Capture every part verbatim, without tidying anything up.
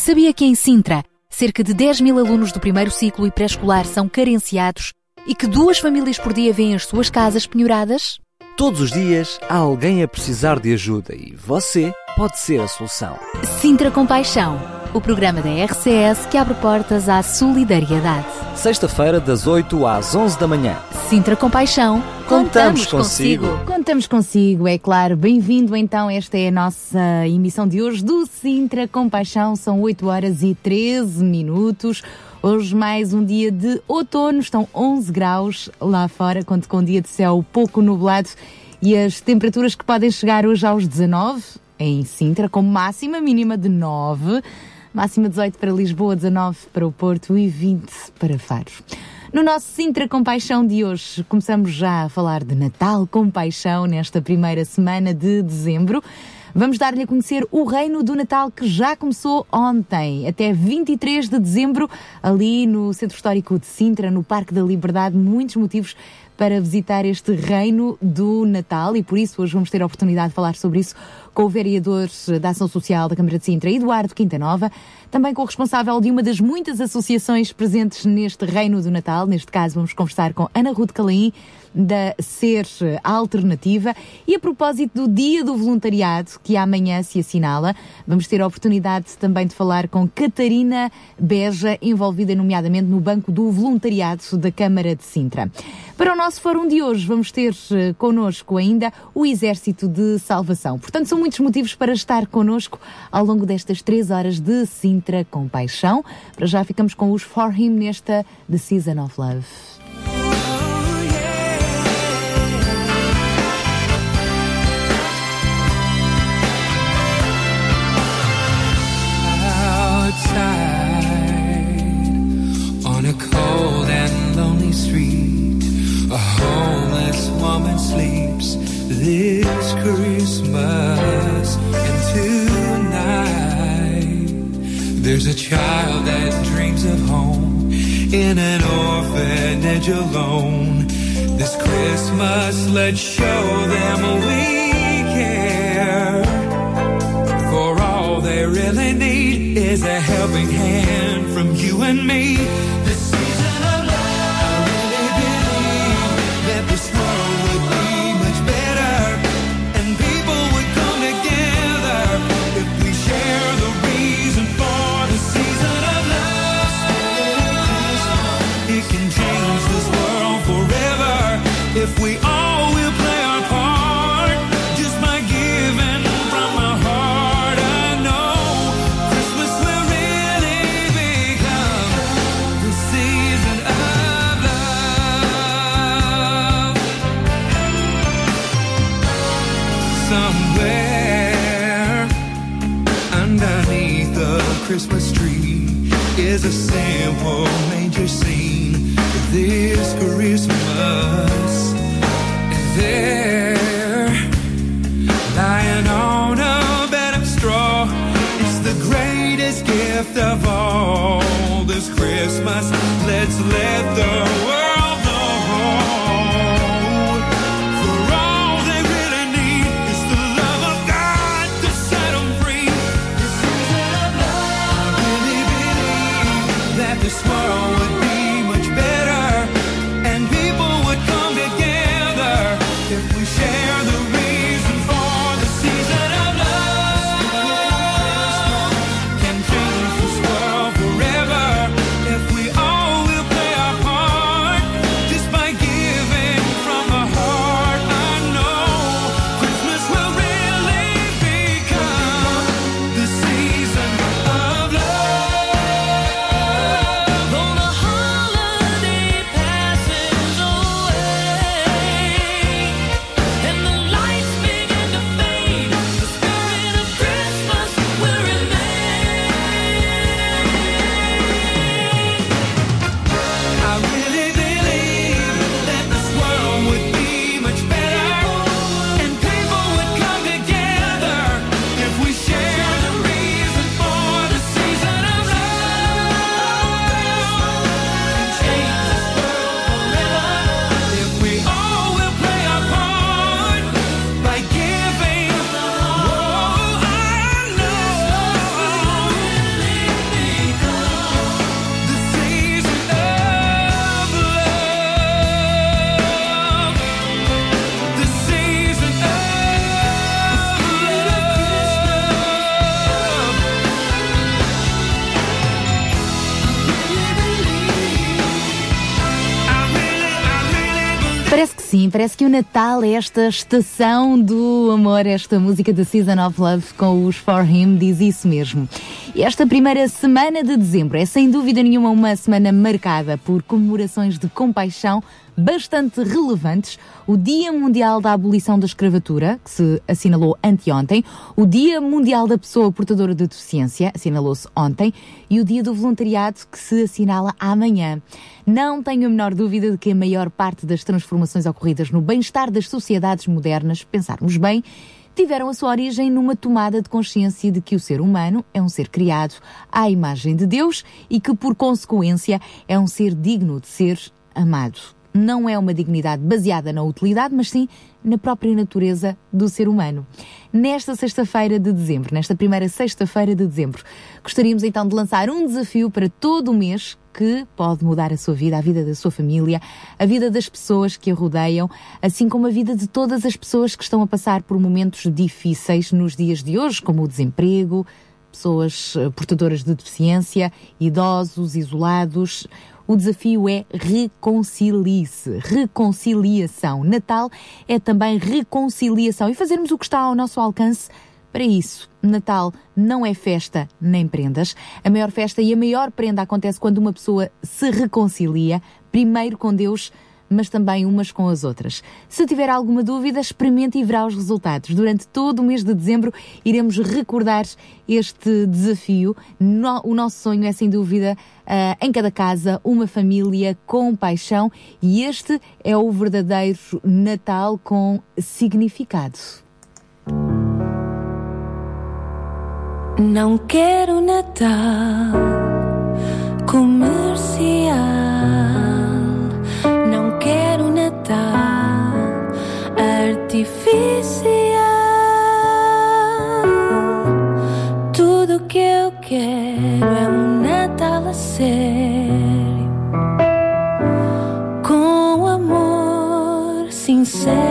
Sabia que em Sintra, cerca de dez mil alunos do primeiro ciclo e pré-escolar são carenciados e que duas famílias por dia vêm as suas casas penhoradas? Todos os dias há alguém a precisar de ajuda e você pode ser a solução. Sintra Compaixão, o programa da R C S que abre portas à solidariedade. Sexta-feira, das oito às onze da manhã. Sintra Compaixão, contamos consigo. Contamos consigo, é claro. Bem-vindo então, esta é a nossa emissão de hoje do Sintra Compaixão. São oito horas e treze minutos. Hoje mais um dia de outono, estão onze graus lá fora, conto com um dia de céu pouco nublado e as temperaturas que podem chegar hoje aos dezanove em Sintra, com máxima mínima de nove, máxima dezoito para Lisboa, dezanove para o Porto e vinte para Faro. No nosso Sintra Compaixão de hoje, começamos já a falar de Natal Compaixão nesta primeira semana de dezembro. Vamos dar-lhe a conhecer o Reino do Natal que já começou ontem, até vinte e três de dezembro, ali no Centro Histórico de Sintra, no Parque da Liberdade. Muitos motivos para visitar este Reino do Natal e por isso hoje vamos ter a oportunidade de falar sobre isso com o vereador da Ação Social da Câmara de Sintra, Eduardo Quintanova, também com o responsável de uma das muitas associações presentes neste Reino do Natal. Neste caso vamos conversar com Ana Ruth Calaim, da Ser Alternativa. E a propósito do Dia do Voluntariado, que amanhã se assinala, vamos ter a oportunidade também de falar com Catarina Beja, envolvida nomeadamente no Banco do Voluntariado da Câmara de Sintra. Para o nosso fórum de hoje vamos ter connosco ainda o Exército de Salvação. Portanto, são muitos motivos para estar connosco ao longo destas três horas de Sintra Compaixão. Para já ficamos com os For Him nesta The Season of Love. On a cold and lonely street, a homeless woman sleeps this Christmas. And tonight there's a child that dreams of home in an orphanage alone. This Christmas let's show them we care, for all they really need is a helping hand from you and me. This season of love, I really believe that this world would be much better and people would come together if we share the reason for the season of love. It can change this world forever if we all will play our part, just by giving from our heart. I know Christmas will really become the season of love. Somewhere underneath the Christmas tree is a simple manger scene this Christmas. And there, lying on a bed of straw, it's the greatest gift of all this Christmas. Let's let the world know, for all they really need is the love of God to set them free. This season of love, I really believe that this world would be much better and people would come together if we share the reason for the season of love. Can change this world forever if we all will play our Sim, parece que o Natal é esta estação do amor, esta música da Season of Love com os For Him diz isso mesmo. E esta primeira semana de dezembro é sem dúvida nenhuma uma semana marcada por comemorações de compaixão bastante relevantes. O Dia Mundial da Abolição da Escravatura, que se assinalou anteontem, o Dia Mundial da Pessoa Portadora de Deficiência, assinalou-se ontem, e o Dia do Voluntariado, que se assinala amanhã. Não tenho a menor dúvida de que a maior parte das transformações ocorridas no bem-estar das sociedades modernas, pensarmos bem, tiveram a sua origem numa tomada de consciência de que o ser humano é um ser criado à imagem de Deus e que, por consequência, é um ser digno de ser amado. Não é uma dignidade baseada na utilidade, mas sim na própria natureza do ser humano. Nesta sexta-feira de dezembro, nesta primeira sexta-feira de dezembro, gostaríamos então de lançar um desafio para todo o mês que pode mudar a sua vida, a vida da sua família, a vida das pessoas que a rodeiam, assim como a vida de todas as pessoas que estão a passar por momentos difíceis nos dias de hoje, como o desemprego, pessoas portadoras de deficiência, idosos, isolados. O desafio é reconcilie-se, reconciliação. Natal é também reconciliação e fazermos o que está ao nosso alcance para isso. Natal não é festa nem prendas. A maior festa e a maior prenda acontece quando uma pessoa se reconcilia, primeiro com Deus, mas também umas com as outras. Se tiver alguma dúvida, experimente e verá os resultados. Durante todo o mês de dezembro iremos recordar este desafio. No, o nosso sonho é, sem dúvida, uh, em cada casa, uma família com paixão, e este é o verdadeiro Natal com significado. Não quero Natal comercial, não quero Natal artificial. Tudo que eu quero é um Natal a sério, com amor sincero.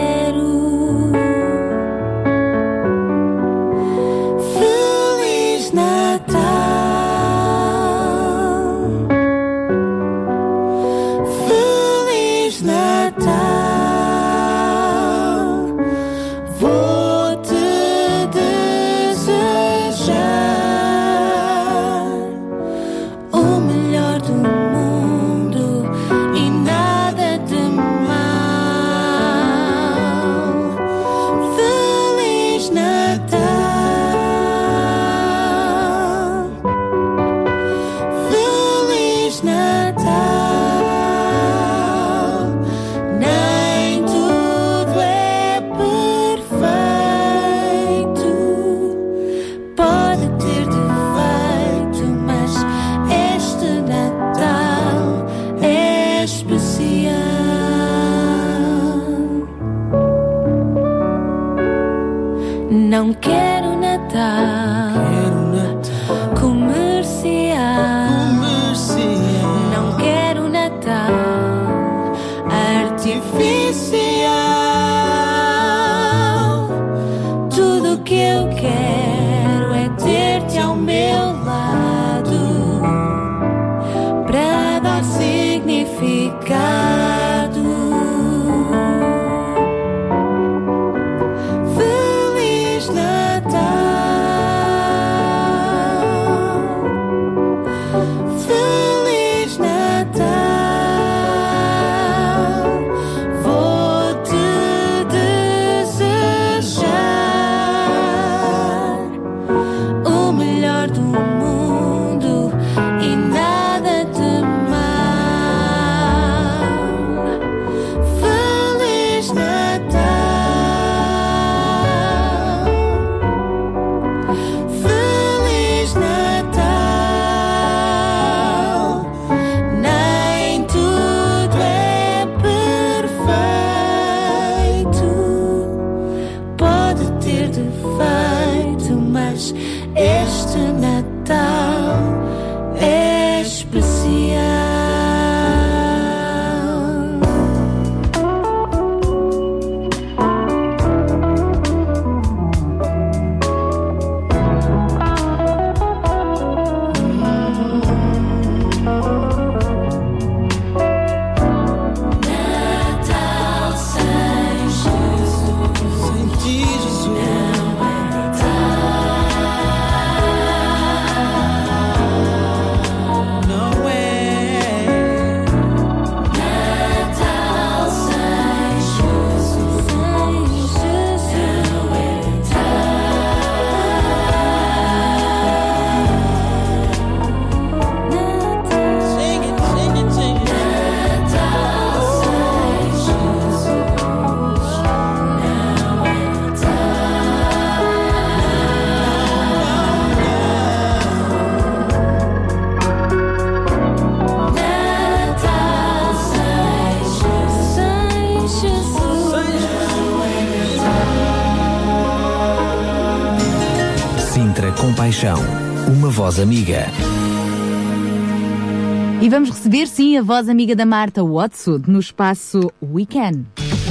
Não quero Natal, quero Natal comercial, comercial. Não quero Natal artificial. Tudo que eu quero é ter-te ao meu lado para dar significado. Este Natal Compaixão, uma voz amiga. E vamos receber, sim, a voz amiga da Marta Watsud no espaço Weekend.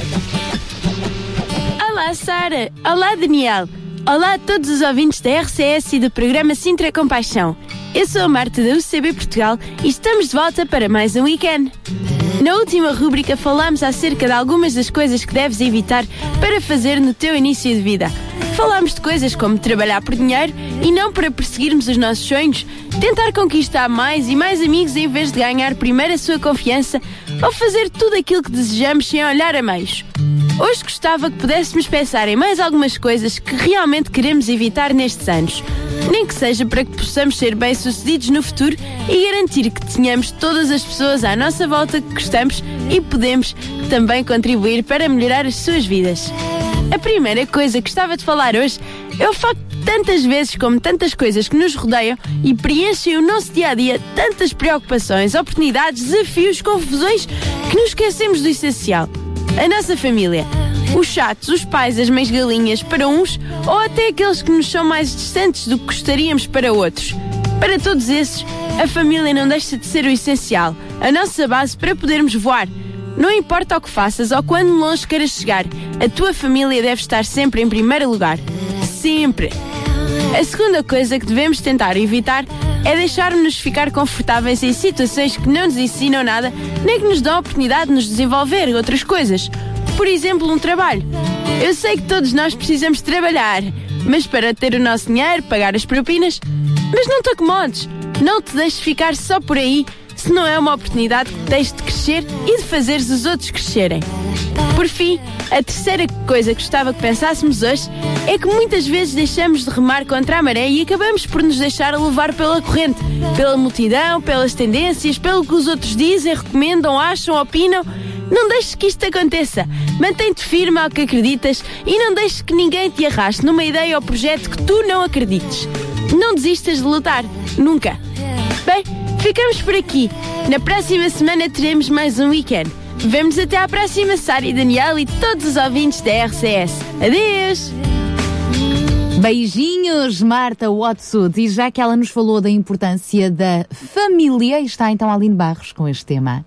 Olá, Sara. Olá, Daniel. Olá a todos os ouvintes da R C S e do programa Sintra Compaixão. Eu sou a Marta da U C B Portugal e estamos de volta para mais um Weekend. Na última rúbrica falámos acerca de algumas das coisas que deves evitar para fazer no teu início de vida. Falámos de coisas como trabalhar por dinheiro e não para perseguirmos os nossos sonhos, tentar conquistar mais e mais amigos em vez de ganhar primeiro a sua confiança ou fazer tudo aquilo que desejamos sem olhar a meios. Hoje gostava que pudéssemos pensar em mais algumas coisas que realmente queremos evitar nestes anos, nem que seja para que possamos ser bem-sucedidos no futuro e garantir que tenhamos todas as pessoas à nossa volta que gostamos e podemos também contribuir para melhorar as suas vidas. A primeira coisa que gostava de falar hoje é o facto de tantas vezes como tantas coisas que nos rodeiam e preenchem o nosso dia-a-dia tantas preocupações, oportunidades, desafios, confusões que nos esquecemos do essencial. A nossa família. Os chatos, os pais, as mães galinhas para uns ou até aqueles que nos são mais distantes do que gostaríamos para outros. Para todos esses, a família não deixa de ser o essencial, a nossa base para podermos voar. Não importa o que faças ou quando longe queiras chegar, a tua família deve estar sempre em primeiro lugar. Sempre! A segunda coisa que devemos tentar evitar é deixar-nos ficar confortáveis em situações que não nos ensinam nada, nem que nos dão a oportunidade de nos desenvolver outras coisas. Por exemplo, um trabalho. Eu sei que todos nós precisamos trabalhar, mas para ter o nosso dinheiro, pagar as propinas. Mas não te acomodes, não te deixes ficar só por aí, se não é uma oportunidade que tens de crescer e de fazeres os outros crescerem. Por fim, a terceira coisa que gostava que pensássemos hoje é que muitas vezes deixamos de remar contra a maré e acabamos por nos deixar levar pela corrente, pela multidão, pelas tendências, pelo que os outros dizem, recomendam, acham, opinam. Não deixes que isto aconteça. Mantém-te firme ao que acreditas e não deixes que ninguém te arraste numa ideia ou projeto que tu não acredites. Não desistas de lutar. Nunca. Bem, ficamos por aqui. Na próxima semana teremos mais um Weekend. Vemo-nos até à próxima, Sara e Daniel e todos os ouvintes da R C S. Adeus! Beijinhos, Marta Watsud. E já que ela nos falou da importância da família, está então Aline Barros com este tema.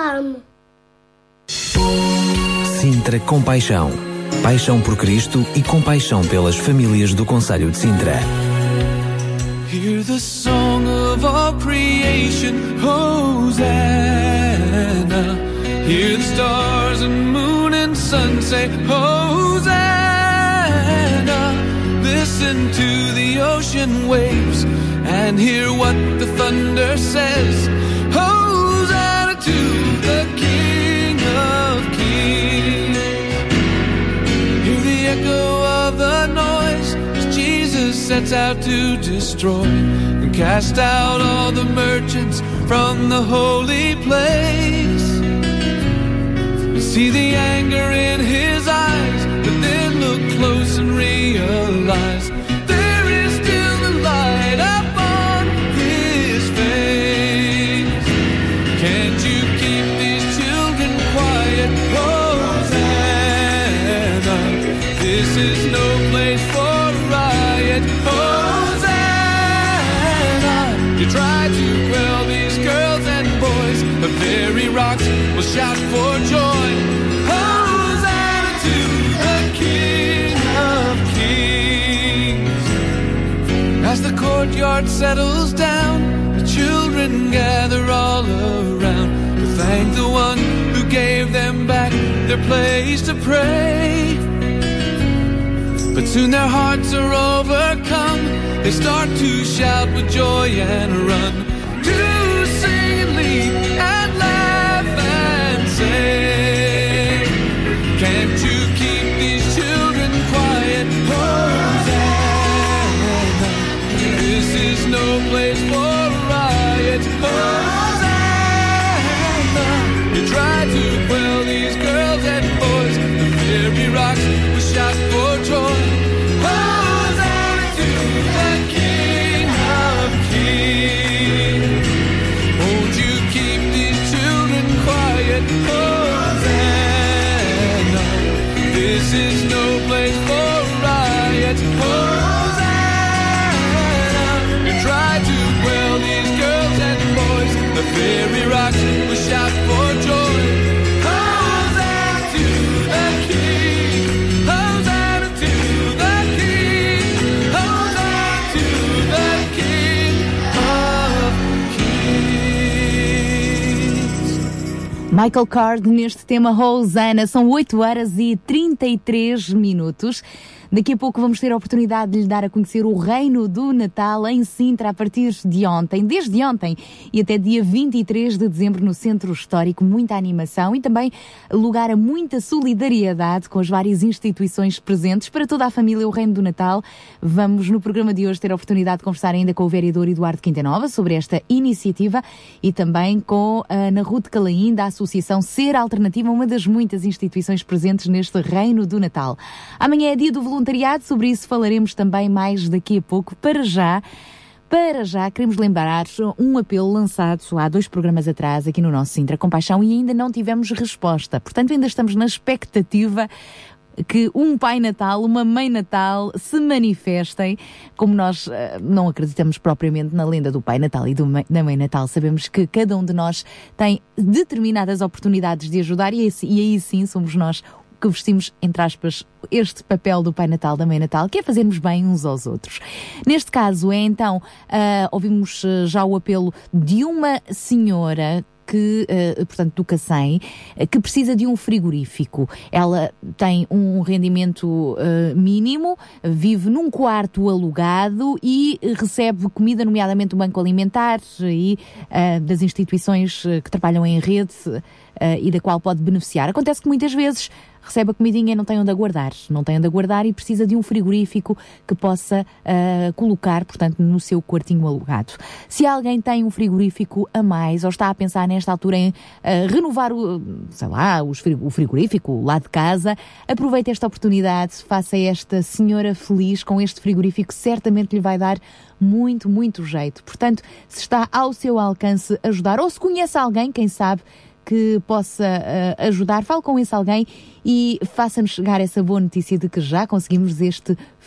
Farm. Sintra Compaixão. Paixão por Cristo e compaixão pelas famílias do Concelho de Sintra. Hear the song of all creation, Hosanna. Hear the stars and moon and sun say, Hosanna. Listen to the ocean waves and hear what the thunder says. Hosanna to the King of Kings. Hear the echo of the noise as Jesus sets out to destroy and cast out all the merchants from the holy place. See the anger in his eyes, but then look close and realize there is still the light upon his face. Can't you keep these children quiet? Hosanna. This is no place for riot. Hosanna. You try to quell these girls and boys, the very rocks will shout for joy. Hosanna to the King of Kings. As the courtyard settles down, the children gather all around to thank the one who gave them back their place to pray. But soon their hearts are overcome. They start to shout with joy and run, to sing and leap and laugh and say, can't you keep these children quiet? Hosanna. This is no place for riot. Hosanna. You try to quell these girls and boys, the very rocks will shout for joy. Hosanna to the King of Kings. Won't you keep these children quiet? Hosanna. This is no place for riot. Hosanna. You try to quell these girls and boys, the very rocks will shout for joy. Hosanna to the King. Hosanna to the King. Hosanna to the King of Kings. Michael Card neste tema Hosanna. São oito horas e trinta e três minutos. Daqui a pouco vamos ter a oportunidade de lhe dar a conhecer o Reino do Natal em Sintra a partir de ontem, desde ontem e até dia vinte e três de dezembro no Centro Histórico. Muita animação e também lugar a muita solidariedade com as várias instituições presentes para toda a família. O Reino do Natal. Vamos no programa de hoje ter a oportunidade de conversar ainda com o vereador Eduardo Quintanova sobre esta iniciativa e também com a Ana Ruth Calaim da Associação Ser Alternativa, uma das muitas instituições presentes neste Reino do Natal. Amanhã é dia do voluntariado. Sobre isso falaremos também mais daqui a pouco. Para já, para já, queremos lembrar um apelo lançado há dois programas atrás aqui no nosso Sintra Compaixão e ainda não tivemos resposta. Portanto, ainda estamos na expectativa que um Pai Natal, uma Mãe Natal se manifestem. Como nós uh, não acreditamos propriamente na lenda do Pai Natal e do, da Mãe Natal, sabemos que cada um de nós tem determinadas oportunidades de ajudar e, esse, e aí sim somos nós que vestimos, entre aspas, este papel do Pai Natal, da Mãe Natal, que é fazermos bem uns aos outros. Neste caso é então, uh, ouvimos uh, já o apelo de uma senhora que, uh, portanto, do Cacém, uh, que precisa de um frigorífico. Ela tem um rendimento uh, mínimo, vive num quarto alugado e recebe comida, nomeadamente do Banco Alimentar e uh, das instituições uh, que trabalham em rede uh, e da qual pode beneficiar. Acontece que muitas vezes recebe a comidinha e não tem onde aguardar. Não tem onde aguardar e precisa de um frigorífico que possa uh, colocar, portanto, no seu quartinho alugado. Se alguém tem um frigorífico a mais ou está a pensar nesta altura em uh, renovar o, sei lá, o frigorífico lá de casa, aproveite esta oportunidade, faça esta senhora feliz com este frigorífico, certamente lhe vai dar muito, muito jeito. Portanto, se está ao seu alcance ajudar ou se conhece alguém, quem sabe, que possa uh, ajudar, fale com esse alguém e faça-nos chegar essa boa notícia de que já conseguimos este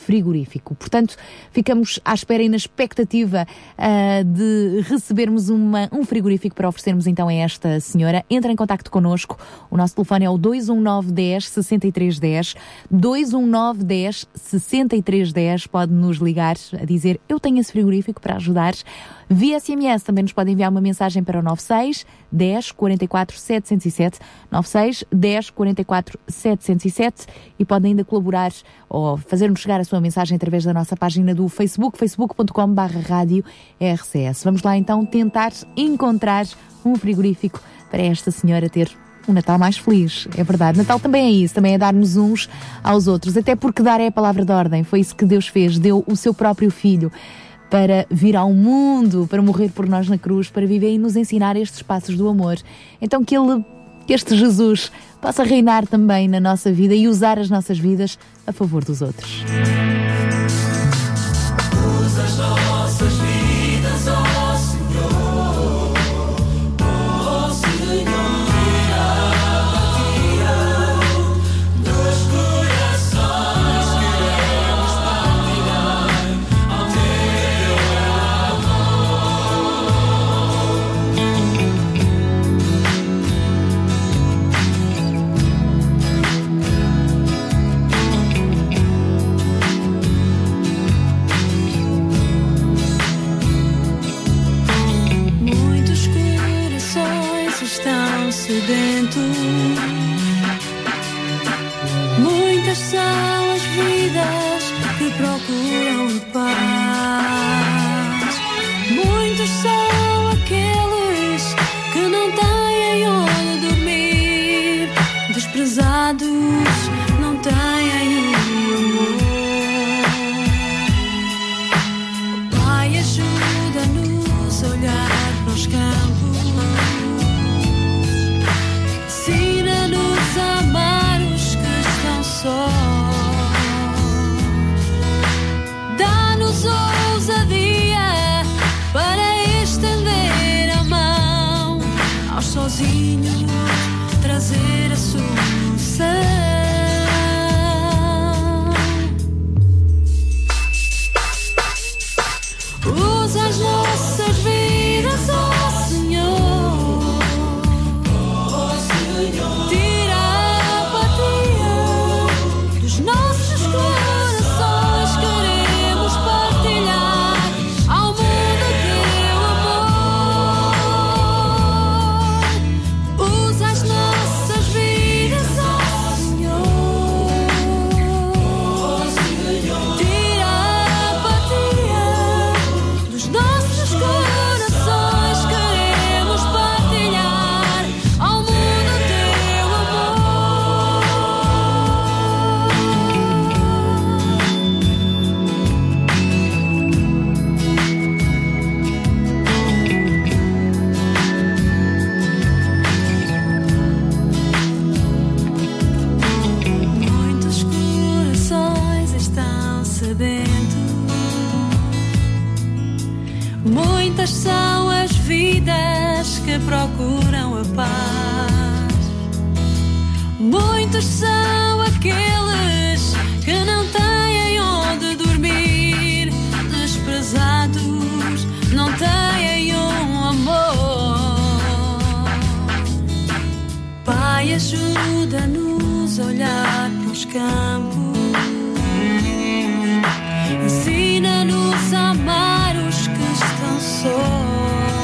frigorífico. Portanto, ficamos à espera e na expectativa uh, de recebermos uma, um frigorífico para oferecermos então a esta senhora. Entre em contacto connosco. O nosso telefone é o dois um nove, dez, sessenta e três dez. dois um nove, dez, sessenta e três dez. Pode nos ligar a dizer: eu tenho esse frigorífico para ajudar. Via S M S também nos pode enviar uma mensagem para o nove seis, dez, quarenta e quatro, setecentos e sete. nove seis, dez, quarenta e quatro, setecentos e sete. E pode ainda colaborar ou fazer-nos chegar a sua mensagem através da nossa página do Facebook, facebook ponto com barra rádio R C S. Vamos lá então tentar encontrar um frigorífico para esta senhora ter um Natal mais feliz. É verdade, Natal também é isso, também é dar-nos uns aos outros, até porque dar é a palavra de ordem. Foi isso que Deus fez, deu o seu próprio Filho para vir ao mundo, para morrer por nós na cruz, para viver e nos ensinar estes passos do amor. Então que ele, que este Jesus possa reinar também na nossa vida e usar as nossas vidas a favor dos outros. Usa as nossas vidas, ó Senhor, ó Senhor. Estão sedentos, muitas são as vidas que procuram a paz, muitos são aqueles que não têm onde dormir, desprezados, não têm amor. Pai, ajuda-nos a olhar para os campos, ensina-nos a amar os que estão sós. Dá-nos ousadia para estender a mão aos sozinhos, trazer a solução. Usa as nossas vidas, ó Senhor. Tira a apatia dos nossos corações, queremos partilhar ao mundo teu amor. Usa as nossas vidas, ó Senhor. Tira a apatia dos nossos corações, queremos partilhar ao mundo muitos corações estão sedentos, muitas são as vidas que procuram a paz, muitos são aqueles que não têm onde dormir, desprezados, não têm um amor. Pai, ajuda-nos a olhar para os campos, ensina-nos a amar os que estão sós.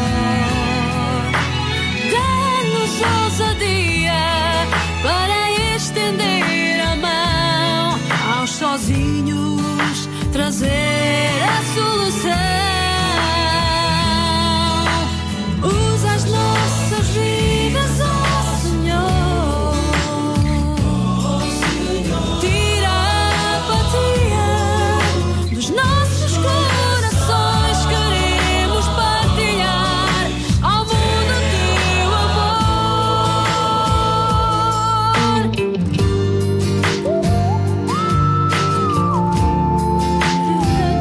Dá-nos ousadia para estender a mão aos sozinhos, trazer a solução. Usa as nossas vidas, ó Senhor. Tira a apatia dos nossos corações, queremos partilhar ao mundo teu amor.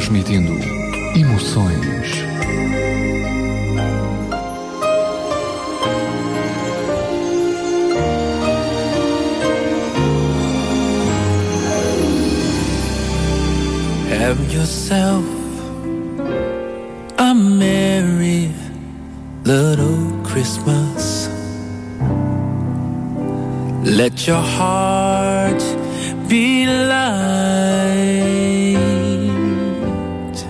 transmitindo emoções. Have yourself a merry little Christmas. Let your heart be light.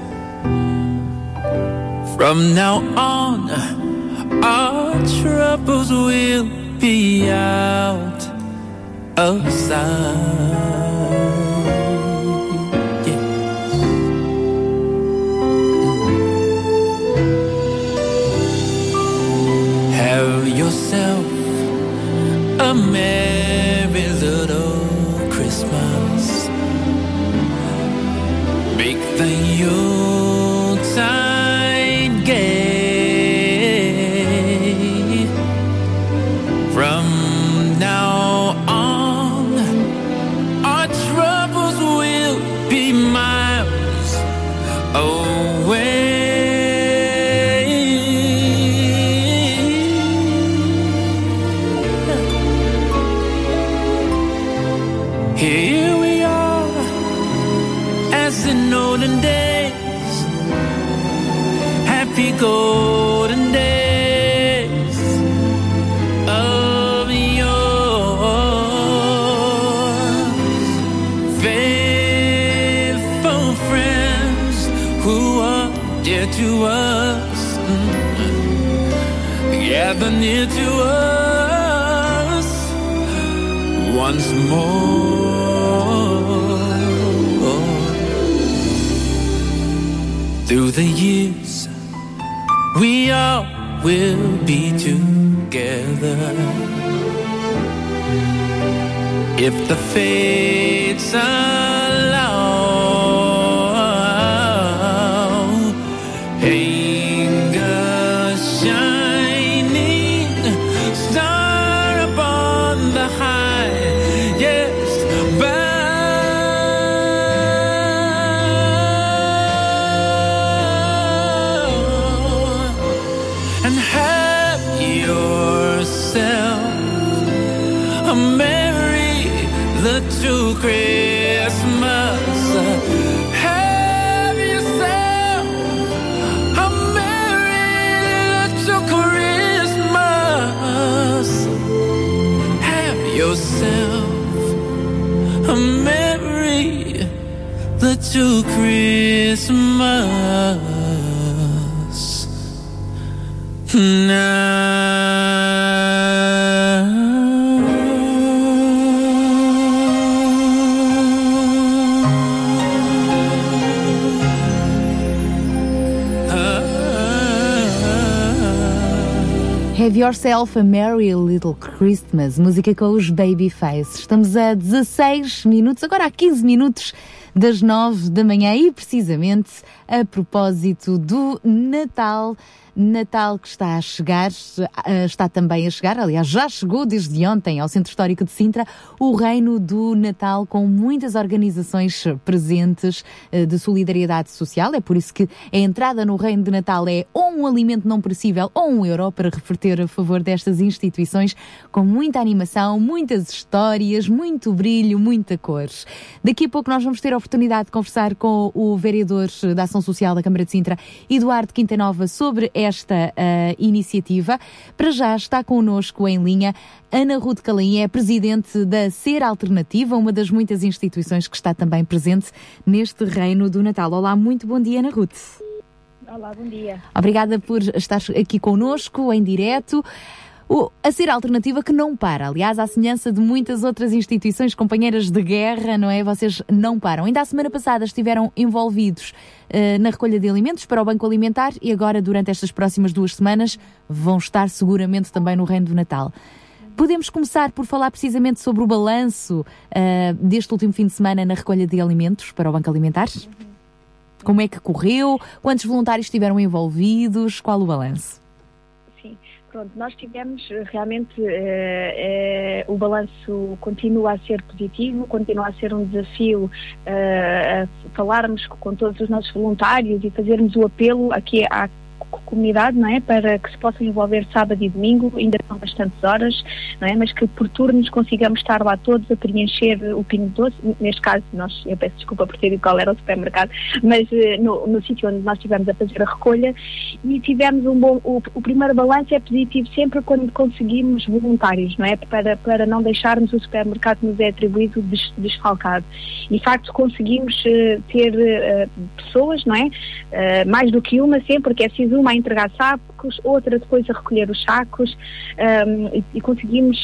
From now on, our troubles will be out of sight. Have yourself a merry little Christmas. Make the Yuletide gay. From now on, our troubles will be miles away. Here we are, as in olden days, happy golden days of yore. Faithful friends who are dear to us, gather near to us once more. Through the years, we all will be together. If the fates allow, hang a shining star upon the highest bough. And have yourself a merry little Christmas. Have yourself a merry little Christmas. Have yourself a merry little Christmas. Have Yourself a Merry Little Christmas, música com os Babyface. Estamos a dezasseis minutos, agora há quinze minutos das nove da manhã e precisamente a propósito do Natal. Natal que está a chegar, está também a chegar, aliás já chegou desde ontem ao Centro Histórico de Sintra, o Reino do Natal com muitas organizações presentes de solidariedade social. É por isso que a entrada no Reino de Natal é ou um alimento não perecível ou um euro para reverter a favor destas instituições, com muita animação, muitas histórias, muito brilho, muita cor. Daqui a pouco nós vamos ter a oportunidade de conversar com o vereador da Ação Social da Câmara de Sintra, Eduardo Quintanova, sobre esta uh, iniciativa. Para já está connosco em linha Ana Ruth Calaim, é presidente da Ser Alternativa, uma das muitas instituições que está também presente neste Reino do Natal. Olá, muito bom dia, Ana Ruth. Olá, bom dia. Obrigada por estar aqui connosco em direto. O, a Ser Alternativa que não para, aliás, à semelhança de muitas outras instituições companheiras de guerra, não é? Vocês não param. Ainda a semana passada estiveram envolvidos uh, na recolha de alimentos para o Banco Alimentar e agora, durante estas próximas duas semanas, vão estar seguramente também no Reino do Natal. Podemos começar por falar precisamente sobre o balanço uh, deste último fim de semana na recolha de alimentos para o Banco Alimentar? Uhum. Como é que correu? Quantos voluntários estiveram envolvidos? Qual o balanço? Sim. Pronto, nós tivemos realmente, eh, eh, o balanço continua a ser positivo, continua a ser um desafio eh, a falarmos com todos os nossos voluntários e fazermos o apelo aqui à comunidade, não é? Para que se possam envolver sábado e domingo, ainda são bastantes horas, não é? Mas que por turnos consigamos estar lá todos a preencher o Pingo Doce. Neste caso, nós, eu peço desculpa por ter dito qual era o supermercado, mas no, no sítio onde nós estivemos a fazer a recolha, e tivemos um bom, o, o primeiro balanço é positivo sempre quando conseguimos voluntários, não é? Para, para não deixarmos o supermercado que nos é atribuído des, desfalcado. E de facto conseguimos uh, ter uh, pessoas, não é? Uh, mais do que uma sempre, porque é preciso uma a entregar sacos, outra depois a recolher os sacos, um, e, e conseguimos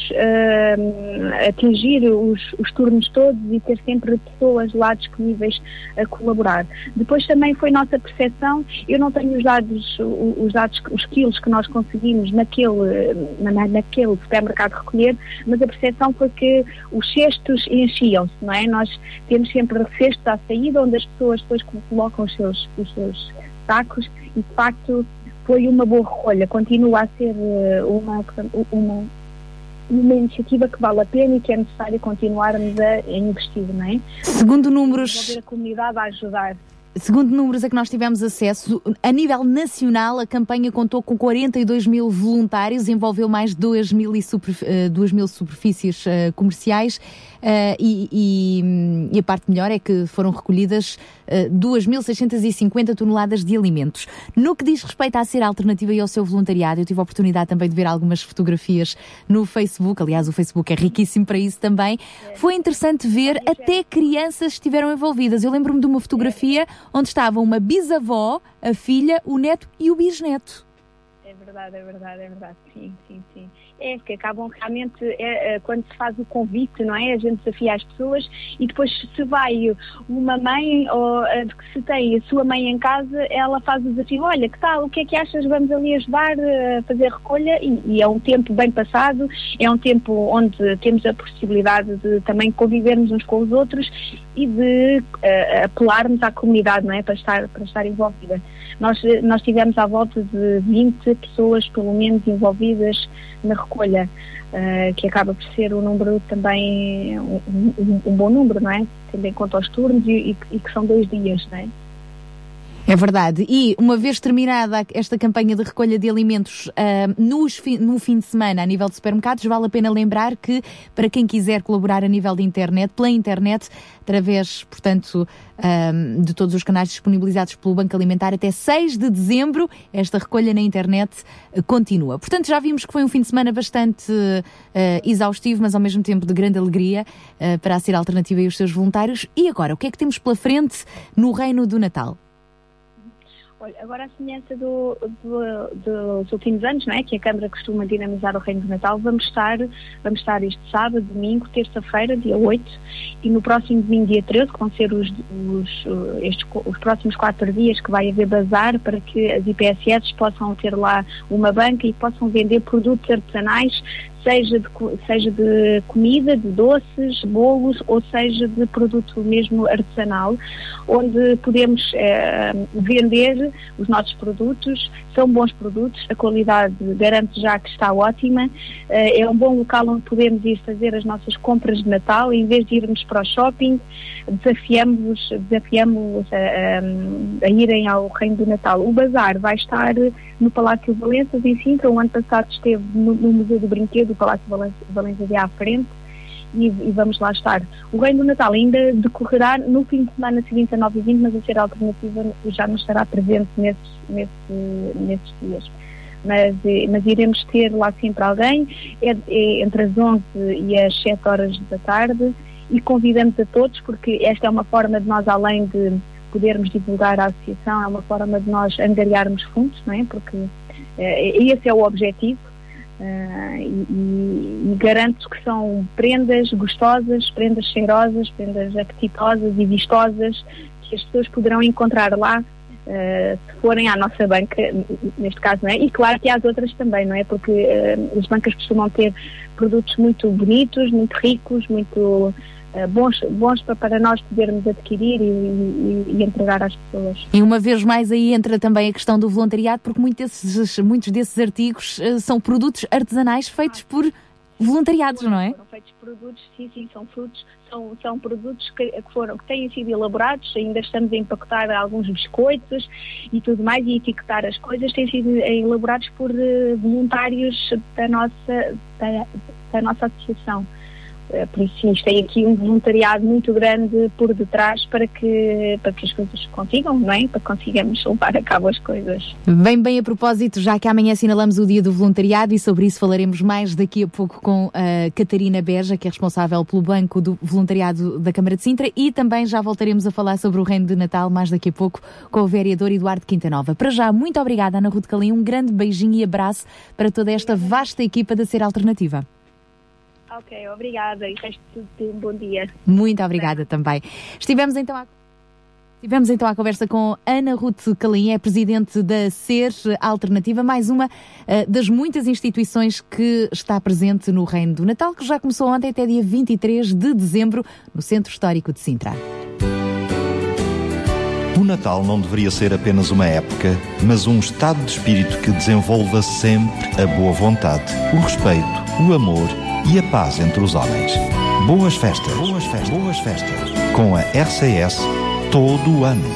um, atingir os, os turnos todos e ter sempre pessoas lá disponíveis a colaborar. Depois também foi nossa percepção, eu não tenho os dados, os dados, os quilos que nós conseguimos naquele, na, naquele supermercado recolher, mas a percepção foi que os cestos enchiam-se, não é? Nós temos sempre cestos à saída onde as pessoas depois colocam os seus, os seus sacos, e de facto foi uma boa recolha, continua a ser uma, uma, uma iniciativa que vale a pena e que é necessário continuarmos a, a investir, não é? Segundo números... Envolver a comunidade a ajudar. Segundo números a que nós tivemos acesso, a nível nacional a campanha contou com quarenta e dois mil voluntários, envolveu mais de duas mil, e super, uh, duas mil superfícies uh, comerciais uh, e, e, e a parte melhor é que foram recolhidas uh, duas mil seiscentas e cinquenta toneladas de alimentos. No que diz respeito à Ser Alternativa e ao seu voluntariado, eu tive a oportunidade também de ver algumas fotografias no Facebook, aliás o Facebook é riquíssimo para isso também. Foi interessante ver até crianças estiveram envolvidas. Eu lembro-me de uma fotografia onde estavam uma bisavó, a filha, o neto e o bisneto. É verdade, é verdade, é verdade, sim, sim, sim. É, que acabam realmente, é, é, quando se faz o convite, não é? A gente desafia as pessoas e depois se vai uma mãe, ou que se tem a sua mãe em casa, ela faz o desafio, olha, que tal, o que é que achas, vamos ali ajudar a fazer recolha, e, e é um tempo bem passado, é um tempo onde temos a possibilidade de também convivermos uns com os outros e de uh, apelarmos à comunidade, não é? Para estar, para estar envolvida. Nós, nós tivemos à volta de vinte pessoas, pelo menos, envolvidas na recolha, uh, que acaba por ser um número também, um, um, um bom número, não é? Tendo em conta os turnos e, e, e que são dois dias, não é? É verdade. E uma vez terminada esta campanha de recolha de alimentos uh, nos fi- no fim de semana a nível de supermercados, vale a pena lembrar que para quem quiser colaborar a nível de internet, pela internet, através, portanto, um, de todos os canais disponibilizados pelo Banco Alimentar, até seis de dezembro, esta recolha na internet uh, continua. Portanto, já vimos que foi um fim de semana bastante uh, exaustivo, mas ao mesmo tempo de grande alegria uh, para a Ser Alternativa e os seus voluntários. E agora, o que é que temos pela frente no Reino do Natal? Olha, agora a semelhança do, do, dos últimos anos, não é? Que a Câmara costuma dinamizar o Reino do Natal, vamos estar, vamos estar este sábado, domingo, terça-feira, dia oito, e no próximo domingo, dia treze, que vão ser os, os, estes, os próximos quatro dias que vai haver bazar para que as I P S S possam ter lá uma banca e possam vender produtos artesanais, seja de, seja de comida, de doces, bolos, ou seja de produto mesmo artesanal, onde podemos eh, vender os nossos produtos. São bons produtos, a qualidade garanto já que está ótima, eh, é um bom local onde podemos ir fazer as nossas compras de Natal, em vez de irmos para o shopping, desafiamos-os desafiamos a, a, a irem ao Reino do Natal. O bazar vai estar no Palácio Valenças, em Sintra. O ano passado esteve no, no Museu do Brinquedo, do Palácio Valenças de à frente, e, e vamos lá estar. O Reino do Natal ainda decorrerá no fim de semana seguinte a nove e vinte, mas a Ser Alternativa já não estará presente nesses, nesses, nesses dias. Mas, mas iremos ter lá sempre alguém, é, é entre as onze e as sete horas da tarde, e convidamos a todos, porque esta é uma forma de nós, além de podermos divulgar a associação, é uma forma de nós angariarmos fundos, não é? Porque é, esse é o objetivo. Uh, e, e garanto que são prendas gostosas, prendas cheirosas, prendas apetitosas e vistosas que as pessoas poderão encontrar lá uh, se forem à nossa banca, neste caso, não é? E claro que há as outras também, não é? Porque uh, as bancas costumam ter produtos muito bonitos, muito ricos, muito, uh, bons, bons para, para nós podermos adquirir e, e, e entregar às pessoas. E uma vez mais aí entra também a questão do voluntariado, porque muitos desses, muitos desses artigos uh, são produtos artesanais feitos por voluntariados, não é? Foram feitos produtos, sim, sim, são frutos, são, são produtos que, que, foram, que têm sido elaborados, ainda estamos a empacotar alguns biscoitos e tudo mais, e etiquetar as coisas, têm sido elaborados por uh, voluntários da nossa, da, da nossa associação. Uh, por isso, sim, tem aqui um voluntariado muito grande por detrás para que, para que as coisas consigam, não é? Para que consigamos levar a cabo as coisas. Bem, bem a propósito, já que amanhã assinalamos o Dia do Voluntariado e sobre isso falaremos mais daqui a pouco com a Catarina Beja, que é responsável pelo Banco do Voluntariado da Câmara de Sintra, e também já voltaremos a falar sobre o Reino de Natal mais daqui a pouco com o vereador Eduardo Quintanova. Para já, muito obrigada, Ana Ruth Calim, um grande beijinho e abraço para toda esta vasta equipa da Ser Alternativa. Ok, obrigada e resto de um bom dia. Muito obrigada também. Estivemos então a... Tivemos então a conversa com Ana Ruth Calim, é presidente da Ser Alternativa, mais uma uh, das muitas instituições que está presente no Reino do Natal, que já começou ontem até dia vinte e três de dezembro no Centro Histórico de Sintra. O Natal não deveria ser apenas uma época, mas um estado de espírito que desenvolva sempre a boa vontade, o respeito, o amor e a paz entre os homens. Boas festas, boas festas, boas festas, com a R C S todo o ano.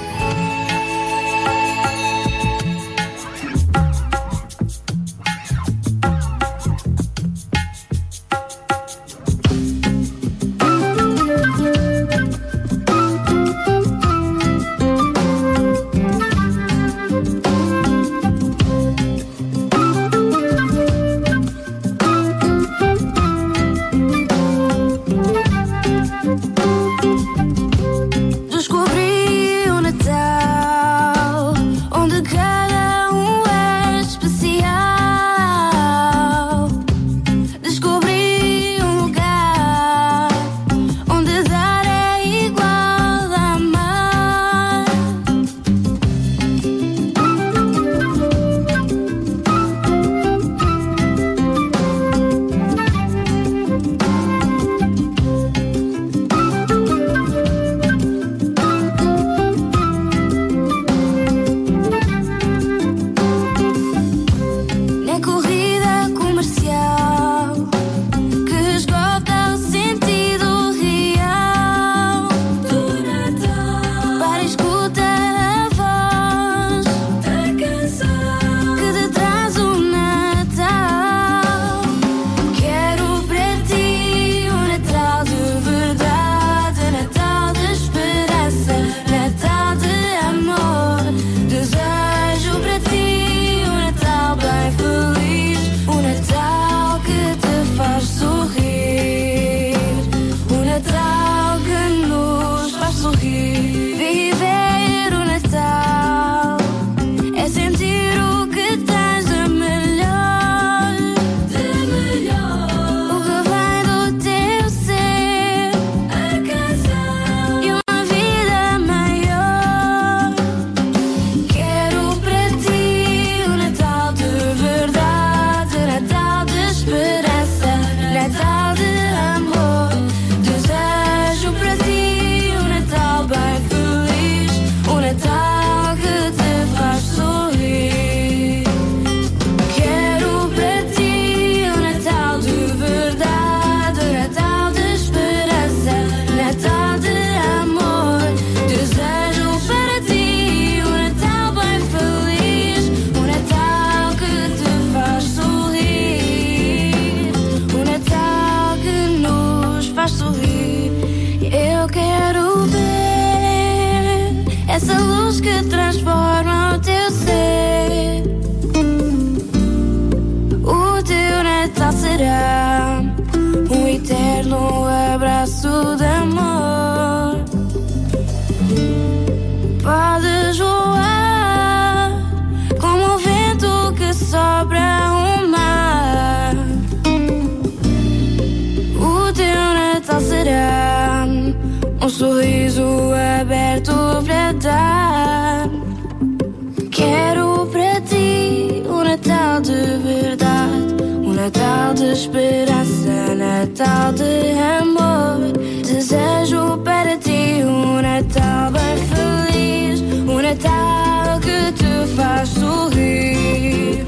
Natal de esperança, Natal de amor. Desejo para ti um Natal bem feliz, um Natal que te faz sorrir.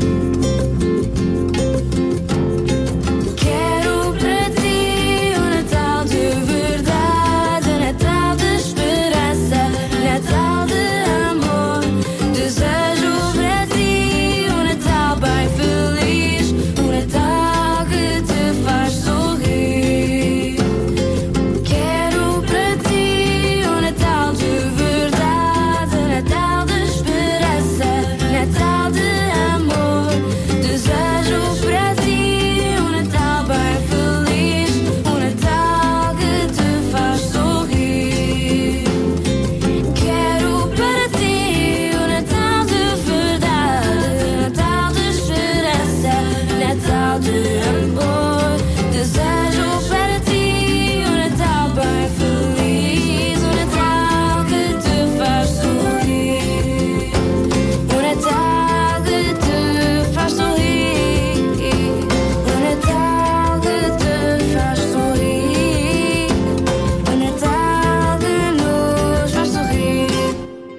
Quero para ti um Natal de verdade, Natal de esperança, Natal de amor. Desejo para ti um Natal bem feliz, um Natal que te faz sorrir. Quero para ti um Natal de verdade, Natal de esperança, Natal de amor. Desejo para ti um Natal bem feliz, um Natal que te faz sorrir. Quero para ti um Natal de verdade, Natal de esperança, Natal de amor. Desejo para ti um Natal bem feliz, um Natal que te faz sorrir. Um Natal que te faz sorrir. Um Natal que te faz sorrir. Um Natal que nos faz sorrir.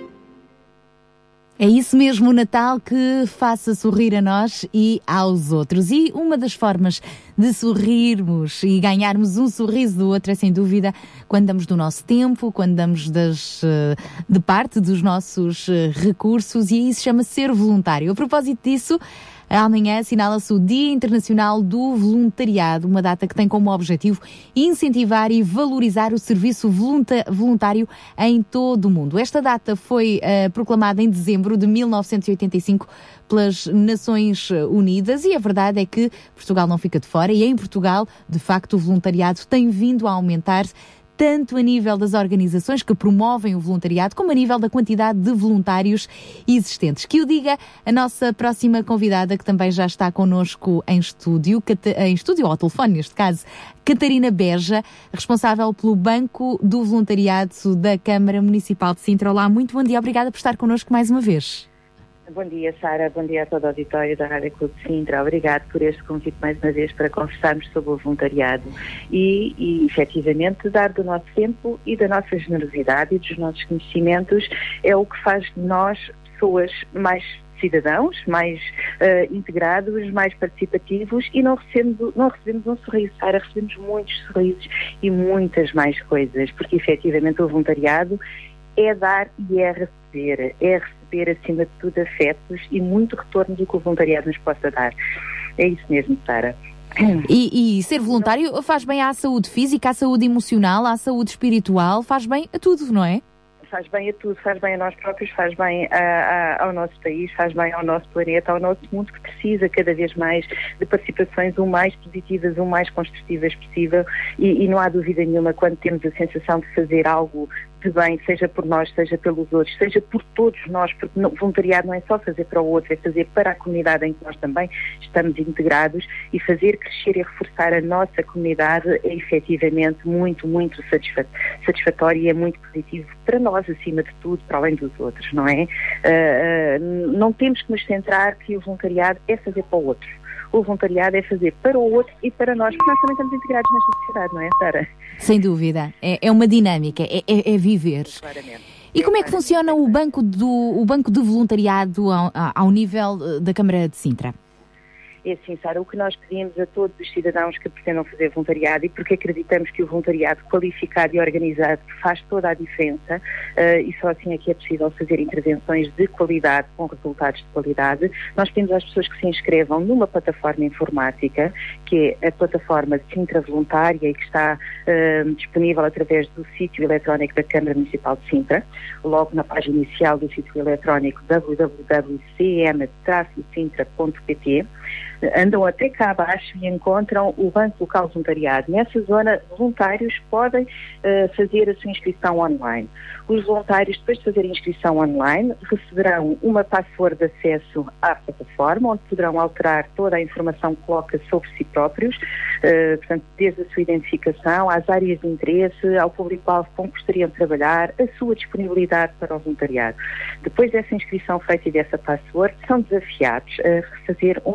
É isso mesmo, o Natal que faça sorrir a nós e aos outros. E uma das formas de sorrirmos e ganharmos um sorriso do outro é, sem dúvida, quando damos do nosso tempo, quando damos das, eh, de parte dos nossos eh, recursos, e isso chama-se ser voluntário. A propósito disso, amanhã assinala-se o Dia Internacional do Voluntariado, uma data que tem como objetivo incentivar e valorizar o serviço volunta- voluntário em todo o mundo. Esta data foi uh, proclamada em dezembro de mil novecentos e oitenta e cinco pelas Nações Unidas, e a verdade é que Portugal não fica de fora, e em Portugal, de facto, o voluntariado tem vindo a aumentar, tanto a nível das organizações que promovem o voluntariado, como a nível da quantidade de voluntários existentes. Que o diga a nossa próxima convidada, que também já está connosco em estúdio, em estúdio ou ao telefone, neste caso, Catarina Beja, responsável pelo Banco do Voluntariado da Câmara Municipal de Sintra. Olá, muito bom dia, obrigada por estar connosco mais uma vez. Bom dia, Sara. Bom dia a todo o auditório da Rádio Clube de Sintra. Obrigado por este convite mais uma vez para conversarmos sobre o voluntariado e, e, efetivamente, dar do nosso tempo e da nossa generosidade e dos nossos conhecimentos é o que faz de nós pessoas mais cidadãos, mais uh, integrados, mais participativos, e não recebemos, não recebemos um sorriso, Sara, recebemos muitos sorrisos e muitas mais coisas, porque efetivamente o voluntariado é dar e é receber, é receber acima de tudo afetos e muito retorno do que o voluntariado nos possa dar. É isso mesmo, Sara. E, e ser voluntário faz bem à saúde física, à saúde emocional, à saúde espiritual, faz bem a tudo, não é? Faz bem a tudo, faz bem a nós próprios, faz bem a, a, ao nosso país, faz bem ao nosso planeta, ao nosso mundo, que precisa cada vez mais de participações o mais positivas, o mais construtivas possível, e, e não há dúvida nenhuma, quando temos a sensação de fazer algo de bem, seja por nós, seja pelos outros, seja por todos nós, porque o voluntariado não é só fazer para o outro, é fazer para a comunidade em que nós também estamos integrados, e fazer crescer e reforçar a nossa comunidade é efetivamente muito, muito satisfatório e é muito positivo para nós, acima de tudo, para além dos outros, não é? Uh, uh, não temos que nos centrar que o voluntariado é fazer para o outro. O voluntariado é fazer para o outro e para nós, porque nós também estamos integrados nesta sociedade, não é, Sara? Sem dúvida. É, é uma dinâmica, é, é, é viver. Claramente. E como é que funciona o banco, do, o banco de voluntariado ao, ao nível da Câmara de Sintra? É assim, Sara, o que nós pedimos a todos os cidadãos que pretendam fazer voluntariado, e porque acreditamos que o voluntariado qualificado e organizado faz toda a diferença, uh, e só assim é que é possível fazer intervenções de qualidade, com resultados de qualidade, nós pedimos às pessoas que se inscrevam numa plataforma informática, que é a plataforma Sintra Voluntária, e que está uh, disponível através do sítio eletrónico da Câmara Municipal de Sintra, logo na página inicial do sítio eletrónico w w w ponto c m traço sintra ponto p t. Andam até cá abaixo e encontram o Banco Local Voluntariado. Nessa zona, voluntários podem uh, fazer a sua inscrição online. Os voluntários, depois de fazer a inscrição online, receberão uma password de acesso à plataforma, onde poderão alterar toda a informação que coloca sobre si próprios, uh, portanto, desde a sua identificação, às áreas de interesse, ao público-alvo com que gostariam de trabalhar, a sua disponibilidade para o voluntariado. Depois dessa inscrição feita e dessa password, são desafiados a fazer uma ação de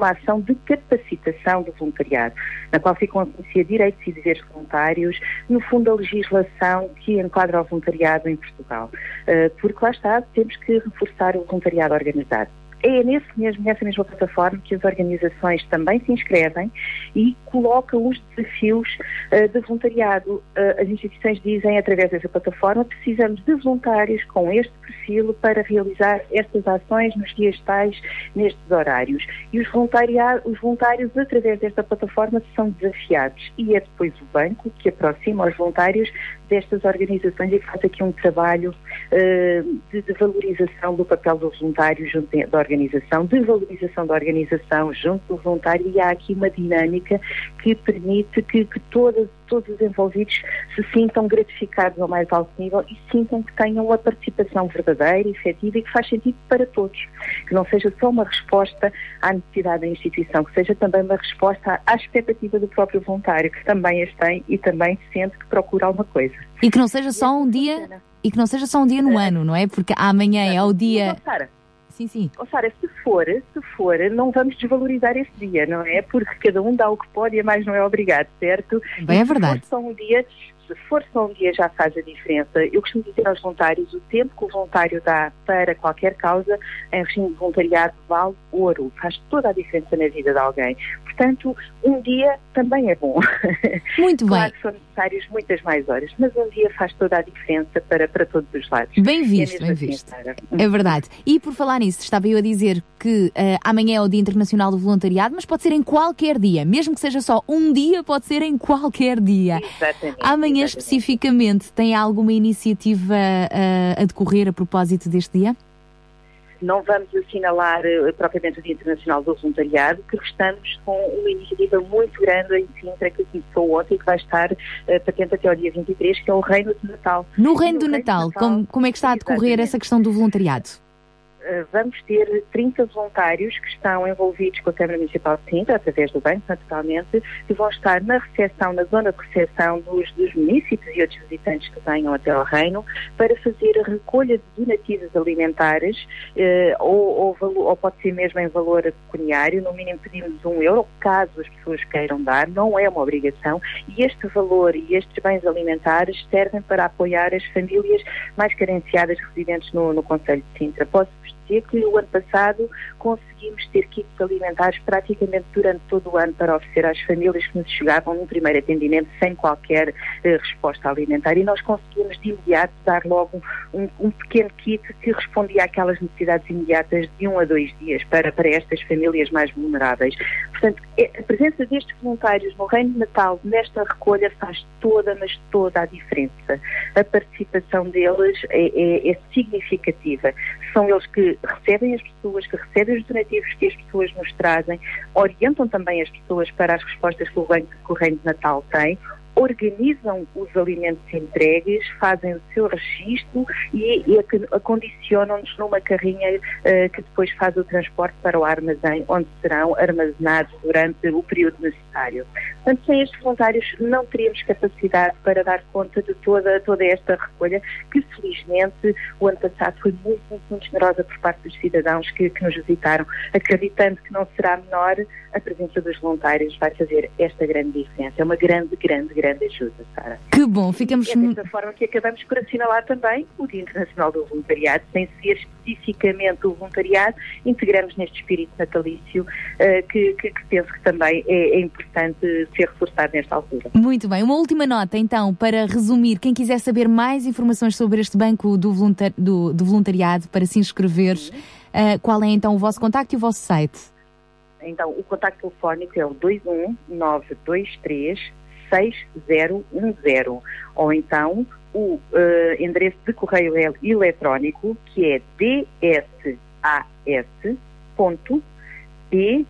de capacitação do voluntariado, na qual ficam a conhecer direitos e deveres voluntários, no fundo a legislação que enquadra o voluntariado em Portugal. Uh, porque lá está, temos que reforçar o voluntariado organizado. É nesse mesmo, nessa mesma plataforma que as organizações também se inscrevem e colocam os desafios uh, de voluntariado. Uh, as instituições dizem, através dessa plataforma, precisamos de voluntários com este perfil para realizar estas ações nos dias tais, nestes horários. E os, os voluntários, através desta plataforma, são desafiados. E é depois o banco que aproxima os voluntários destas organizações e que faz aqui um trabalho uh, de, de valorização do papel do voluntário junto da organização, de valorização da organização junto do voluntário, e há aqui uma dinâmica que permite que, que todas, todos os envolvidos se sintam gratificados ao mais alto nível e sintam que tenham a participação verdadeira, efetiva e que faz sentido para todos. Que não seja só uma resposta à necessidade da instituição, que seja também uma resposta à, à expectativa do próprio voluntário, que também as tem e também sente que procura alguma coisa. E que não seja só um dia, e que não seja só um dia no é. ano, não é? Porque amanhã é o dia... Sim, sim. Oh, Sara, se for, se for, não vamos desvalorizar esse dia, não é? Porque cada um dá o que pode e a mais não é obrigado, certo? Bem, é verdade. Se for só um dia, se for só um dia já faz a diferença. Eu costumo dizer aos voluntários, o tempo que o voluntário dá para qualquer causa em regime de voluntariado vale ouro, faz toda a diferença na vida de alguém. Portanto, um dia também é bom. Muito claro bem. Que são necessárias muitas mais horas, mas um dia faz toda a diferença para, para todos os lados. Bem visto, é bem assim, visto. Sarah. É verdade. E por falar nisso, estava eu a dizer que uh, amanhã é o Dia Internacional do Voluntariado, mas pode ser em qualquer dia, mesmo que seja só um dia, pode ser em qualquer dia. Exatamente. Amanhã, exatamente. especificamente, tem alguma iniciativa uh, a decorrer a propósito deste dia? Não vamos assinalar uh, propriamente o Dia Internacional do Voluntariado, que estamos com uma iniciativa muito grande em Sintra, que começou ontem e que vai estar uh, patente até ao dia vinte e três, que é o Reino do Natal. No Reino do Natal, Natal como, como é que está a decorrer exatamente. Essa questão do voluntariado? Uh, vamos ter trinta voluntários que estão envolvidos com a Câmara Municipal de Sintra, através do banco, naturalmente, que vão estar na recepção, na zona de recepção dos, dos municípios e outros visitantes que venham até ao Reino, para fazer a recolha de donativos alimentares, uh, ou, ou, ou pode ser mesmo em valor pecuniário, no mínimo pedimos um euro, caso as pessoas queiram dar, não é uma obrigação, e este valor e estes bens alimentares servem para apoiar as famílias mais carenciadas residentes no, no Concelho de Sintra. Posso-vos dizer que o ano passado conseguimos ter kits alimentares praticamente durante todo o ano para oferecer às famílias que nos chegavam no primeiro atendimento sem qualquer uh, resposta alimentar, e nós conseguimos de imediato dar logo um, um pequeno kit que respondia àquelas necessidades imediatas de um a dois dias para, para estas famílias mais vulneráveis. Portanto, a presença destes voluntários no Reino de Natal, nesta recolha, faz toda, mas toda a diferença. A participação deles é, é, é significativa. São eles que recebem as pessoas, que recebem os donativos que as pessoas nos trazem, orientam também as pessoas para as respostas que o Reino, que o Reino de Natal tem, organizam os alimentos entregues, fazem o seu registro e, e acondicionam-nos numa carrinha uh, que depois faz o transporte para o armazém, onde serão armazenados durante o período necessário. Portanto, sem estes voluntários não teríamos capacidade para dar conta de toda, toda esta recolha, que felizmente o ano passado foi muito, muito, muito generosa por parte dos cidadãos que, que nos visitaram, acreditando que não será menor, a presença dos voluntários vai fazer esta grande diferença. É uma grande, grande, grande ajuda, Sara. Que bom, ficamos... E é dessa forma que acabamos por assinalar também o Dia Internacional do Voluntariado, sem ser especificamente o voluntariado, integramos neste espírito natalício uh, que, que, que penso que também é, é importante ser reforçado nesta altura. Muito bem, uma última nota então, para resumir, quem quiser saber mais informações sobre este banco do, voluntar, do, do voluntariado, para se inscrever, uh, qual é então o vosso contacto e o vosso site? Então, o contacto telefónico é o dois um nove dois três seis zero um zero, ou então o uh, endereço de correio eletrónico, que é d s a s ponto p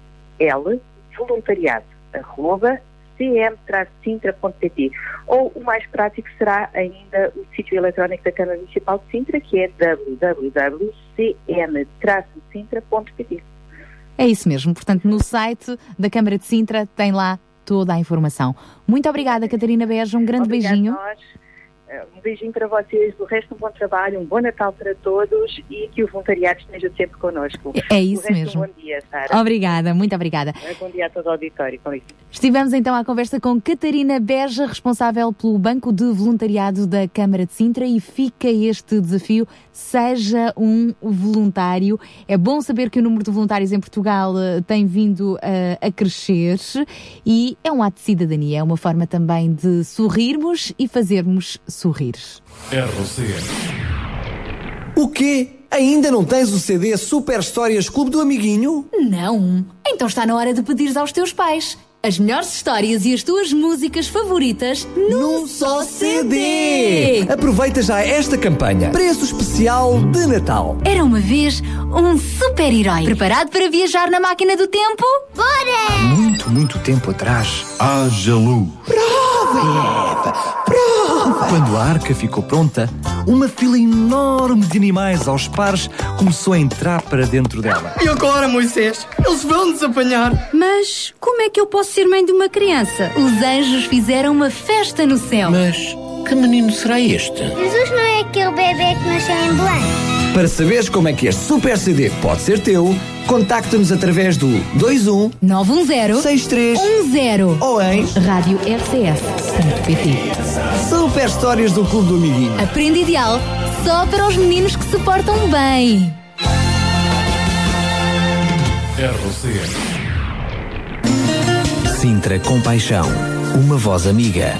l voluntariado arroba c m sintra ponto p t, ou o mais prático será ainda o sítio eletrónico da Câmara Municipal de Sintra, que é w w w ponto c m sintra ponto p t. É isso mesmo, portanto no site da Câmara de Sintra tem lá toda a informação. Muito obrigada, Catarina Beja, um grande Obrigada beijinho. A nós. Um beijinho para vocês, do resto um bom trabalho, um bom Natal para todos e que o voluntariado esteja sempre connosco. É isso resto, mesmo. Um bom dia, Sara. Obrigada, muito obrigada. Bom dia a todo o auditório. Com isso. Estivemos então à conversa com Catarina Beja, responsável pelo Banco de Voluntariado da Câmara de Sintra, e fica este desafio: seja um voluntário. É bom saber que o número de voluntários em Portugal uh, tem vindo uh, a crescer, e é um ato de cidadania, é uma forma também de sorrirmos e fazermos sorrir. R C S. O quê? Ainda não tens o C D Super Histórias Clube do Amiguinho? Não. Então está na hora de pedires aos teus pais as melhores histórias e as tuas músicas favoritas num só C D! Aproveita já esta campanha. Preço especial de Natal. Era uma vez um super-herói. Preparado para viajar na máquina do tempo? Bora! Muito, muito tempo atrás. Haja luz. Prova, Eva! Prova! Quando a arca ficou pronta, uma fila enorme de animais aos pares começou a entrar para dentro dela. E agora, Moisés? Eles vão-nos apanhar. Mas como é que eu posso ser mãe de uma criança? Os anjos fizeram uma festa no céu. Mas que menino será este? Jesus não é aquele bebê que nasceu em Belém? Para saberes como é que este Super C D pode ser teu, contacta-nos através do dois um nove um zero seis três um zero ou em rádio r c s ponto p t. Super Histórias do Clube do Amiguinho. Aprende ideal só para os meninos que se portam bem. R C S. Sintra Compaixão, uma voz amiga.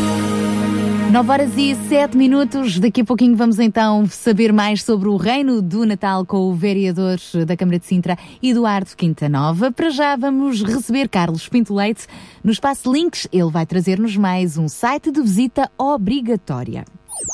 nove horas e sete minutos. Daqui a pouquinho vamos então saber mais sobre o Reino do Natal com o vereador da Câmara de Sintra, Eduardo Quintanova. Para já vamos receber Carlos Pinto Leite no Espaço Links. Ele vai trazer-nos mais um site de visita obrigatória.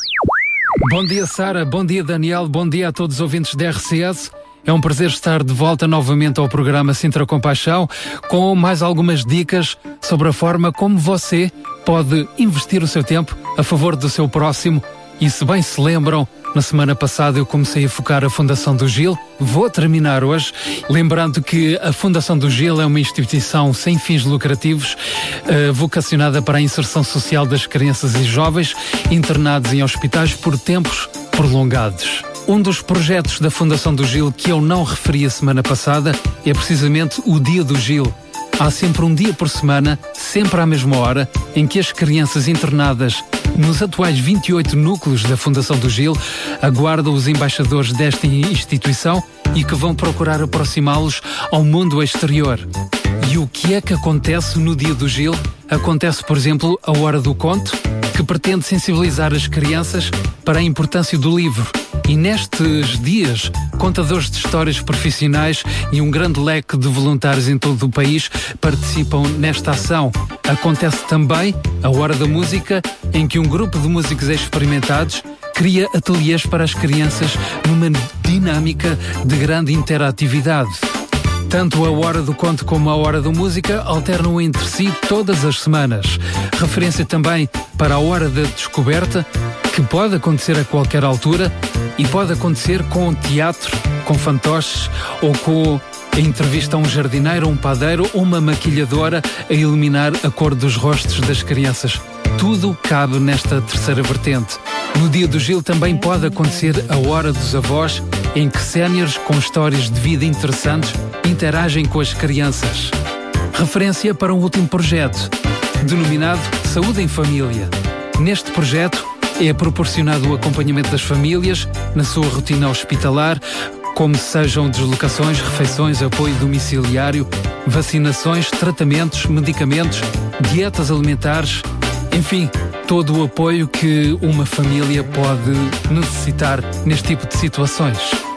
Bom dia, Sara. Bom dia, Daniel. Bom dia a todos os ouvintes da R C S. É um prazer estar de volta novamente ao programa Sintra Compaixão, com mais algumas dicas sobre a forma como você pode investir o seu tempo a favor do seu próximo. E se bem se lembram, na semana passada eu comecei a focar a Fundação do Gil. Vou terminar hoje, lembrando que a Fundação do Gil é uma instituição sem fins lucrativos, uh, vocacionada para a inserção social das crianças e jovens internados em hospitais por tempos prolongados. Um dos projetos da Fundação do Gil que eu não referi a semana passada é precisamente o Dia do Gil. Há sempre um dia por semana, sempre à mesma hora, em que as crianças internadas nos atuais vinte e oito núcleos da Fundação do Gil aguardam os embaixadores desta instituição e que vão procurar aproximá-los ao mundo exterior. E o que é que acontece no Dia do Gil? Acontece, por exemplo, a Hora do Conto, que pretende sensibilizar as crianças para a importância do livro. E nestes dias, contadores de histórias profissionais e um grande leque de voluntários em todo o país participam nesta ação. Acontece também a Hora da Música, em que um grupo de músicos experimentados cria ateliês para as crianças numa dinâmica de grande interatividade. Tanto a Hora do Conto como a Hora da Música alternam entre si todas as semanas. Referência também para a Hora da Descoberta, que pode acontecer a qualquer altura e pode acontecer com teatro, com fantoches ou com a entrevista a um jardineiro, um padeiro ou uma maquilhadora a iluminar a cor dos rostos das crianças. Tudo cabe nesta terceira vertente. No Dia do Gil também pode acontecer a Hora dos Avós, em que séniores com histórias de vida interessantes interagem com as crianças. Referência para um último projeto, denominado Saúde em Família. Neste projeto é proporcionado o acompanhamento das famílias na sua rotina hospitalar, como sejam deslocações, refeições, apoio domiciliário, vacinações, tratamentos, medicamentos, dietas alimentares, enfim, todo o apoio que uma família pode necessitar neste tipo de situações.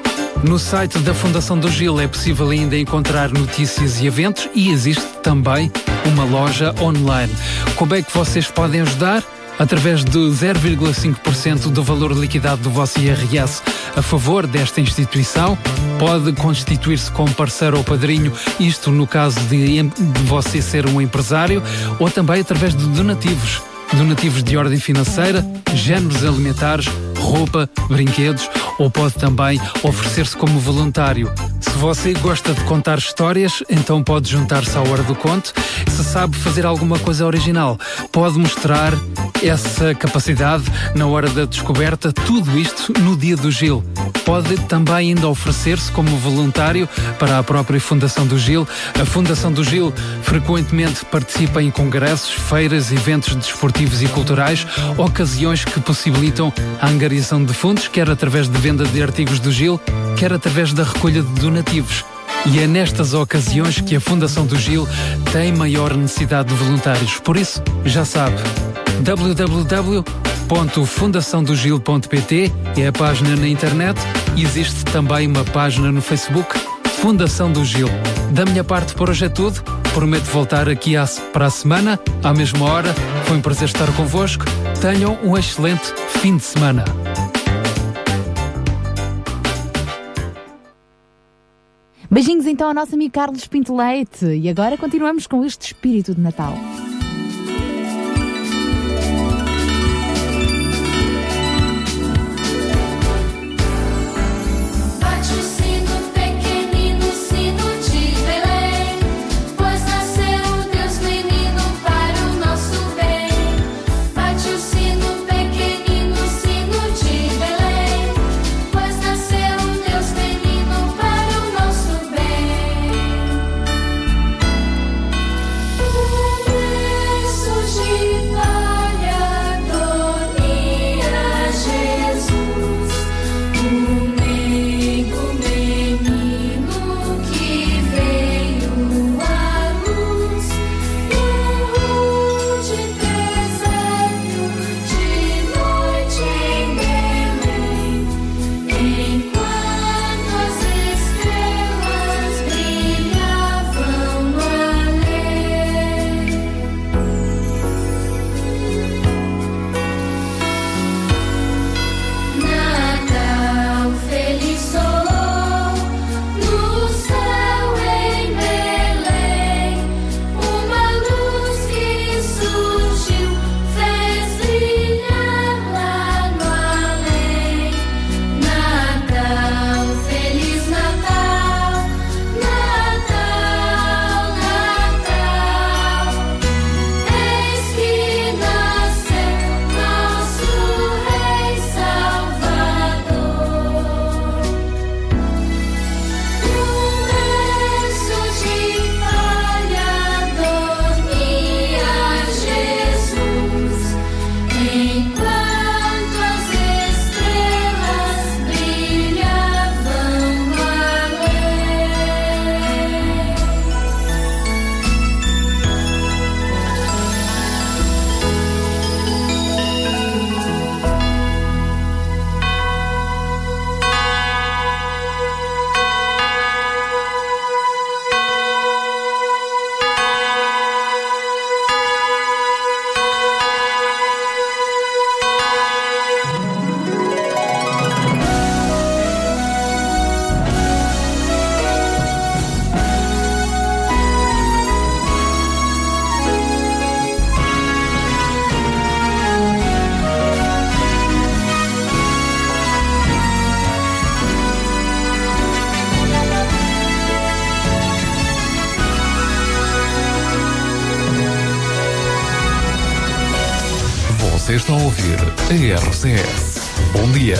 No site da Fundação do Gil é possível ainda encontrar notícias e eventos e existe também uma loja online. Como é que vocês podem ajudar? Através de zero vírgula cinco por cento do valor liquidado do vosso I R S a favor desta instituição. Pode constituir-se como parceiro ou padrinho, isto no caso de, de você ser um empresário, ou também através de donativos. Donativos de ordem financeira, géneros alimentares, roupa, brinquedos, ou pode também oferecer-se como voluntário. Se você gosta de contar histórias, então pode juntar-se à Hora do Conto. Se sabe fazer alguma coisa original, pode mostrar essa capacidade na Hora da Descoberta, tudo isto no Dia do Gil. Pode também ainda oferecer-se como voluntário para a própria Fundação do Gil. A Fundação do Gil frequentemente participa em congressos, feiras, eventos desportivos e culturais, ocasiões que possibilitam a angariação de fundos, quer através de venda de artigos do Gil, quer através da recolha de donativos. E é nestas ocasiões que a Fundação do Gil tem maior necessidade de voluntários. Por isso, já sabe, w w w ponto fundação do gil ponto p t é a página na internet e existe também uma página no Facebook, Fundação do Gil. Da minha parte, por hoje é tudo. Prometo voltar aqui à, para a semana, à mesma hora. Foi um prazer estar convosco. Tenham um excelente fim de semana. Beijinhos então ao nosso amigo Carlos Pinto Leite. E agora continuamos com este espírito de Natal. Vocês estão a ouvir a R C S. Bom dia.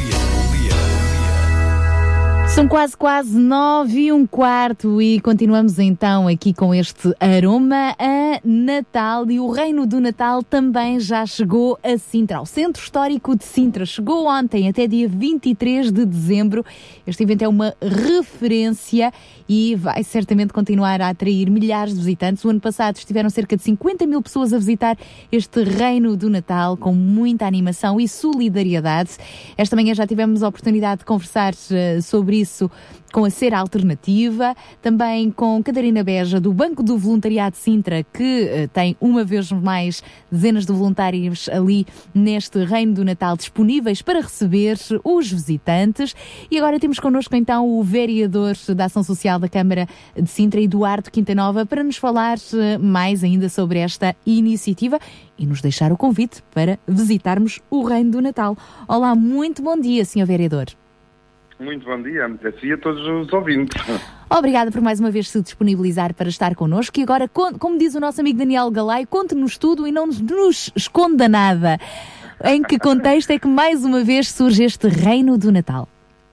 São quase, quase nove e um quarto e continuamos então aqui com este aroma a Natal, e o Reino do Natal também já chegou a Sintra, ao Centro Histórico de Sintra. Chegou ontem até dia vinte e três de dezembro. Este evento é uma referência e vai certamente continuar a atrair milhares de visitantes. O ano passado estiveram cerca de cinquenta mil pessoas a visitar este Reino do Natal com muita animação e solidariedade. Esta manhã já tivemos a oportunidade de conversar uh, sobre isso com a Ser Alternativa, também com Catarina Beja, do Banco do Voluntariado de Sintra, que uh, tem uma vez mais dezenas de voluntários ali neste Reino do Natal disponíveis para receber os visitantes. E agora temos connosco então o vereador da Ação Social da Câmara de Sintra, Eduardo Quintanova, para nos falar uh, mais ainda sobre esta iniciativa e nos deixar o convite para visitarmos o Reino do Natal. Olá, muito bom dia, senhor vereador. Muito bom dia, e a todos os ouvintes. Obrigada por mais uma vez se disponibilizar para estar connosco. E agora, como diz o nosso amigo Daniel Galay, conte-nos tudo e não nos esconda nada. Em que contexto é que mais uma vez surge este Reino do Natal?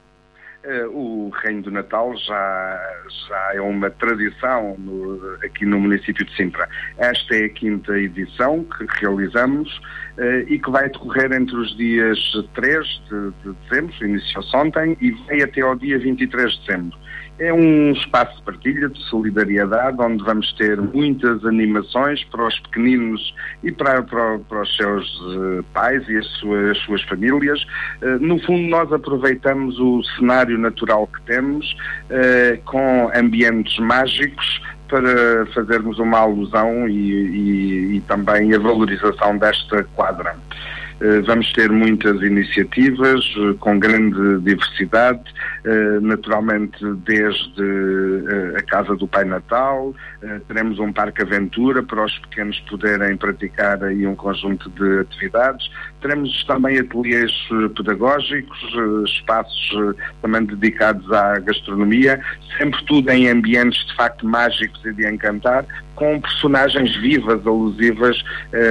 O Reino do Natal já, já é uma tradição no, aqui no município de Sintra. Esta é a quinta edição que realizamos uh, e que vai decorrer entre os dias três de, de dezembro, iniciou-se ontem, e vai até ao dia vinte e três de dezembro. É um espaço de partilha, de solidariedade, onde vamos ter muitas animações para os pequeninos e para, para, para os seus uh, pais e as suas, as suas famílias. Uh, no fundo, nós aproveitamos o cenário natural que temos, uh, com ambientes mágicos, para fazermos uma alusão e, e, e também a valorização desta quadra. Vamos ter muitas iniciativas com grande diversidade, naturalmente desde a Casa do Pai Natal, teremos um parque aventura para os pequenos poderem praticar aí um conjunto de atividades, teremos também ateliês pedagógicos, espaços também dedicados à gastronomia, sempre tudo em ambientes de facto mágicos e de encantar, com personagens vivas, alusivas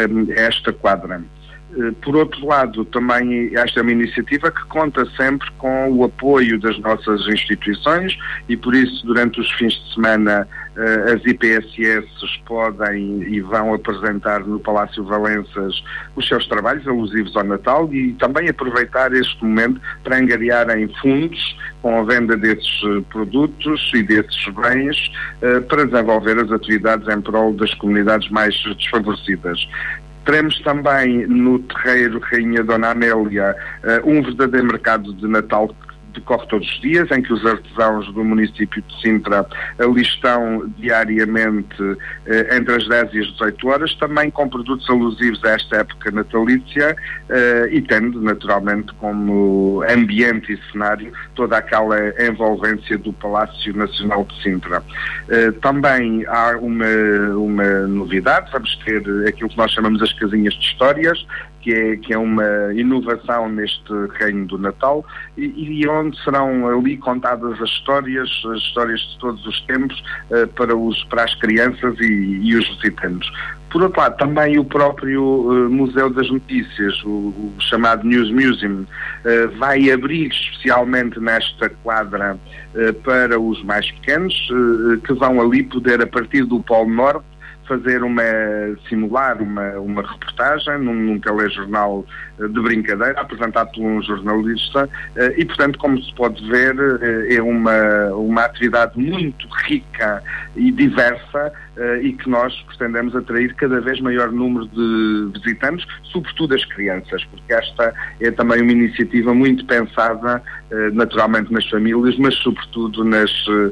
a esta quadra. Por outro lado, também esta é uma iniciativa que conta sempre com o apoio das nossas instituições e por isso durante os fins de semana as I P S S podem e vão apresentar no Palácio Valenças os seus trabalhos alusivos ao Natal e também aproveitar este momento para angariarem fundos com a venda desses produtos e desses bens para desenvolver as atividades em prol das comunidades mais desfavorecidas. Teremos também no terreiro Rainha Dona Amélia uh, um verdadeiro mercado de Natal que decorre todos os dias, em que os artesãos do município de Sintra ali estão diariamente uh, entre as dez e as dezoito horas, também com produtos alusivos a esta época natalícia uh, e tendo naturalmente como ambiente e cenário toda aquela envolvência do Palácio Nacional de Sintra. Uh, também há uma, uma novidade, vamos ter aquilo que nós chamamos as casinhas de histórias, que é, que é uma inovação neste Reino do Natal e, e onde serão ali contadas as histórias, as histórias de todos os tempos uh, para, os, para as crianças e, e os visitantes. Por outro lado, também o próprio uh, Museu das Notícias, o, o chamado News Museum, uh, vai abrir especialmente nesta quadra uh, para os mais pequenos, uh, que vão ali poder, a partir do Polo Norte, fazer uma, simular uma, uma reportagem num, num telejornal de brincadeira, apresentado por um jornalista, e, portanto, como se pode ver, é uma, uma atividade muito rica e diversa e que nós pretendemos atrair cada vez maior número de visitantes, sobretudo as crianças, porque esta é também uma iniciativa muito pensada, naturalmente, nas famílias, mas sobretudo nas,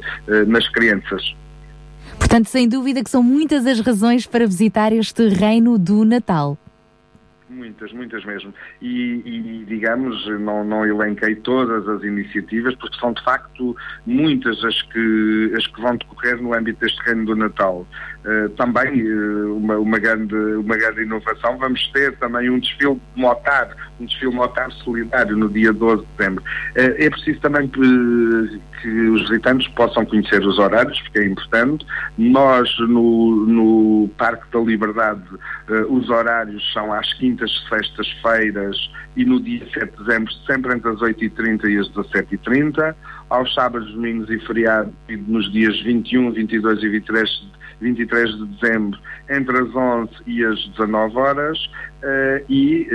nas crianças. Portanto, sem dúvida que são muitas as razões para visitar este Reino do Natal. Muitas, muitas mesmo. E, e digamos, não, não elenquei todas as iniciativas, porque são de facto muitas as que, as que vão decorrer no âmbito deste Reino do Natal. Uh, também uh, uma, uma, grande, uma grande inovação, vamos ter também um desfile motar, um desfile motar solidário no dia doze de dezembro. Uh, é preciso também que, que os visitantes possam conhecer os horários, porque é importante. Nós, no, no Parque da Liberdade, uh, os horários são às quintas, sextas-feiras e no dia sete de dezembro, sempre entre as oito e trinta e as dezassete e trinta. Aos sábados, domingos e feriados, nos dias vinte e um, vinte e dois e vinte e três vinte e três de dezembro, entre as onze e as dezanove horas, uh, e,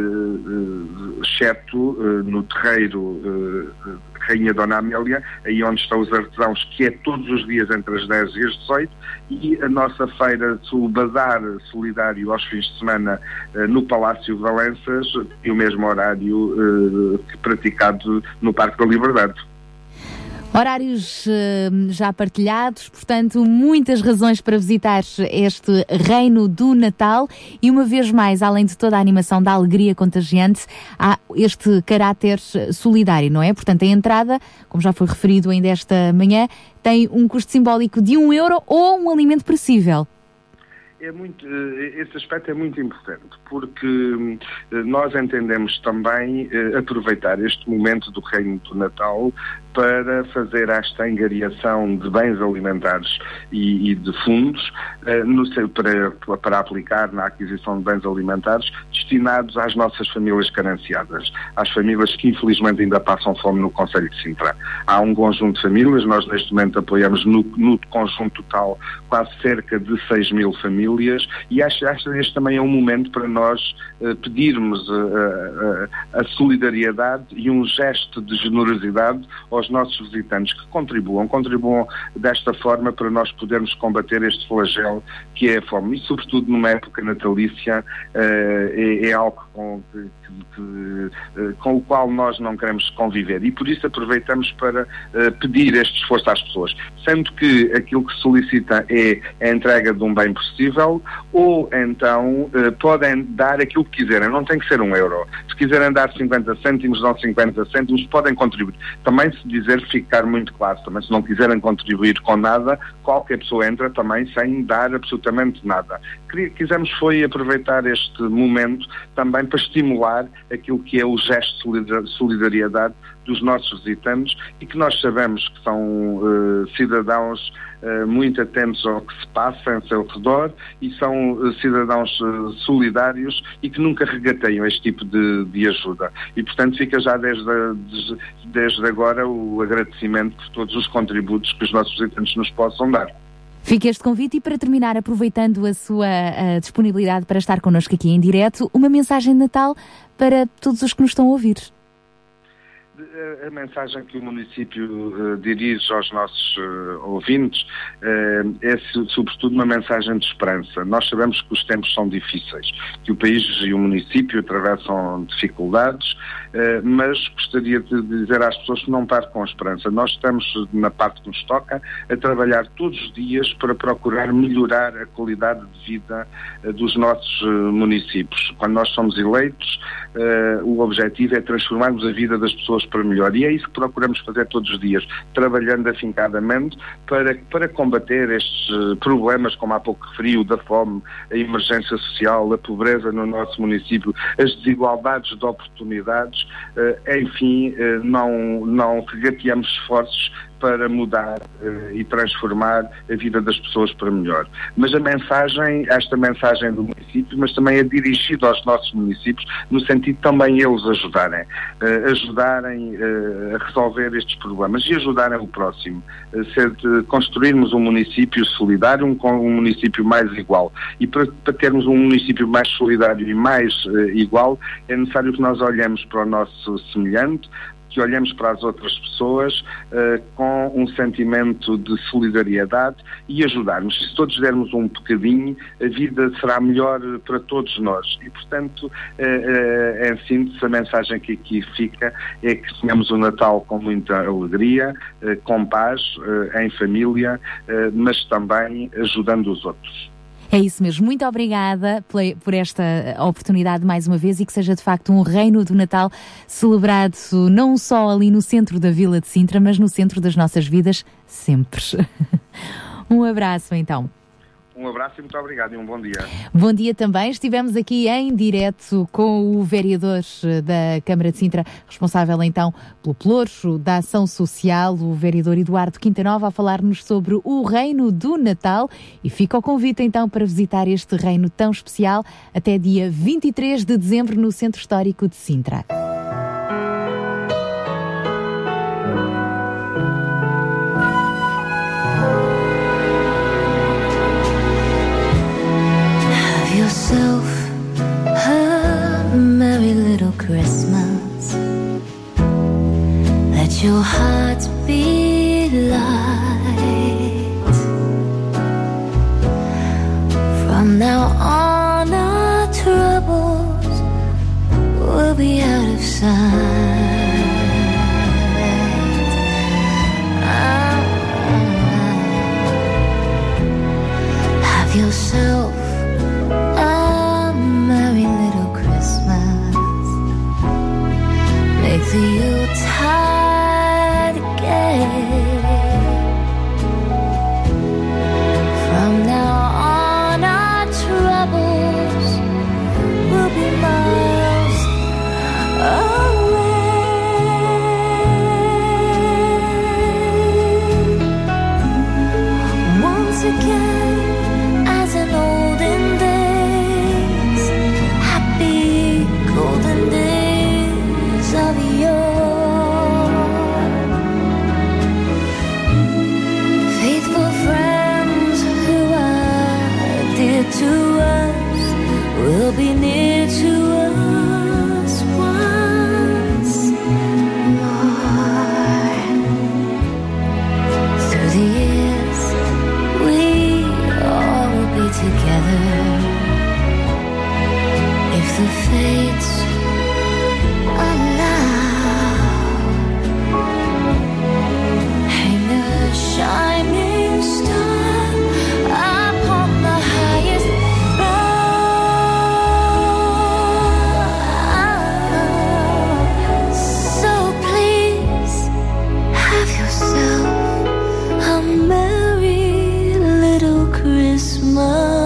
uh, exceto uh, no terreiro uh, Rainha Dona Amélia, aí onde estão os artesãos, que é todos os dias entre as dez e as dezoito, e a nossa feira, o bazar solidário aos fins de semana uh, no Palácio Valenças, e o mesmo horário uh, praticado no Parque da Liberdade. Horários uh, já partilhados, portanto, muitas razões para visitar este Reino do Natal e, uma vez mais, além de toda a animação da alegria contagiante, há este caráter solidário, não é? Portanto, a entrada, como já foi referido ainda esta manhã, tem um custo simbólico de um euro ou um alimento perecível. É muito, esse aspecto é muito importante, porque nós entendemos também aproveitar este momento do Reino do Natal para fazer esta angariação de bens alimentares e, e de fundos no, para, para aplicar na aquisição de bens alimentares destinados às nossas famílias carenciadas, às famílias que infelizmente ainda passam fome no concelho de Sintra. Há um conjunto de famílias, nós neste momento apoiamos no, no conjunto total quase cerca de seis mil famílias, e acho que este também é um momento para nós uh, pedirmos uh, uh, a solidariedade e um gesto de generosidade aos nossos visitantes que contribuam, contribuam desta forma para nós podermos combater este flagelo que é a fome. E sobretudo numa época natalícia uh, é, é algo com, que, que, uh, com o qual nós não queremos conviver, e por isso aproveitamos para uh, pedir este esforço às pessoas, sendo que aquilo que se solicita é a entrega de um bem possível, ou então eh, podem dar aquilo que quiserem, não tem que ser um euro. Se quiserem dar cinquenta cêntimos, dão cinquenta cêntimos, podem contribuir. Também se dizer, ficar muito claro, também se não quiserem contribuir com nada, qualquer pessoa entra também sem dar absolutamente nada. Quisemos foi aproveitar este momento também para estimular aquilo que é o gesto de solidariedade dos nossos visitantes, e que nós sabemos que são uh, cidadãos uh, muito atentos ao que se passa em seu redor, e são uh, cidadãos uh, solidários e que nunca regateiam este tipo de, de ajuda. E, portanto, fica já desde, desde, desde agora o agradecimento por todos os contributos que os nossos visitantes nos possam dar. Fica este convite, e para terminar, aproveitando a sua a disponibilidade para estar connosco aqui em direto, uma mensagem de Natal para todos os que nos estão a ouvir. A mensagem que o município uh, dirige aos nossos uh, ouvintes uh, é sobretudo uma mensagem de esperança. Nós sabemos que os tempos são difíceis, que o país e o município atravessam dificuldades, uh, mas gostaria de dizer às pessoas que não parem com a esperança. Nós estamos, na parte que nos toca, a trabalhar todos os dias para procurar melhorar a qualidade de vida uh, dos nossos uh, municípios. Quando nós somos eleitos, uh, o objetivo é transformarmos a vida das pessoas para melhor, e é isso que procuramos fazer todos os dias, trabalhando afincadamente para, para combater estes uh, problemas, como há pouco referi, o da fome, a emergência social, a pobreza no nosso município, as desigualdades de oportunidades, uh, enfim, uh, não, não regateamos esforços para mudar uh, e transformar a vida das pessoas para melhor. Mas a mensagem, esta mensagem do município, mas também é dirigida aos nossos municípios, no sentido de também eles ajudarem, uh, ajudarem uh, a resolver estes problemas e ajudarem o próximo. Uh, ser de construirmos um município solidário, um, um município mais igual. E para, para termos um município mais solidário e mais uh, igual, é necessário que nós olhemos para o nosso semelhante, que olhemos para as outras pessoas uh, com um sentimento de solidariedade e ajudarmos. Se todos dermos um bocadinho, a vida será melhor para todos nós. E, portanto, uh, uh, em síntese, a mensagem que aqui fica é que tenhamos o Natal com muita alegria, uh, com paz, uh, em família, uh, mas também ajudando os outros. É isso mesmo. Muito obrigada por esta oportunidade mais uma vez, e que seja de facto um reino do Natal celebrado não só ali no centro da Vila de Sintra, mas no centro das nossas vidas sempre. Um abraço então. Um abraço e muito obrigado, e um bom dia. Bom dia também. Estivemos aqui em direto com o vereador da Câmara de Sintra, responsável então pelo Pelouros, da Ação Social, o vereador Eduardo Quintanova, a falar-nos sobre o Reino do Natal. E fica o convite então para visitar este reino tão especial até dia vinte e três de dezembro no Centro Histórico de Sintra. Yourself a merry little Christmas. Let your heart be light. From now on our troubles will be out of once again as in olden days, happy golden days of yore. Faithful friends who are dear to us will be near to us once more. Through the years we all will be together if the fates allow. Hang a shining star upon the highest bough. So please have yourself a merry little Christmas.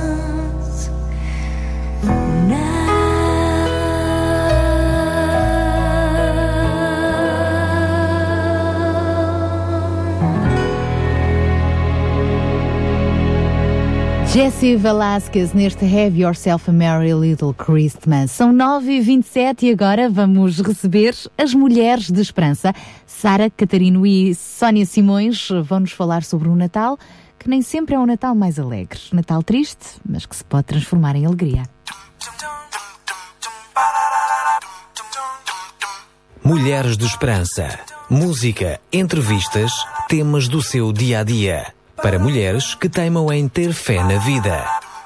Jesse Velasquez neste Have Yourself a Merry Little Christmas. São nove e vinte e sete e agora vamos receber as Mulheres de Esperança. Sara Catarino e Sónia Simões vão-nos falar sobre o Natal, que nem sempre é um Natal mais alegre. Natal triste, mas que se pode transformar em alegria. Mulheres de Esperança. Música, entrevistas, temas do seu dia-a-dia. Para mulheres que teimam em ter fé na vida.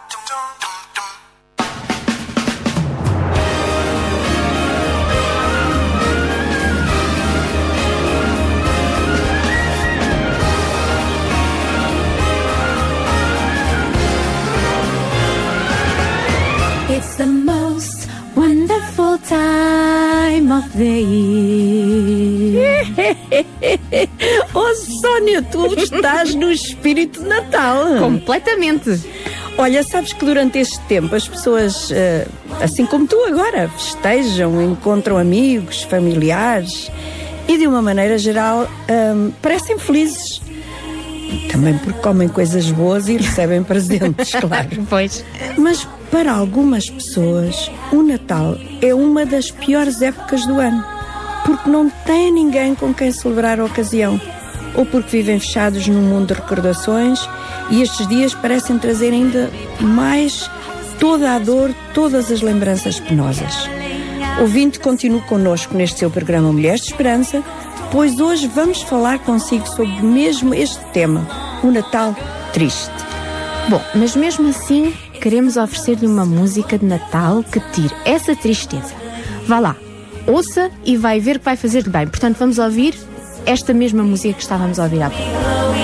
It's the most wonderful time of the year. Oh, Sónia, tu estás no espírito de Natal. Completamente. Olha, sabes que durante este tempo as pessoas, assim como tu agora, festejam, encontram amigos, familiares e de uma maneira geral hum, parecem felizes. Também porque comem coisas boas e recebem presentes, claro. Pois. Mas para algumas pessoas o Natal é uma das piores épocas do ano, porque não tem ninguém com quem celebrar a ocasião, ou porque vivem fechados num mundo de recordações e estes dias parecem trazer ainda mais toda a dor, todas as lembranças penosas. Ouvinte, continue connosco neste seu programa Mulheres de Esperança, pois hoje vamos falar consigo sobre mesmo este tema, o Natal triste. Bom, mas mesmo assim queremos oferecer-lhe uma música de Natal que tire essa tristeza. Vá lá, ouça e vai ver que vai fazer-lhe bem. Portanto, vamos ouvir esta mesma música que estávamos a ouvir há pouco.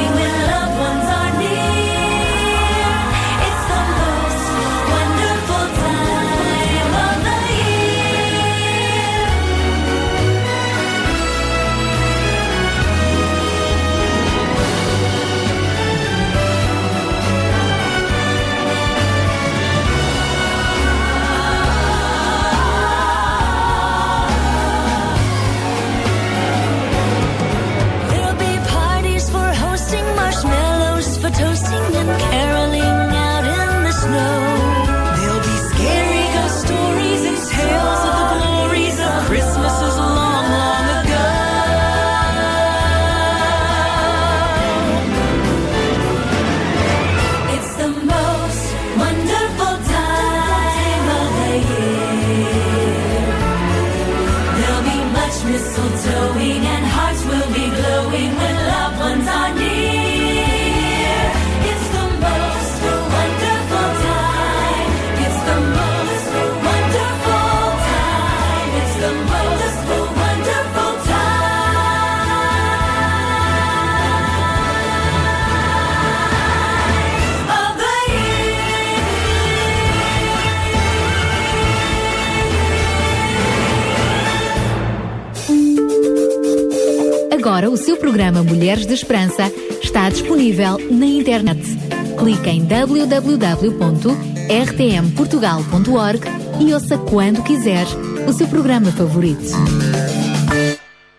Agora o seu programa Mulheres de Esperança está disponível na internet. Clique em w w w ponto r t m portugal ponto org e ouça quando quiser o seu programa favorito.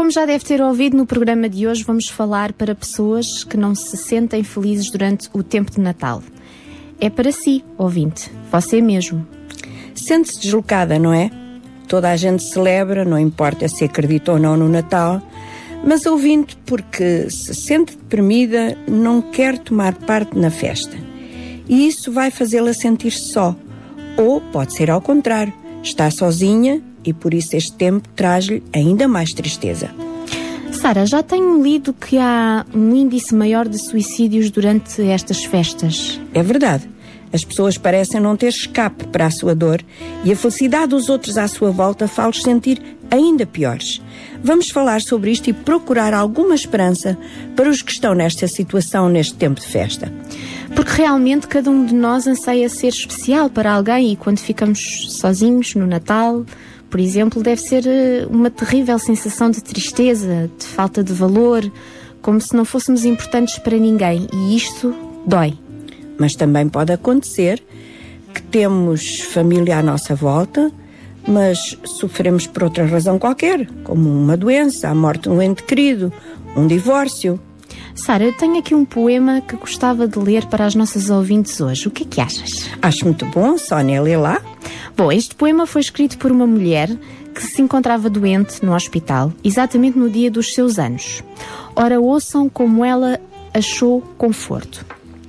Como já deve ter ouvido, no programa de hoje vamos falar para pessoas que não se sentem felizes durante o tempo de Natal. É para si, ouvinte, você mesmo. Sente-se deslocada, não é? Toda a gente celebra, não importa se acredita ou não no Natal, mas ouvinte porque se sente deprimida, não quer tomar parte na festa. E isso vai fazê-la sentir-se só. Ou pode ser ao contrário, está sozinha e por isso este tempo traz-lhe ainda mais tristeza. Sara, já tenho lido que há um índice maior de suicídios durante estas festas. É verdade. As pessoas parecem não ter escape para a sua dor e a felicidade dos outros à sua volta faz-os sentir ainda piores. Vamos falar sobre isto e procurar alguma esperança para os que estão nesta situação neste tempo de festa. Porque realmente cada um de nós anseia ser especial para alguém e quando ficamos sozinhos no Natal, por exemplo, deve ser uma terrível sensação de tristeza, de falta de valor, como se não fôssemos importantes para ninguém e isto dói. Mas também pode acontecer que temos família à nossa volta, mas sofremos por outra razão qualquer, como uma doença, a morte de um ente querido, um divórcio. Sara, eu tenho aqui um poema que gostava de ler para as nossas ouvintes hoje. O que é que achas? Acho muito bom, Sónia, lê lá. Bom, este poema foi escrito por uma mulher que se encontrava doente no hospital, exatamente no dia dos seus anos. Ora, ouçam como ela achou conforto.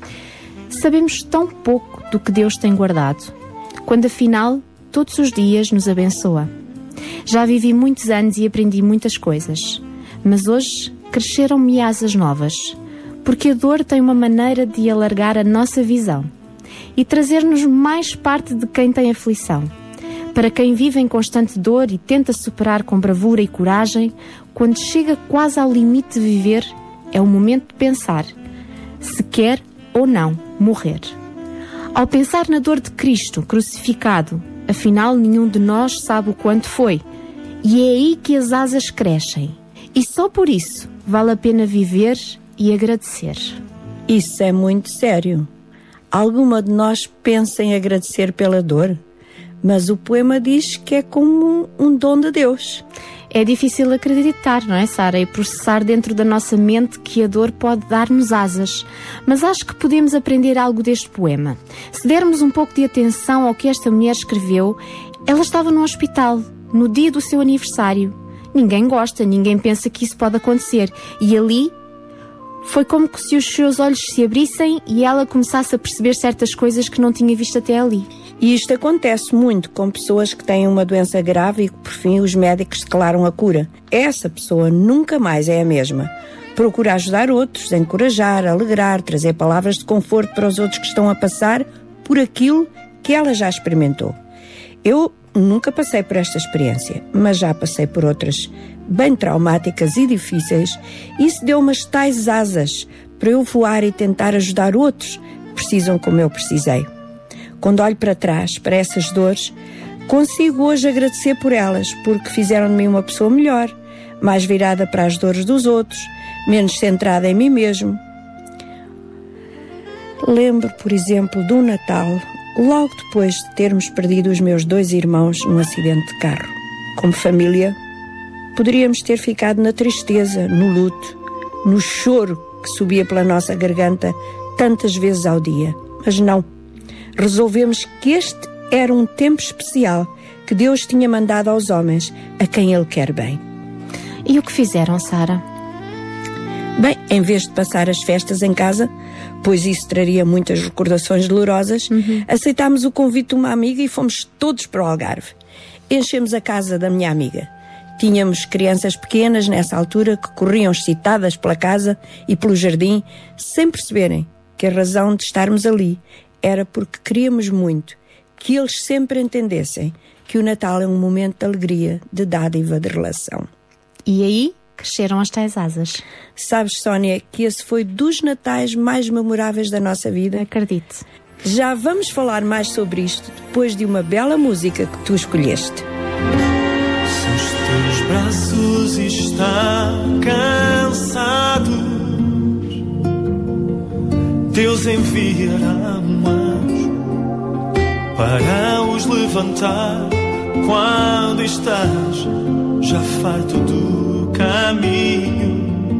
Sabemos tão pouco do que Deus tem guardado, quando afinal todos os dias nos abençoa. Já vivi muitos anos e aprendi muitas coisas, mas hoje cresceram-me asas novas, porque a dor tem uma maneira de alargar a nossa visão e trazer-nos mais parte de quem tem aflição. Para quem vive em constante dor e tenta superar com bravura e coragem, quando chega quase ao limite de viver, é o momento de pensar se quer ou não morrer. Ao pensar na dor de Cristo crucificado, afinal nenhum de nós sabe o quanto foi, e é aí que as asas crescem. E só por isso vale a pena viver e agradecer. Isso é muito sério. Alguma de nós pensa em agradecer pela dor, mas o poema diz que é como um, um dom de Deus. É difícil acreditar, não é, Sara? E processar dentro da nossa mente que a dor pode dar-nos asas. Mas acho que podemos aprender algo deste poema. Se dermos um pouco de atenção ao que esta mulher escreveu, ela estava no hospital, no dia do seu aniversário. Ninguém gosta, ninguém pensa que isso pode acontecer. E ali foi como se os seus olhos se abrissem e ela começasse a perceber certas coisas que não tinha visto até ali. E isto acontece muito com pessoas que têm uma doença grave e que, por fim, os médicos declaram a cura. Essa pessoa nunca mais é a mesma. Procura ajudar outros, encorajar, alegrar, trazer palavras de conforto para os outros que estão a passar por aquilo que ela já experimentou. Eu nunca passei por esta experiência, mas já passei por outras bem traumáticas e difíceis e isso deu umas tais asas para eu voar e tentar ajudar outros que precisam como eu precisei. Quando olho para trás, para essas dores, consigo hoje agradecer por elas, porque fizeram de mim uma pessoa melhor, mais virada para as dores dos outros, menos centrada em mim mesmo. Lembro, por exemplo, do Natal, logo depois de termos perdido os meus dois irmãos num acidente de carro. Como família, poderíamos ter ficado na tristeza, no luto, no choro que subia pela nossa garganta tantas vezes ao dia. Mas não. Resolvemos que este era um tempo especial que Deus tinha mandado aos homens, a quem Ele quer bem. E o que fizeram, Sara? Bem, em vez de passar as festas em casa, pois isso traria muitas recordações dolorosas, uhum. aceitámos o convite de uma amiga e fomos todos para o Algarve. Enchemos a casa da minha amiga. Tínhamos crianças pequenas nessa altura que corriam excitadas pela casa e pelo jardim, sem perceberem que a razão de estarmos ali era porque queríamos muito que eles sempre entendessem que o Natal é um momento de alegria, de dádiva, de relação. E aí cresceram as tais asas. Sabes, Sónia, que esse foi dos Natais mais memoráveis da nossa vida? Acredito. Já vamos falar mais sobre isto depois de uma bela música que tu escolheste. Se os teus braços estão cansados, Deus enviará um anjo para os levantar quando estás já farto do caminho. caminho,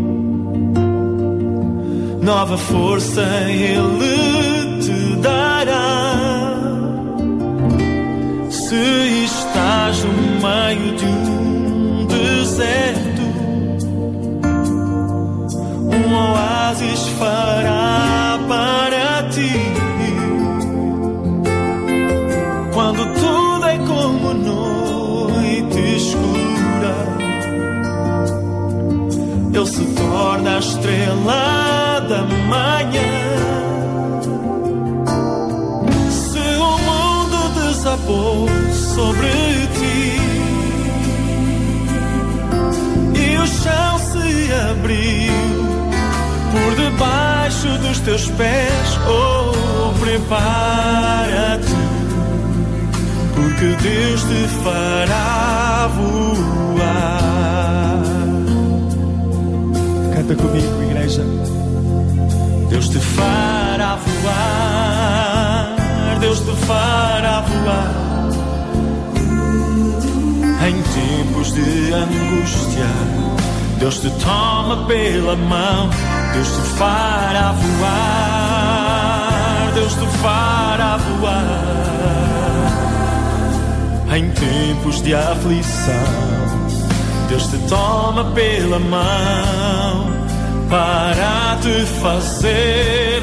nova força Ele te dará. Se estás no meio de um deserto, um oásis fará para ti. Quando tudo é como noite escura, Ele se torna a estrela da manhã. Se o mundo desabou sobre ti e o chão se abriu por debaixo dos teus pés, oh, prepara-te, porque Deus te fará voar. Canta comigo, igreja. Deus te fará voar, Deus te fará voar. Em tempos de angústia, Deus te toma pela mão. Deus te fará voar, Deus te fará voar. Em tempos de aflição, Deus te toma pela mão para te fazer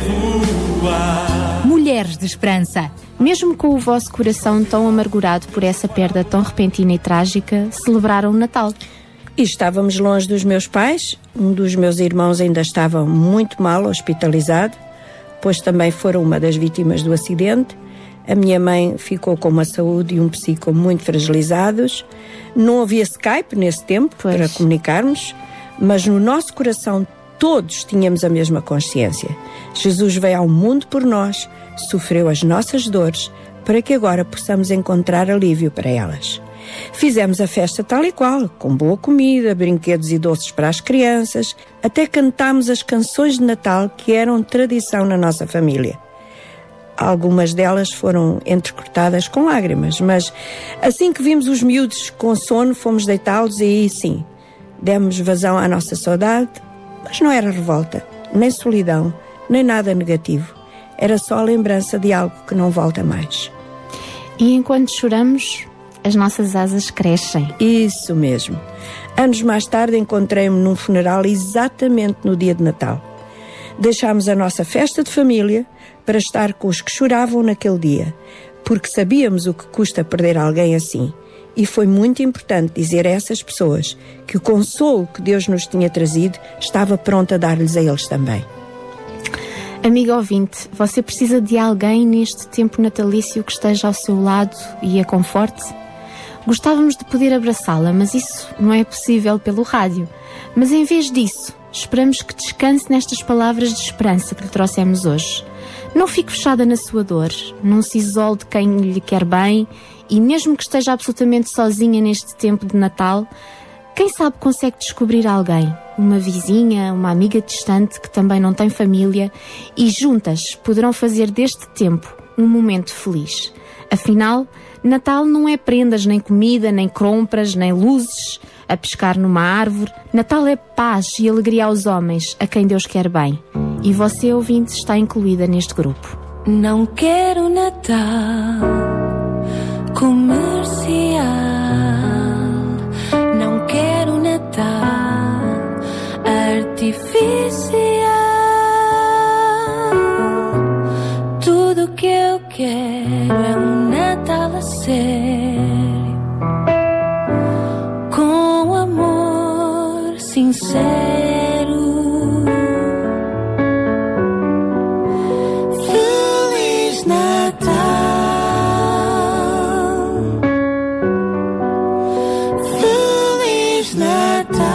voar. Mulheres de esperança. Mesmo com o vosso coração tão amargurado por essa perda tão repentina e trágica, celebraram o Natal. E estávamos longe dos meus pais. Um dos meus irmãos ainda estava muito mal, hospitalizado, pois também foram uma das vítimas do acidente. A minha mãe ficou com uma saúde e um psico muito fragilizados. Não havia Skype nesse tempo pois. para comunicarmos, mas no nosso coração todos tínhamos a mesma consciência. Jesus veio ao mundo por nós, sofreu as nossas dores, para que agora possamos encontrar alívio para elas. Fizemos a festa tal e qual, com boa comida, brinquedos e doces para as crianças, até cantámos as canções de Natal que eram tradição na nossa família. Algumas delas foram entrecortadas com lágrimas, mas assim que vimos os miúdos com sono, fomos deitá-los e aí sim, demos vazão à nossa saudade, mas não era revolta, nem solidão, nem nada negativo. Era só a lembrança de algo que não volta mais. E enquanto choramos, as nossas asas crescem. Isso mesmo. Anos mais tarde encontrei-me num funeral exatamente no dia de Natal. Deixámos a nossa festa de família para estar com os que choravam naquele dia, porque sabíamos o que custa perder alguém assim. E foi muito importante dizer a essas pessoas que o consolo que Deus nos tinha trazido estava pronto a dar-lhes a eles também. Amigo ouvinte, você precisa de alguém neste tempo natalício que esteja ao seu lado e a conforte? Gostávamos de poder abraçá-la, mas isso não é possível pelo rádio. Mas em vez disso, esperamos que descanse nestas palavras de esperança que lhe trouxemos hoje. Não fique fechada na sua dor, não se isole de quem lhe quer bem e mesmo que esteja absolutamente sozinha neste tempo de Natal, quem sabe consegue descobrir alguém, uma vizinha, uma amiga distante que também não tem família e juntas poderão fazer deste tempo um momento feliz. Afinal, Natal não é prendas, nem comida, nem compras, nem luzes a pescar numa árvore. Natal é paz e alegria aos homens, a quem Deus quer bem. E você, ouvinte, está incluída neste grupo. Não quero Natal comercial, não quero Natal artificial. Tudo que eu quero é um Natal a sério, com amor sincero. Feliz Natal, Feliz Natal.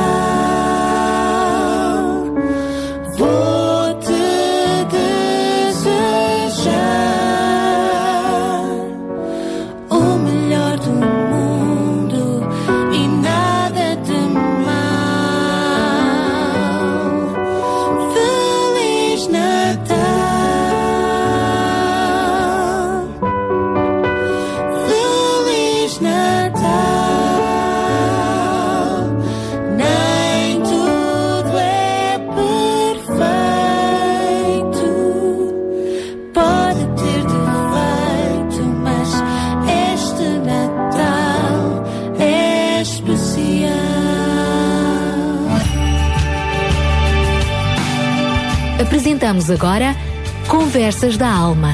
Vou-te desejar o melhor do mundo e nada de mal. Feliz Natal, Feliz Natal. Ouve agora Conversas da Alma.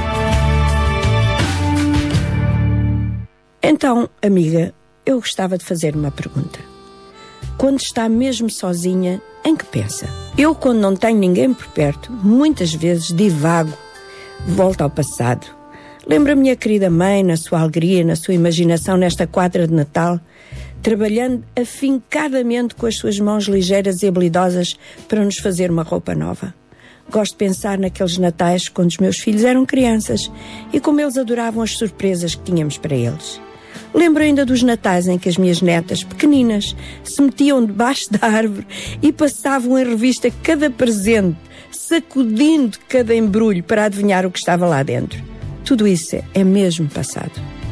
Então, amiga, eu gostava de fazer uma pergunta. Quando está mesmo sozinha, em que pensa? Eu, quando não tenho ninguém por perto, muitas vezes divago, volto ao passado. Lembro a minha querida mãe, na sua alegria, na sua imaginação, nesta quadra de Natal, trabalhando afincadamente com as suas mãos ligeiras e habilidosas para nos fazer uma roupa nova. Gosto de pensar naqueles natais quando os meus filhos eram crianças e como eles adoravam as surpresas que tínhamos para eles. Lembro ainda dos natais em que as minhas netas, pequeninas, se metiam debaixo da árvore e passavam em revista cada presente, sacudindo cada embrulho para adivinhar o que estava lá dentro. Tudo isso é mesmo passado.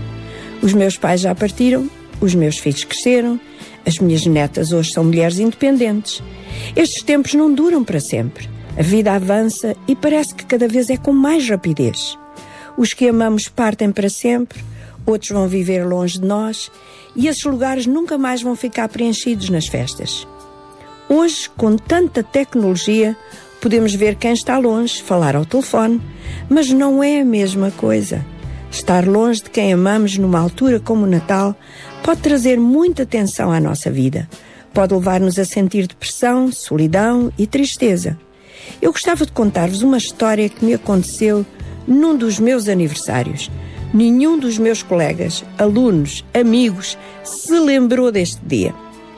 Os meus pais já partiram, os meus filhos cresceram, as minhas netas hoje são mulheres independentes. Estes tempos não duram para sempre. A vida avança e parece que cada vez é com mais rapidez. Os que amamos partem para sempre, outros vão viver longe de nós e esses lugares nunca mais vão ficar preenchidos nas festas. Hoje, com tanta tecnologia, podemos ver quem está longe, falar ao telefone, mas não é a mesma coisa. Estar longe de quem amamos numa altura como o Natal pode trazer muita tensão à nossa vida. Pode levar-nos a sentir depressão, solidão e tristeza. Eu gostava de contar-vos uma história que me aconteceu num dos meus aniversários. Nenhum dos meus colegas, alunos, amigos, se lembrou deste dia.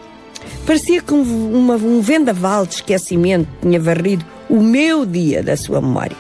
Parecia que um, uma, um vendaval de esquecimento tinha varrido o meu dia da sua memória.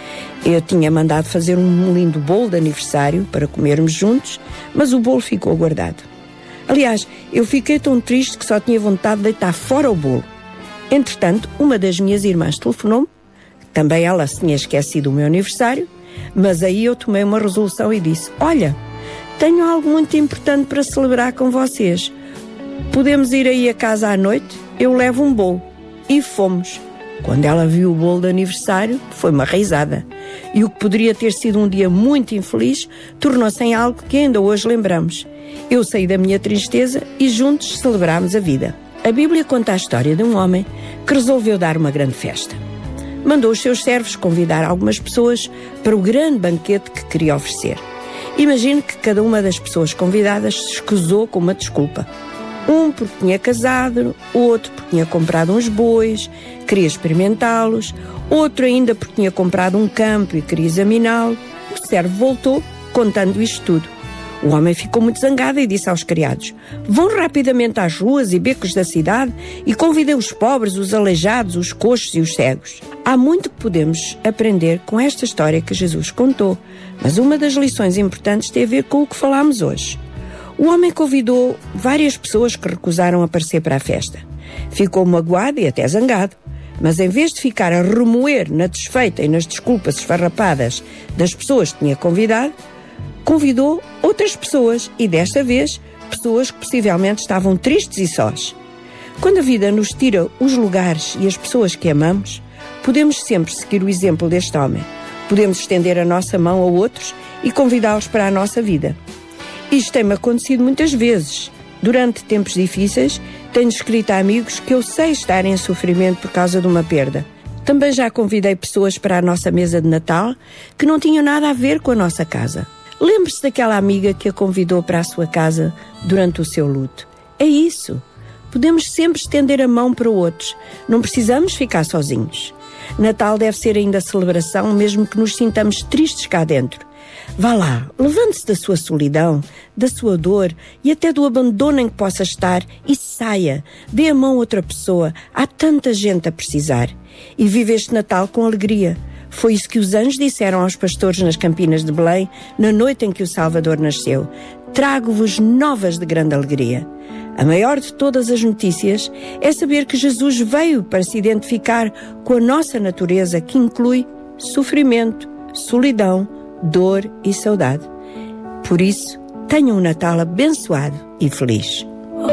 Eu tinha mandado fazer um lindo bolo de aniversário para comermos juntos, mas o bolo ficou guardado. Aliás, eu fiquei tão triste que só tinha vontade de deitar fora o bolo. Entretanto, uma das minhas irmãs telefonou-me, também ela se tinha esquecido o meu aniversário, mas aí eu tomei uma resolução e disse: olha, tenho algo muito importante para celebrar com vocês. Podemos ir aí a casa à noite? Eu levo um bolo. E fomos. Quando ela viu o bolo de aniversário, foi uma risada. E o que poderia ter sido um dia muito infeliz, tornou-se em algo que ainda hoje lembramos. Eu saí da minha tristeza e juntos celebrámos a vida. A Bíblia conta a história de um homem que resolveu dar uma grande festa. Mandou os seus servos convidar algumas pessoas para o grande banquete que queria oferecer. Imagine que cada uma das pessoas convidadas se escusou com uma desculpa. Um porque tinha casado, outro porque tinha comprado uns bois, queria experimentá-los, outro ainda porque tinha comprado um campo e queria examiná-lo. O servo voltou contando isto tudo. O homem ficou muito zangado e disse aos criados: vão rapidamente às ruas e becos da cidade e convidem os pobres, os aleijados, os coxos e os cegos. Há muito que podemos aprender com esta história que Jesus contou, mas uma das lições importantes tem a ver com o que falámos hoje. O homem convidou várias pessoas que recusaram aparecer para a festa. Ficou magoado e até zangado, mas em vez de ficar a remoer na desfeita e nas desculpas esfarrapadas das pessoas que tinha convidado, convidou outras pessoas e, desta vez, pessoas que possivelmente estavam tristes e sós. Quando a vida nos tira os lugares e as pessoas que amamos, podemos sempre seguir o exemplo deste homem. Podemos estender a nossa mão a outros e convidá-los para a nossa vida. Isto tem-me acontecido muitas vezes. Durante tempos difíceis, tenho escrito a amigos que eu sei estar em sofrimento por causa de uma perda. Também já convidei pessoas para a nossa mesa de Natal que não tinham nada a ver com a nossa casa. Lembre-se daquela amiga que a convidou para a sua casa durante o seu luto. É isso. Podemos sempre estender a mão para outros. Não precisamos ficar sozinhos. Natal deve ser ainda celebração, mesmo que nos sintamos tristes cá dentro. Vá lá, levante-se da sua solidão, da sua dor e até do abandono em que possa estar e saia. Dê a mão a outra pessoa. Há tanta gente a precisar. E vive este Natal com alegria. Foi isso que os anjos disseram aos pastores nas campinas de Belém, na noite em que o Salvador nasceu. Trago-vos novas de grande alegria. A maior de todas as notícias é saber que Jesus veio para se identificar com a nossa natureza, que inclui sofrimento, solidão, dor e saudade. Por isso, tenham um Natal abençoado e feliz.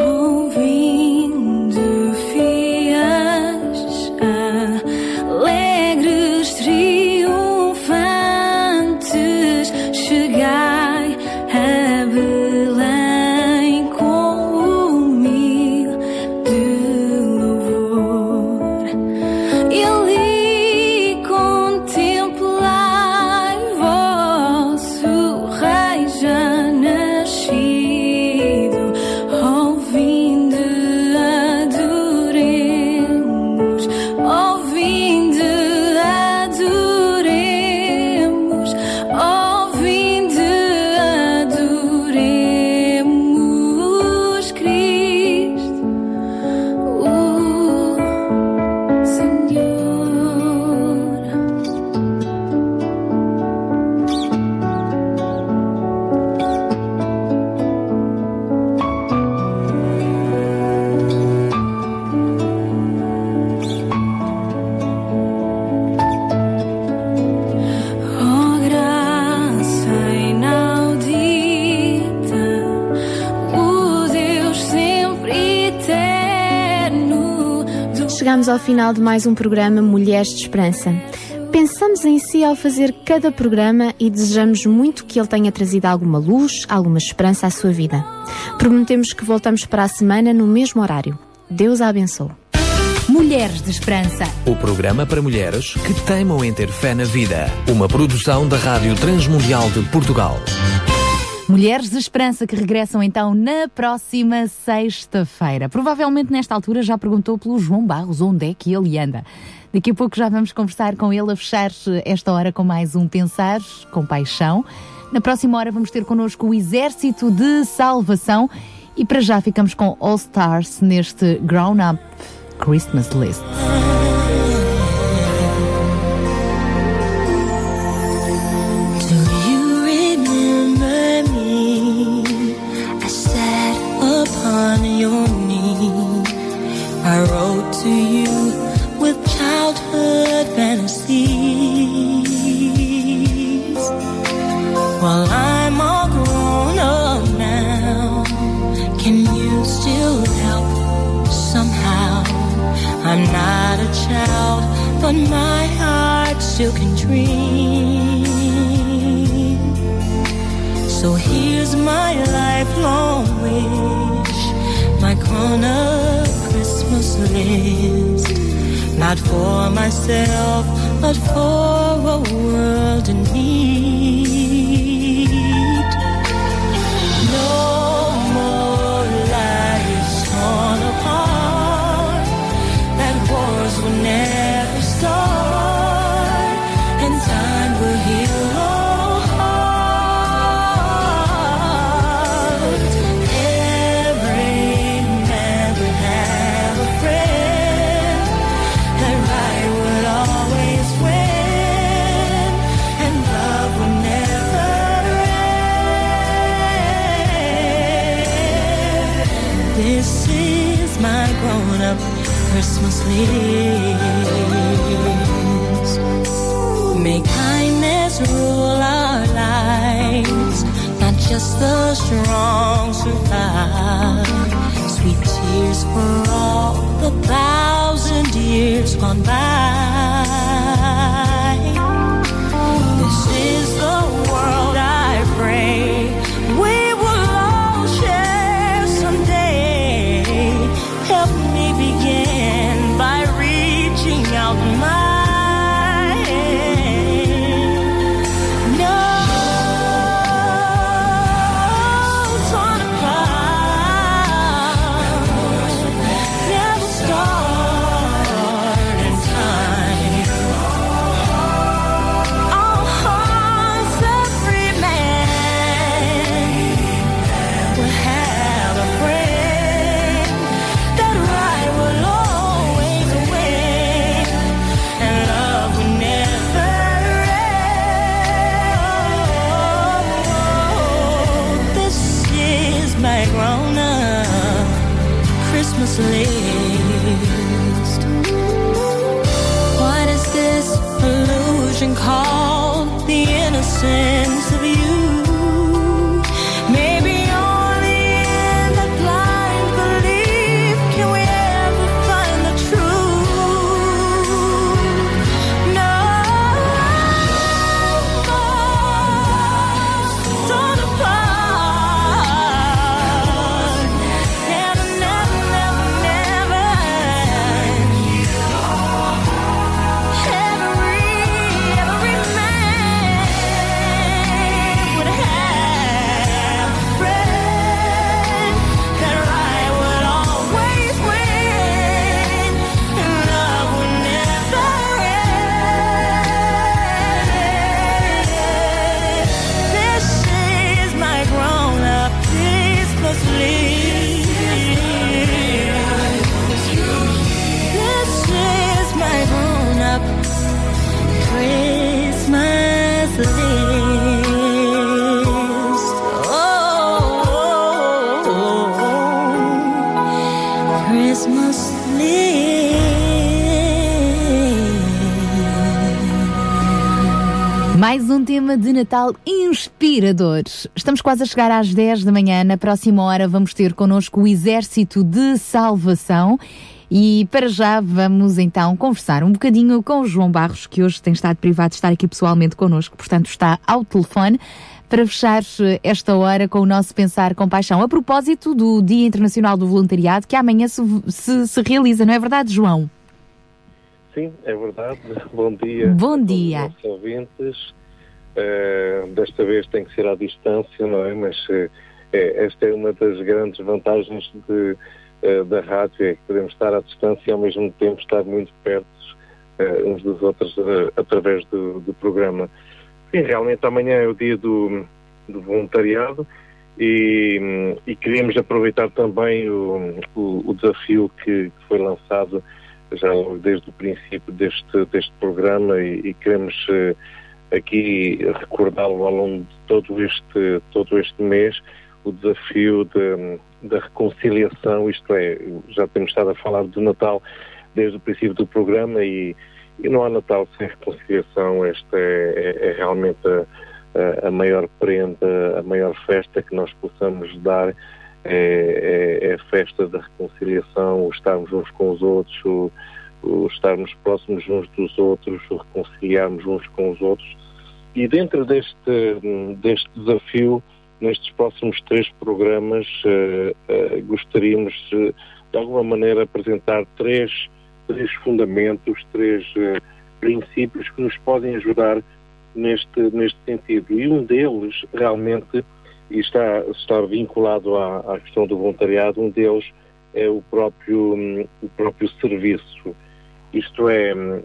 Ouvindo fias alegres, triunfantes, chegai a Belém com humilde louvor. E ali com chegamos ao final de mais um programa Mulheres de Esperança. Pensamos em si ao fazer cada programa e desejamos muito que ele tenha trazido alguma luz, alguma esperança à sua vida. Prometemos que voltamos para a semana no mesmo horário. Deus a abençoe. Mulheres de Esperança. O programa para mulheres que teimam em ter fé na vida. Uma produção da Rádio Transmundial de Portugal. Mulheres de Esperança que regressam então na próxima sexta-feira. Provavelmente nesta altura já perguntou pelo João Barros onde é que ele anda. Daqui a pouco já vamos conversar com ele a fechar esta hora com mais um Pensar com Paixão. Na próxima hora vamos ter connosco o Exército de Salvação e para já ficamos com All Stars neste Grown Up Christmas List. Do you remember me? I sat upon your knee. I wrote to you with childhood fantasies. Well, I'm all grown up now. Can you still help somehow? I'm not a child, but my heart still can dream. So here's my lifelong wish, my grown-up Christmas list. Not for myself, but for a world in need. No more lives torn apart, that wars will never start, and time will heal all hearts. Every man will have a friend, that right would always win, and love will never end. This is my grown-up Christmas list. May kindness rule our lives, not just the strong survive. Sweet tears for all the thousand years gone by. This is the world I pray we will all share someday. Help me begin by reaching out my hand. No torn apart, never start in time. All hearts, every man will have a friend, that right will always win, and love will never end. This is my grown-up Christmas list. What is this illusion called the innocence of you? Maybe only in that blind belief can we ever find the truth. No more torn apart. Never, never, never, never. Every, every man would have a friend, that right would always win, and love would never end. This is my grown-up Christmas list. This is my grown-up Christmas list. Oh, Christmas list. Mais um tema de Natal inspirador. Estamos quase a chegar às dez da manhã. Na próxima hora vamos ter connosco o Exército de Salvação. E para já vamos então conversar um bocadinho com o João Barros, que hoje tem estado privado de estar aqui pessoalmente connosco, portanto está ao telefone, para fechar esta hora com o nosso Pensar com Paixão, a propósito do Dia Internacional do Voluntariado, que amanhã se, se, se realiza, não é verdade, João? Sim, é verdade. Bom dia. Bom dia. A todos os nossos ouvintes. Uh, desta vez tem que ser à distância, não é? Mas uh, é, esta é uma das grandes vantagens de, uh, da rádio, é que podemos estar à distância e ao mesmo tempo estar muito perto uh, uns dos outros uh, através do, do programa. Sim, realmente amanhã é o dia do, do voluntariado e, e queríamos aproveitar também o, o, o desafio que, que foi lançado já desde o princípio deste, deste programa e, e queremos uh, aqui recordá-lo ao longo de todo este, todo este mês, o desafio de, da reconciliação, isto é, já temos estado a falar do Natal desde o princípio do programa e, e não há Natal sem reconciliação. Esta é, é, é realmente a, a maior prenda, a maior festa que nós possamos dar, é, é, é a festa da reconciliação, o estarmos uns com os outros, o, o estarmos próximos uns dos outros, o reconciliarmos uns com os outros. E dentro deste, deste desafio, nestes próximos três programas, uh, uh, gostaríamos uh, de alguma maneira apresentar três, três fundamentos, três uh, princípios que nos podem ajudar neste, neste sentido. E um deles realmente, e está, está vinculado à, à questão do voluntariado, um deles é o próprio, um, o próprio serviço. Isto é, uh,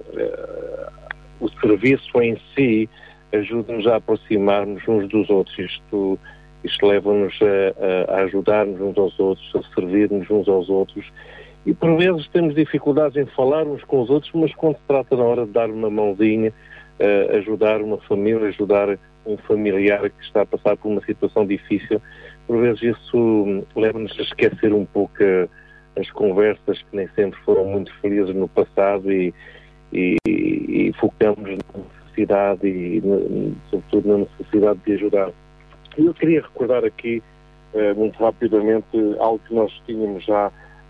o serviço em si ajuda-nos a aproximarmos uns dos outros. Isto, isto leva-nos a, a ajudar-nos uns aos outros, a servir-nos uns aos outros. E por vezes temos dificuldades em falar uns com os outros, mas quando se trata na hora de dar uma mãozinha, uh, ajudar uma família, ajudar um familiar que está a passar por uma situação difícil, por vezes isso leva-nos a esquecer um pouco a, as conversas que nem sempre foram muito felizes no passado e, e, e focamos na necessidade e, sobretudo, na necessidade de ajudar. Eu queria recordar aqui, uh, muito rapidamente, algo que nós tínhamos já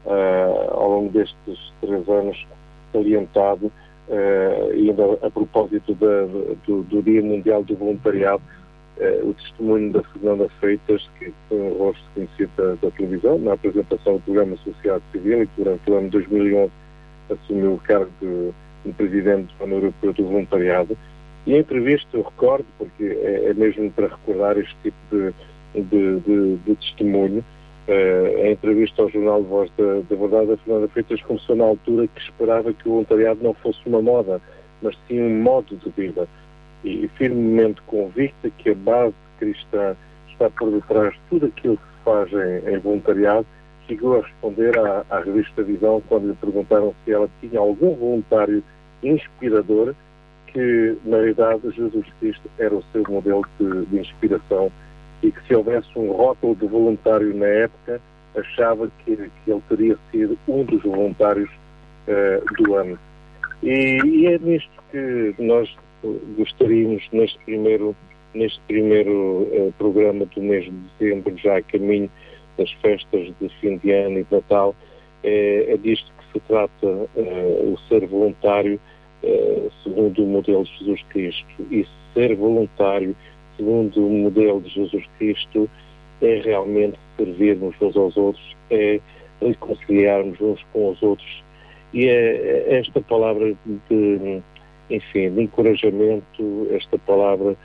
uh, ao longo destes três anos salientado, uh, ainda a propósito da, do, do Dia Mundial do Voluntariado, uh, o testemunho da Fernanda Freitas, que foi um rosto conhecido da, da televisão, na apresentação do programa Sociedade Civil, e durante o ano dois mil e onze assumiu o cargo de, de Presidente do Plano Europeu do Voluntariado. E a entrevista, eu recordo, porque é, é mesmo para recordar este tipo de, de, de, de testemunho, uh, a entrevista ao jornal Voz da, da Verdade, a Fernanda Freitas começou na altura que esperava que o voluntariado não fosse uma moda, mas sim um modo de vida. E firmemente convicta que a base cristã está por detrás de tudo aquilo que se faz em, em voluntariado, chegou a responder à, à revista Visão quando lhe perguntaram se ela tinha algum voluntário inspirador, que, na verdade, Jesus Cristo era o seu modelo de, de inspiração e que se houvesse um rótulo de voluntário na época, achava que, que ele teria sido um dos voluntários uh, do ano. E, e é nisto que nós gostaríamos, neste primeiro, neste primeiro uh, programa do mês de dezembro, já a caminho das festas de fim de ano e de Natal, é, é disto que se trata, uh, o ser voluntário, Uh, segundo o modelo de Jesus Cristo. E ser voluntário segundo o modelo de Jesus Cristo é realmente servirmos uns aos outros, é reconciliarmos uns com os outros. E é, é esta palavra de, enfim, de encorajamento, esta palavra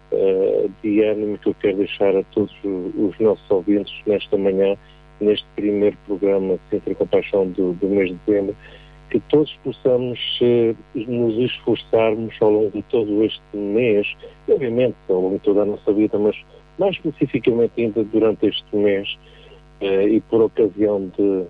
uh, de ânimo que eu quero deixar a todos os nossos ouvintes nesta manhã, neste primeiro programa de Sintra Compaixão do, do mês de dezembro, que todos possamos eh, nos esforçarmos ao longo de todo este mês, obviamente ao longo de toda a nossa vida, mas mais especificamente ainda durante este mês eh, e por ocasião de,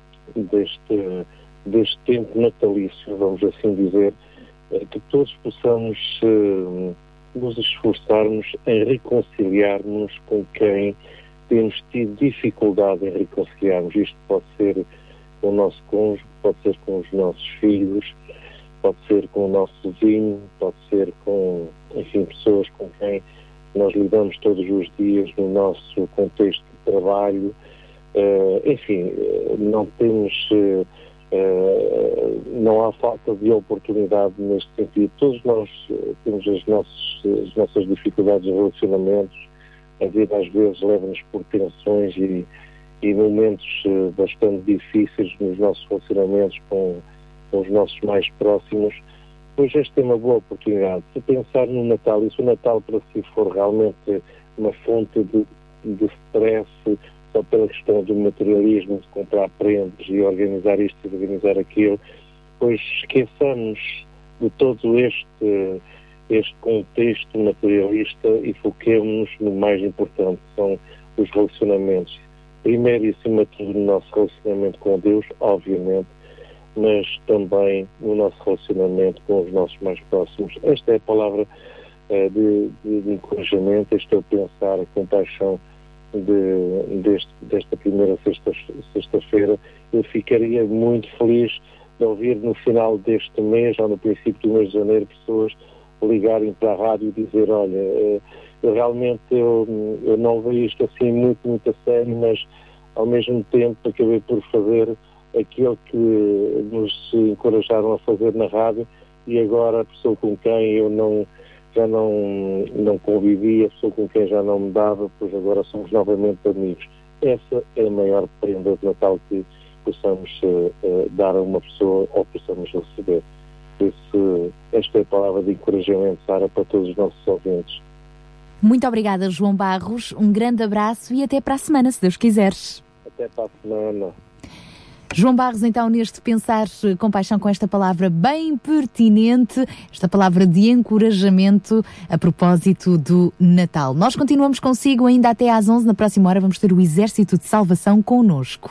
deste, deste tempo natalício, vamos assim dizer, eh, que todos possamos eh, nos esforçarmos em reconciliarmos com quem temos tido dificuldade em reconciliarmos. Isto pode ser com o nosso cônjuge, pode ser com os nossos filhos, pode ser com o nosso vizinho, pode ser com, enfim, pessoas com quem nós lidamos todos os dias no nosso contexto de trabalho. Uh, enfim, não temos uh, Uh, não há falta de oportunidade neste sentido. Todos nós uh, temos as nossas, as nossas dificuldades de relacionamentos. A vida às vezes leva-nos por tensões e, e momentos uh, bastante difíceis nos nossos relacionamentos com, com os nossos mais próximos. Pois este é uma boa oportunidade. Se pensar no Natal, e se o Natal para si for realmente uma fonte de, de stress, só pela questão do materialismo, de comprar prendas e organizar isto e organizar aquilo, pois esqueçamos de todo este, este contexto materialista e foquemos-nos no mais importante, que são os relacionamentos. Primeiro e acima de tudo no nosso relacionamento com Deus, obviamente, mas também no nosso relacionamento com os nossos mais próximos. Esta é a palavra uh, de, de, de encorajamento, este é o pensar, a compaixão de, deste, desta primeira sexta, sexta-feira. Eu ficaria muito feliz de ouvir no final deste mês, ou no princípio do mês de janeiro, pessoas ligarem para a rádio e dizer, olha, uh, eu realmente eu, eu não vejo isto assim muito, muito a sério, mas ao mesmo tempo acabei por fazer aquilo que nos encorajaram a fazer na rádio, e agora a pessoa com quem eu não, já não, não convivia, a pessoa com quem já não me dava, pois agora somos novamente amigos. Essa é a maior prenda de Natal que possamos uh, uh, dar a uma pessoa ou possamos receber. Por isso, esta é a palavra de encorajamento, Sara, para todos os nossos ouvintes. Muito obrigada, João Barros. Um grande abraço e até para a semana, se Deus quiseres. Até para a semana. João Barros, então, neste Pensar com Paixão, com esta palavra bem pertinente, esta palavra de encorajamento a propósito do Natal. Nós continuamos consigo ainda até às onze. Na próxima hora vamos ter o Exército de Salvação connosco.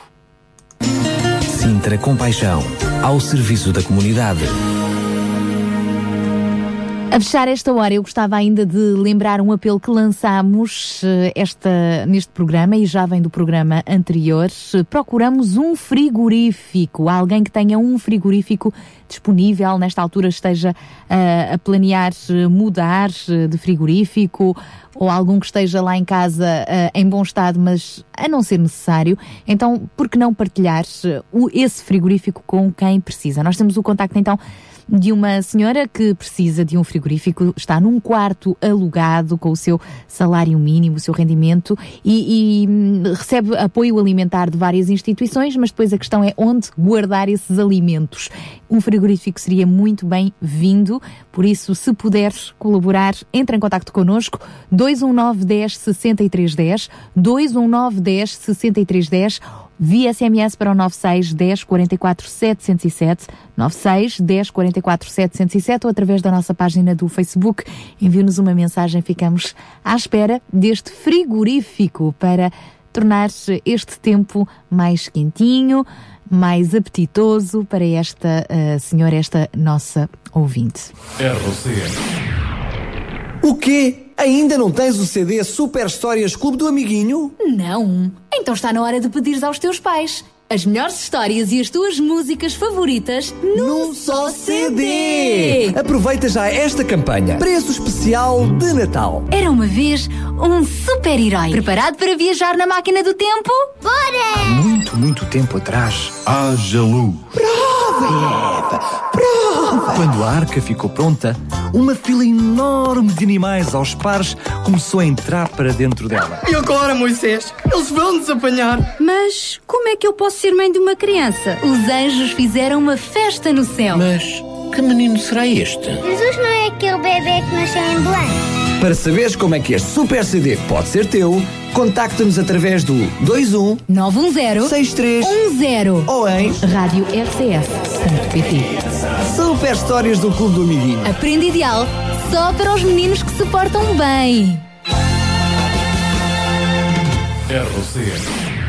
Sintra Compaixão, ao serviço da comunidade. A fechar esta hora, eu gostava ainda de lembrar um apelo que lançámos esta, neste programa, e já vem do programa anterior. Procuramos um frigorífico, alguém que tenha um frigorífico disponível, nesta altura esteja uh, a planear mudar de frigorífico, ou algum que esteja lá em casa uh, em bom estado, mas a não ser necessário. Então, por que não partilhar uh, esse frigorífico com quem precisa? Nós temos o contacto, então, de uma senhora que precisa de um frigorífico, está num quarto alugado com o seu salário mínimo, o seu rendimento, e, e recebe apoio alimentar de várias instituições, mas depois a questão é onde guardar esses alimentos. Um frigorífico seria muito bem-vindo, por isso, se puder colaborar, entre em contacto connosco, dois um nove, dez, sessenta e três dez, dois um nove, dez, sessenta e três dez, via S M S para o nove seis, dez, quarenta e quatro, setecentos e sete, nove seis, dez, quarenta e quatro, setecentos e sete, ou através da nossa página do Facebook. Envie-nos uma mensagem, ficamos à espera deste frigorífico para tornar este tempo mais quentinho, mais apetitoso para esta uh, senhora, esta nossa ouvinte. R C S. O quê? Ainda não tens o C D Super Histórias Clube do Amiguinho? Não. Então está na hora de pedires aos teus pais as melhores histórias e as tuas músicas favoritas num só C D. Aproveita já esta campanha. Preço especial de Natal. Era uma vez um super-herói. Preparado para viajar na máquina do tempo? Bora! Muito, muito tempo atrás. Haja luz. Prova! Prova! Quando a arca ficou pronta, uma fila enorme de animais aos pares começou a entrar para dentro dela. E agora, Moisés? Eles vão-nos apanhar. Mas como é que eu posso ser mãe de uma criança? Os anjos fizeram uma festa no céu. Mas que menino será este? Jesus não é aquele bebê que nasceu em Belém. Para saberes como é que este Super C D pode ser teu, contacta-nos através do dois um nove um zero seis três um zero ou em rádio r c s ponto p t. Super Histórias do Clube do Amiguinho. A prenda ideal só para os meninos que se portam bem. R C S.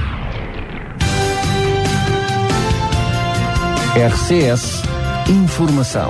R C S Informação.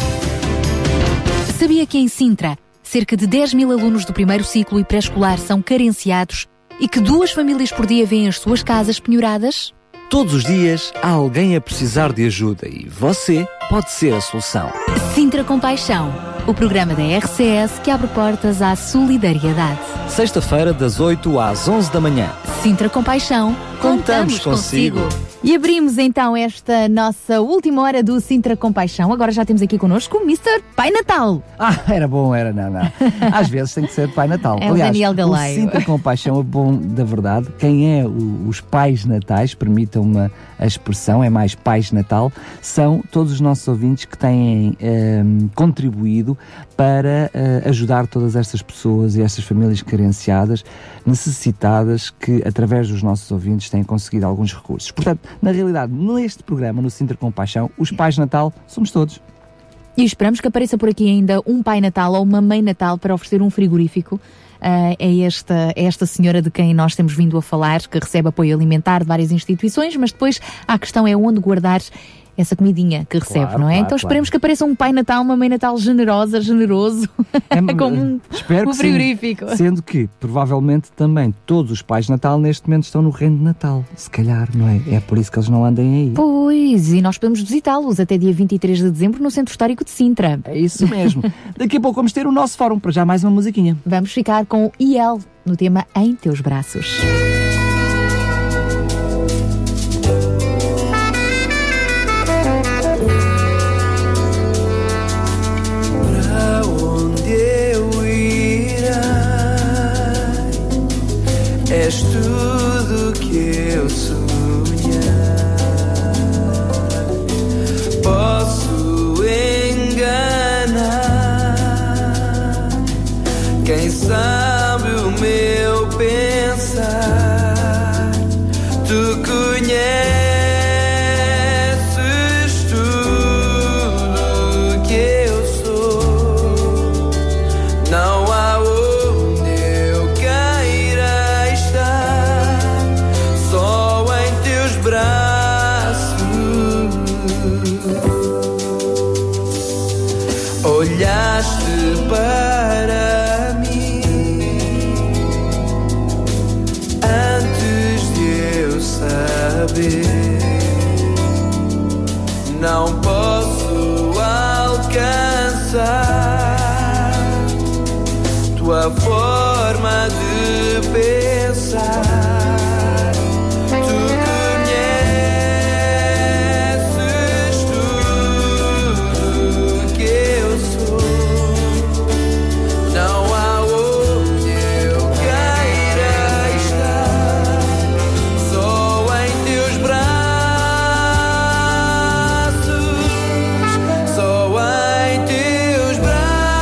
Sabia que em Sintra, cerca de dez mil alunos do primeiro ciclo e pré-escolar são carenciados e que duas famílias por dia vêm as suas casas penhoradas? Todos os dias há alguém a precisar de ajuda e você pode ser a solução. Sintra Compaixão, o programa da R C S que abre portas à solidariedade. Sexta-feira, das oito às onze da manhã. Sintra Compaixão, contamos, Contamos consigo. consigo. E abrimos então esta nossa última hora do Sintra Compaixão. Agora já temos aqui connosco o mister Pai Natal. Ah, era bom, era, não, não. Às vezes tem que ser Pai Natal. É Aliás, o Daniel Galeio. O Sintra Compaixão é bom da verdade. Quem é o, os pais natais, permitam-me a expressão, é mais pais Natal, são todos os nossos ouvintes que têm eh, contribuído para eh, ajudar todas estas pessoas e estas famílias carenciadas, necessitadas, que através dos nossos ouvintes têm conseguido alguns recursos. Portanto, na realidade, neste programa, no Sintra Compaixão, os pais Natal somos todos. E esperamos que apareça por aqui ainda um Pai Natal ou uma Mãe Natal para oferecer um frigorífico uh, a, esta, a esta senhora de quem nós temos vindo a falar, que recebe apoio alimentar de várias instituições, mas depois a questão é onde guardar essa comidinha que recebe, claro, não é? Claro, então esperemos claro. que apareça um Pai Natal, uma Mãe Natal generosa, generoso, É, como um, espero um que frigorífico. Sim, sendo que, provavelmente, também todos os pais de Natal neste momento estão no reino de Natal. Se calhar, não é? É por isso que eles não andem aí. Pois, e nós podemos visitá-los até dia vinte e três de dezembro no Centro Histórico de Sintra. É isso mesmo. Daqui a pouco vamos ter o nosso fórum, para já mais uma musiquinha. Vamos ficar com o I L no tema Em Teus Braços. És tudo que eu sonhei. Posso enganar quem sabe o meu pensar. Tu conheces tudo que eu sou. Não há olhaste para mim antes de eu saber. Não posso alcançar tua forma de pensar.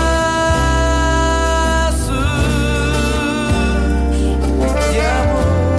Amor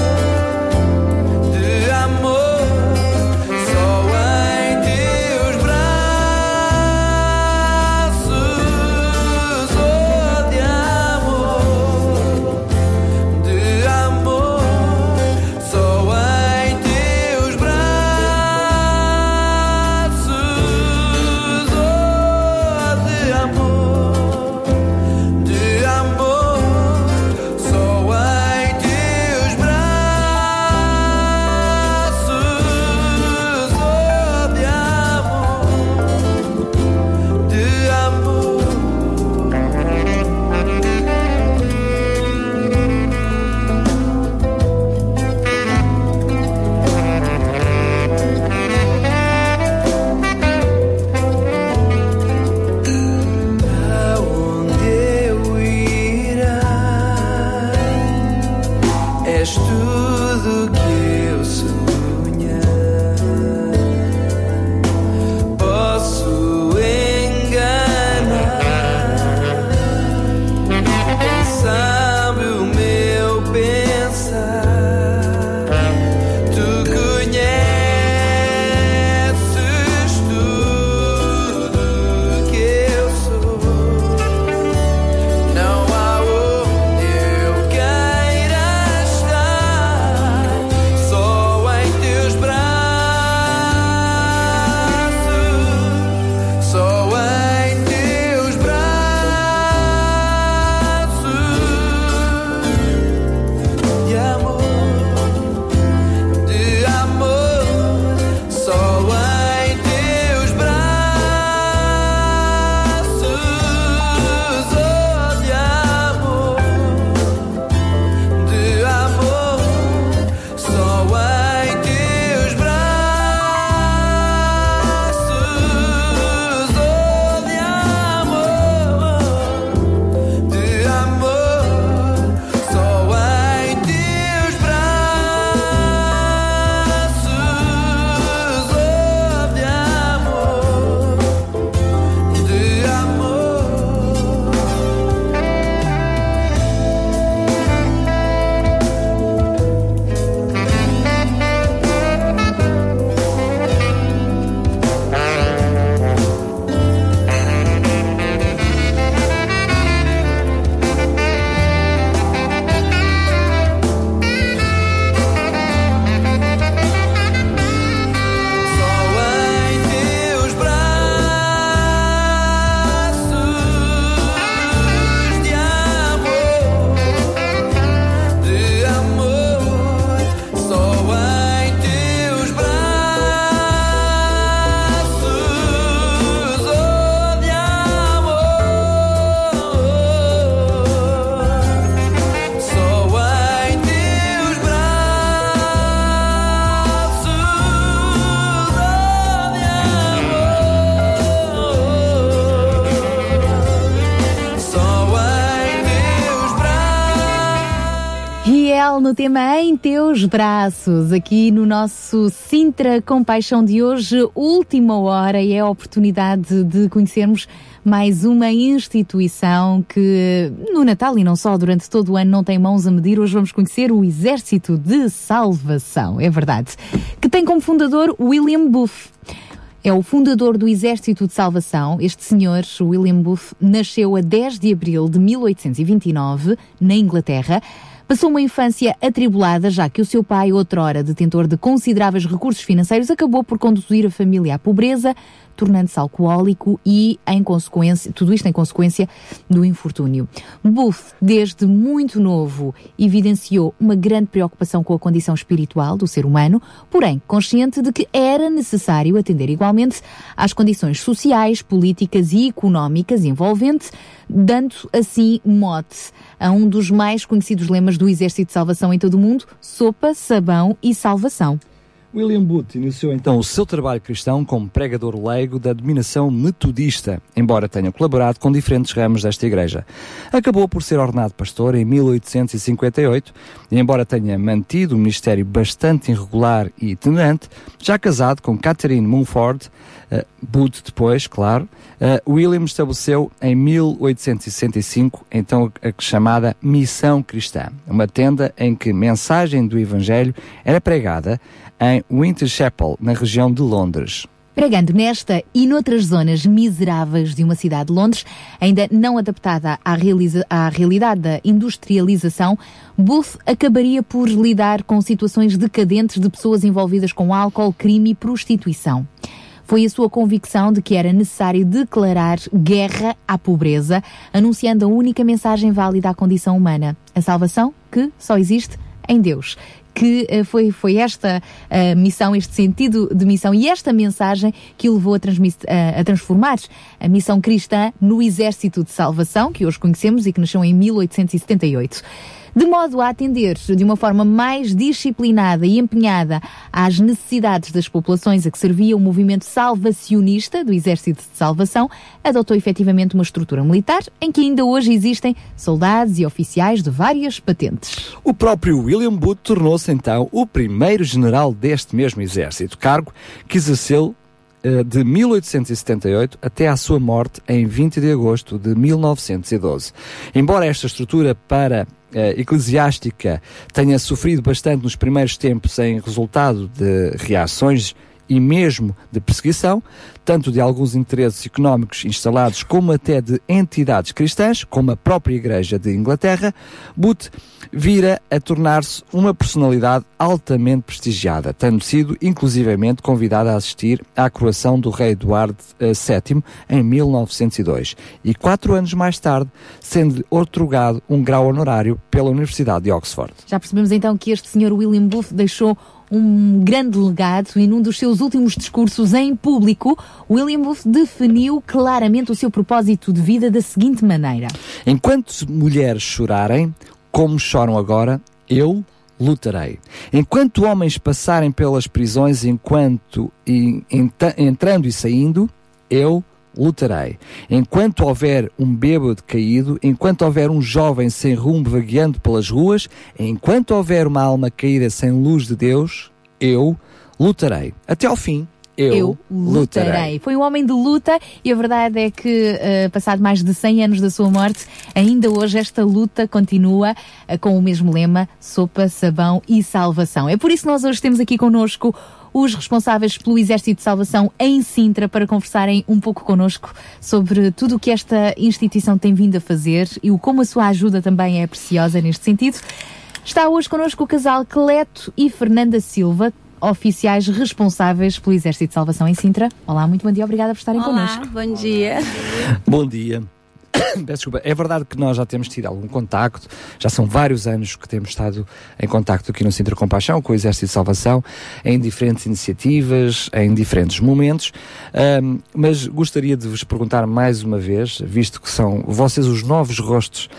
Natal no tema Em Teus Braços, aqui no nosso Sintra Compaixão de hoje, última hora, e é a oportunidade de conhecermos mais uma instituição que no Natal e não só, durante todo o ano não tem mãos a medir. Hoje vamos conhecer o Exército de Salvação, é verdade, que tem como fundador William Booth. É o fundador do Exército de Salvação. Este senhor, William Booth, nasceu a dez de abril de mil oitocentos e vinte e nove, na Inglaterra. Passou uma infância atribulada, já que o seu pai, outrora detentor de consideráveis recursos financeiros, acabou por conduzir a família à pobreza, tornando-se alcoólico e, em consequência, tudo isto em consequência do infortúnio. Booth, desde muito novo, evidenciou uma grande preocupação com a condição espiritual do ser humano, porém consciente de que era necessário atender igualmente às condições sociais, políticas e económicas envolventes, dando assim mote a um dos mais conhecidos lemas do Exército de Salvação em todo o mundo: sopa, sabão e salvação. William Booth iniciou então o seu trabalho cristão como pregador leigo da denominação metodista, embora tenha colaborado com diferentes ramos desta igreja. Acabou por ser ordenado pastor em mil oitocentos e cinquenta e oito, e embora tenha mantido um ministério bastante irregular e itinerante, já casado com Catherine Mumford, uh, Booth depois, claro, uh, William estabeleceu em mil oitocentos e sessenta e cinco então a chamada Missão Cristã, uma tenda em que mensagem do Evangelho era pregada em Winterchapel, na região de Londres. Pregando nesta e noutras zonas miseráveis de uma cidade de Londres, ainda não adaptada à, realiza- à realidade da industrialização, Booth acabaria por lidar com situações decadentes de pessoas envolvidas com álcool, crime e prostituição. Foi a sua convicção de que era necessário declarar guerra à pobreza, anunciando a única mensagem válida à condição humana: a salvação que só existe em Deus. Que uh, foi, foi esta uh, missão, este sentido de missão e esta mensagem que o levou a, transmis, uh, a transformar a missão cristã no Exército de Salvação, que hoje conhecemos e que nasceu em mil oitocentos e setenta e oito. De modo a atender de uma forma mais disciplinada e empenhada às necessidades das populações a que servia o movimento salvacionista do Exército de Salvação, adotou efetivamente uma estrutura militar em que ainda hoje existem soldados e oficiais de várias patentes. O próprio William Booth tornou-se então o primeiro general deste mesmo exército, cargo que exerceu de mil oitocentos e setenta e oito até à sua morte em vinte de agosto de mil novecentos e doze. Embora esta estrutura para Uh, eclesiástica tenha sofrido bastante nos primeiros tempos em resultado de reações e mesmo de perseguição, tanto de alguns interesses económicos instalados como até de entidades cristãs, como a própria Igreja de Inglaterra, Booth vira a tornar-se uma personalidade altamente prestigiada, tendo sido inclusivamente convidada a assistir à coroação do rei Eduardo sétimo em mil novecentos e dois e quatro anos mais tarde sendo outorgado um grau honorário pela Universidade de Oxford. Já percebemos então que este senhor William Booth deixou um grande legado e num dos seus últimos discursos em público, William Booth definiu claramente o seu propósito de vida da seguinte maneira: enquanto mulheres chorarem, como choram agora, eu lutarei. Enquanto homens passarem pelas prisões, enquanto e, ent- entrando e saindo, eu lutarei. Enquanto houver um bêbado caído, enquanto houver um jovem sem rumo vagueando pelas ruas, enquanto houver uma alma caída sem luz de Deus, eu lutarei. Até ao fim, eu, eu lutarei. lutarei. Foi um homem de luta e a verdade é que, uh, passado mais de cem anos da sua morte, ainda hoje esta luta continua uh, com o mesmo lema: sopa, sabão e salvação. É por isso que nós hoje temos aqui connosco os responsáveis pelo Exército de Salvação em Sintra para conversarem um pouco connosco sobre tudo o que esta instituição tem vindo a fazer e o como a sua ajuda também é preciosa neste sentido. Está hoje connosco o casal Cleto e Fernanda Silva, oficiais responsáveis pelo Exército de Salvação em Sintra. Olá, muito bom dia, obrigada por estarem Olá, connosco. Bom dia. Bom dia. Peço desculpa, é verdade que nós já temos tido algum contacto, já são vários anos que temos estado em contacto aqui no Sintra Compaixão com o Exército de Salvação, em diferentes iniciativas, em diferentes momentos, um, mas gostaria de vos perguntar mais uma vez, visto que são vocês os novos rostos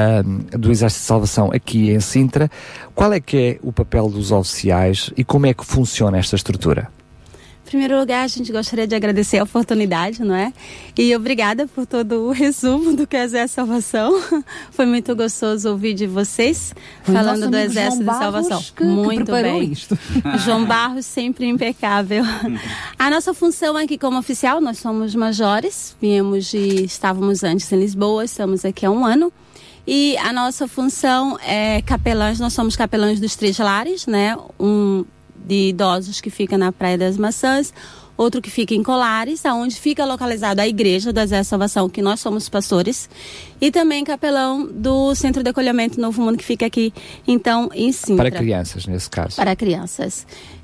um, do Exército de Salvação aqui em Sintra, qual é que é o papel dos oficiais e como é que funciona esta estrutura? Em primeiro lugar, a gente gostaria de agradecer a oportunidade, não é? E obrigada por todo o resumo do que é Exército de Salvação. Foi muito gostoso ouvir de vocês Foi falando do João Exército de Barros Salvação. Que, muito que preparou bem. Isto. João Barros sempre impecável. A nossa função aqui como oficial, nós somos majores, viemos de, estávamos antes em Lisboa, estamos aqui há um ano. E a nossa função é capelães, nós somos capelães dos Três Lares, né? Um de idosos que fica na Praia das Maçãs, outro que fica em Colares, onde fica localizada a igreja do Exército de Salvação, que nós somos pastores, e também capelão do Centro de Acolhimento Novo Mundo, que fica aqui, então, em Sintra. Para crianças, nesse caso. Para crianças.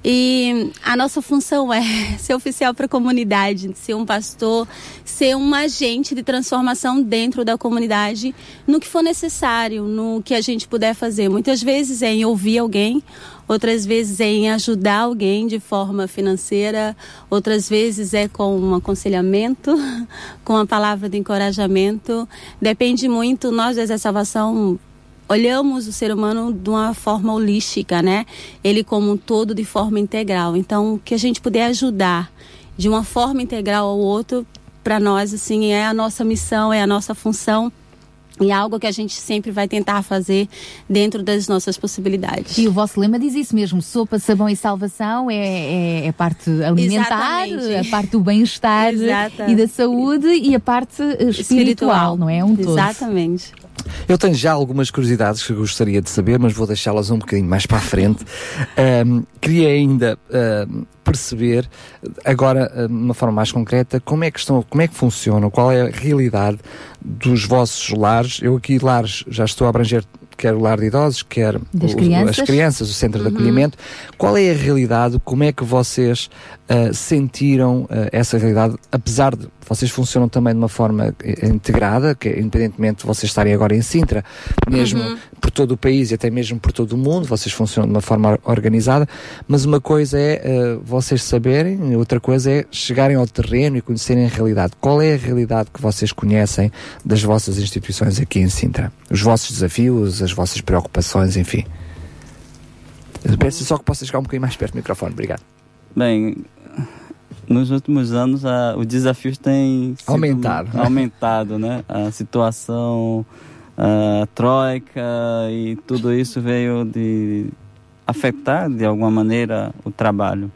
E a nossa função é ser oficial para a comunidade, ser um pastor, ser um agente de transformação dentro da comunidade, no que for necessário, no que a gente puder fazer. Muitas vezes é em ouvir alguém, outras vezes é em ajudar alguém de forma financeira, outras vezes é com um aconselhamento, com a palavra de encorajamento. Depende muito, nós do Exército de Salvação olhamos o ser humano de uma forma holística, né? Ele como um todo, de forma integral. Então, que a gente puder ajudar de uma forma integral ao outro, para nós, assim, é a nossa missão, é a nossa função. E é algo que a gente sempre vai tentar fazer dentro das nossas possibilidades. E o vosso lema diz isso mesmo: sopa, sabão e salvação é, é, é a parte alimentar, Exatamente. a parte do bem-estar e da saúde e a parte espiritual, espiritual. Não é? Um todo. Exatamente. Eu tenho já algumas curiosidades que gostaria de saber, mas vou deixá-las um bocadinho mais para a frente. Um, queria ainda um, perceber, agora de uma forma mais concreta, como é que estão, como é que funcionam, qual é a realidade dos vossos lares. Eu aqui, lares, já estou a abranger quer o lar de idosos, quer das o, crianças. as crianças, o centro Uhum. de acolhimento. Qual é a realidade? Como é que vocês uh, sentiram uh, essa realidade, apesar de vocês funcionam também de uma forma integrada, que independentemente de vocês estarem agora em Sintra, mesmo Uhum. por todo o país e até mesmo por todo o mundo, vocês funcionam de uma forma organizada, mas uma coisa é uh, vocês saberem, outra coisa é chegarem ao terreno e conhecerem a realidade. Qual é a realidade que vocês conhecem das vossas instituições aqui em Sintra? Os vossos desafios, as vossas preocupações, enfim. Eu peço só que possa chegar um bocadinho mais perto do microfone. Obrigado. Bem, nos últimos anos a, os desafios têm sido aumentado, aumentado, né? A situação, a troika e tudo isso veio de afetar de alguma maneira o trabalho.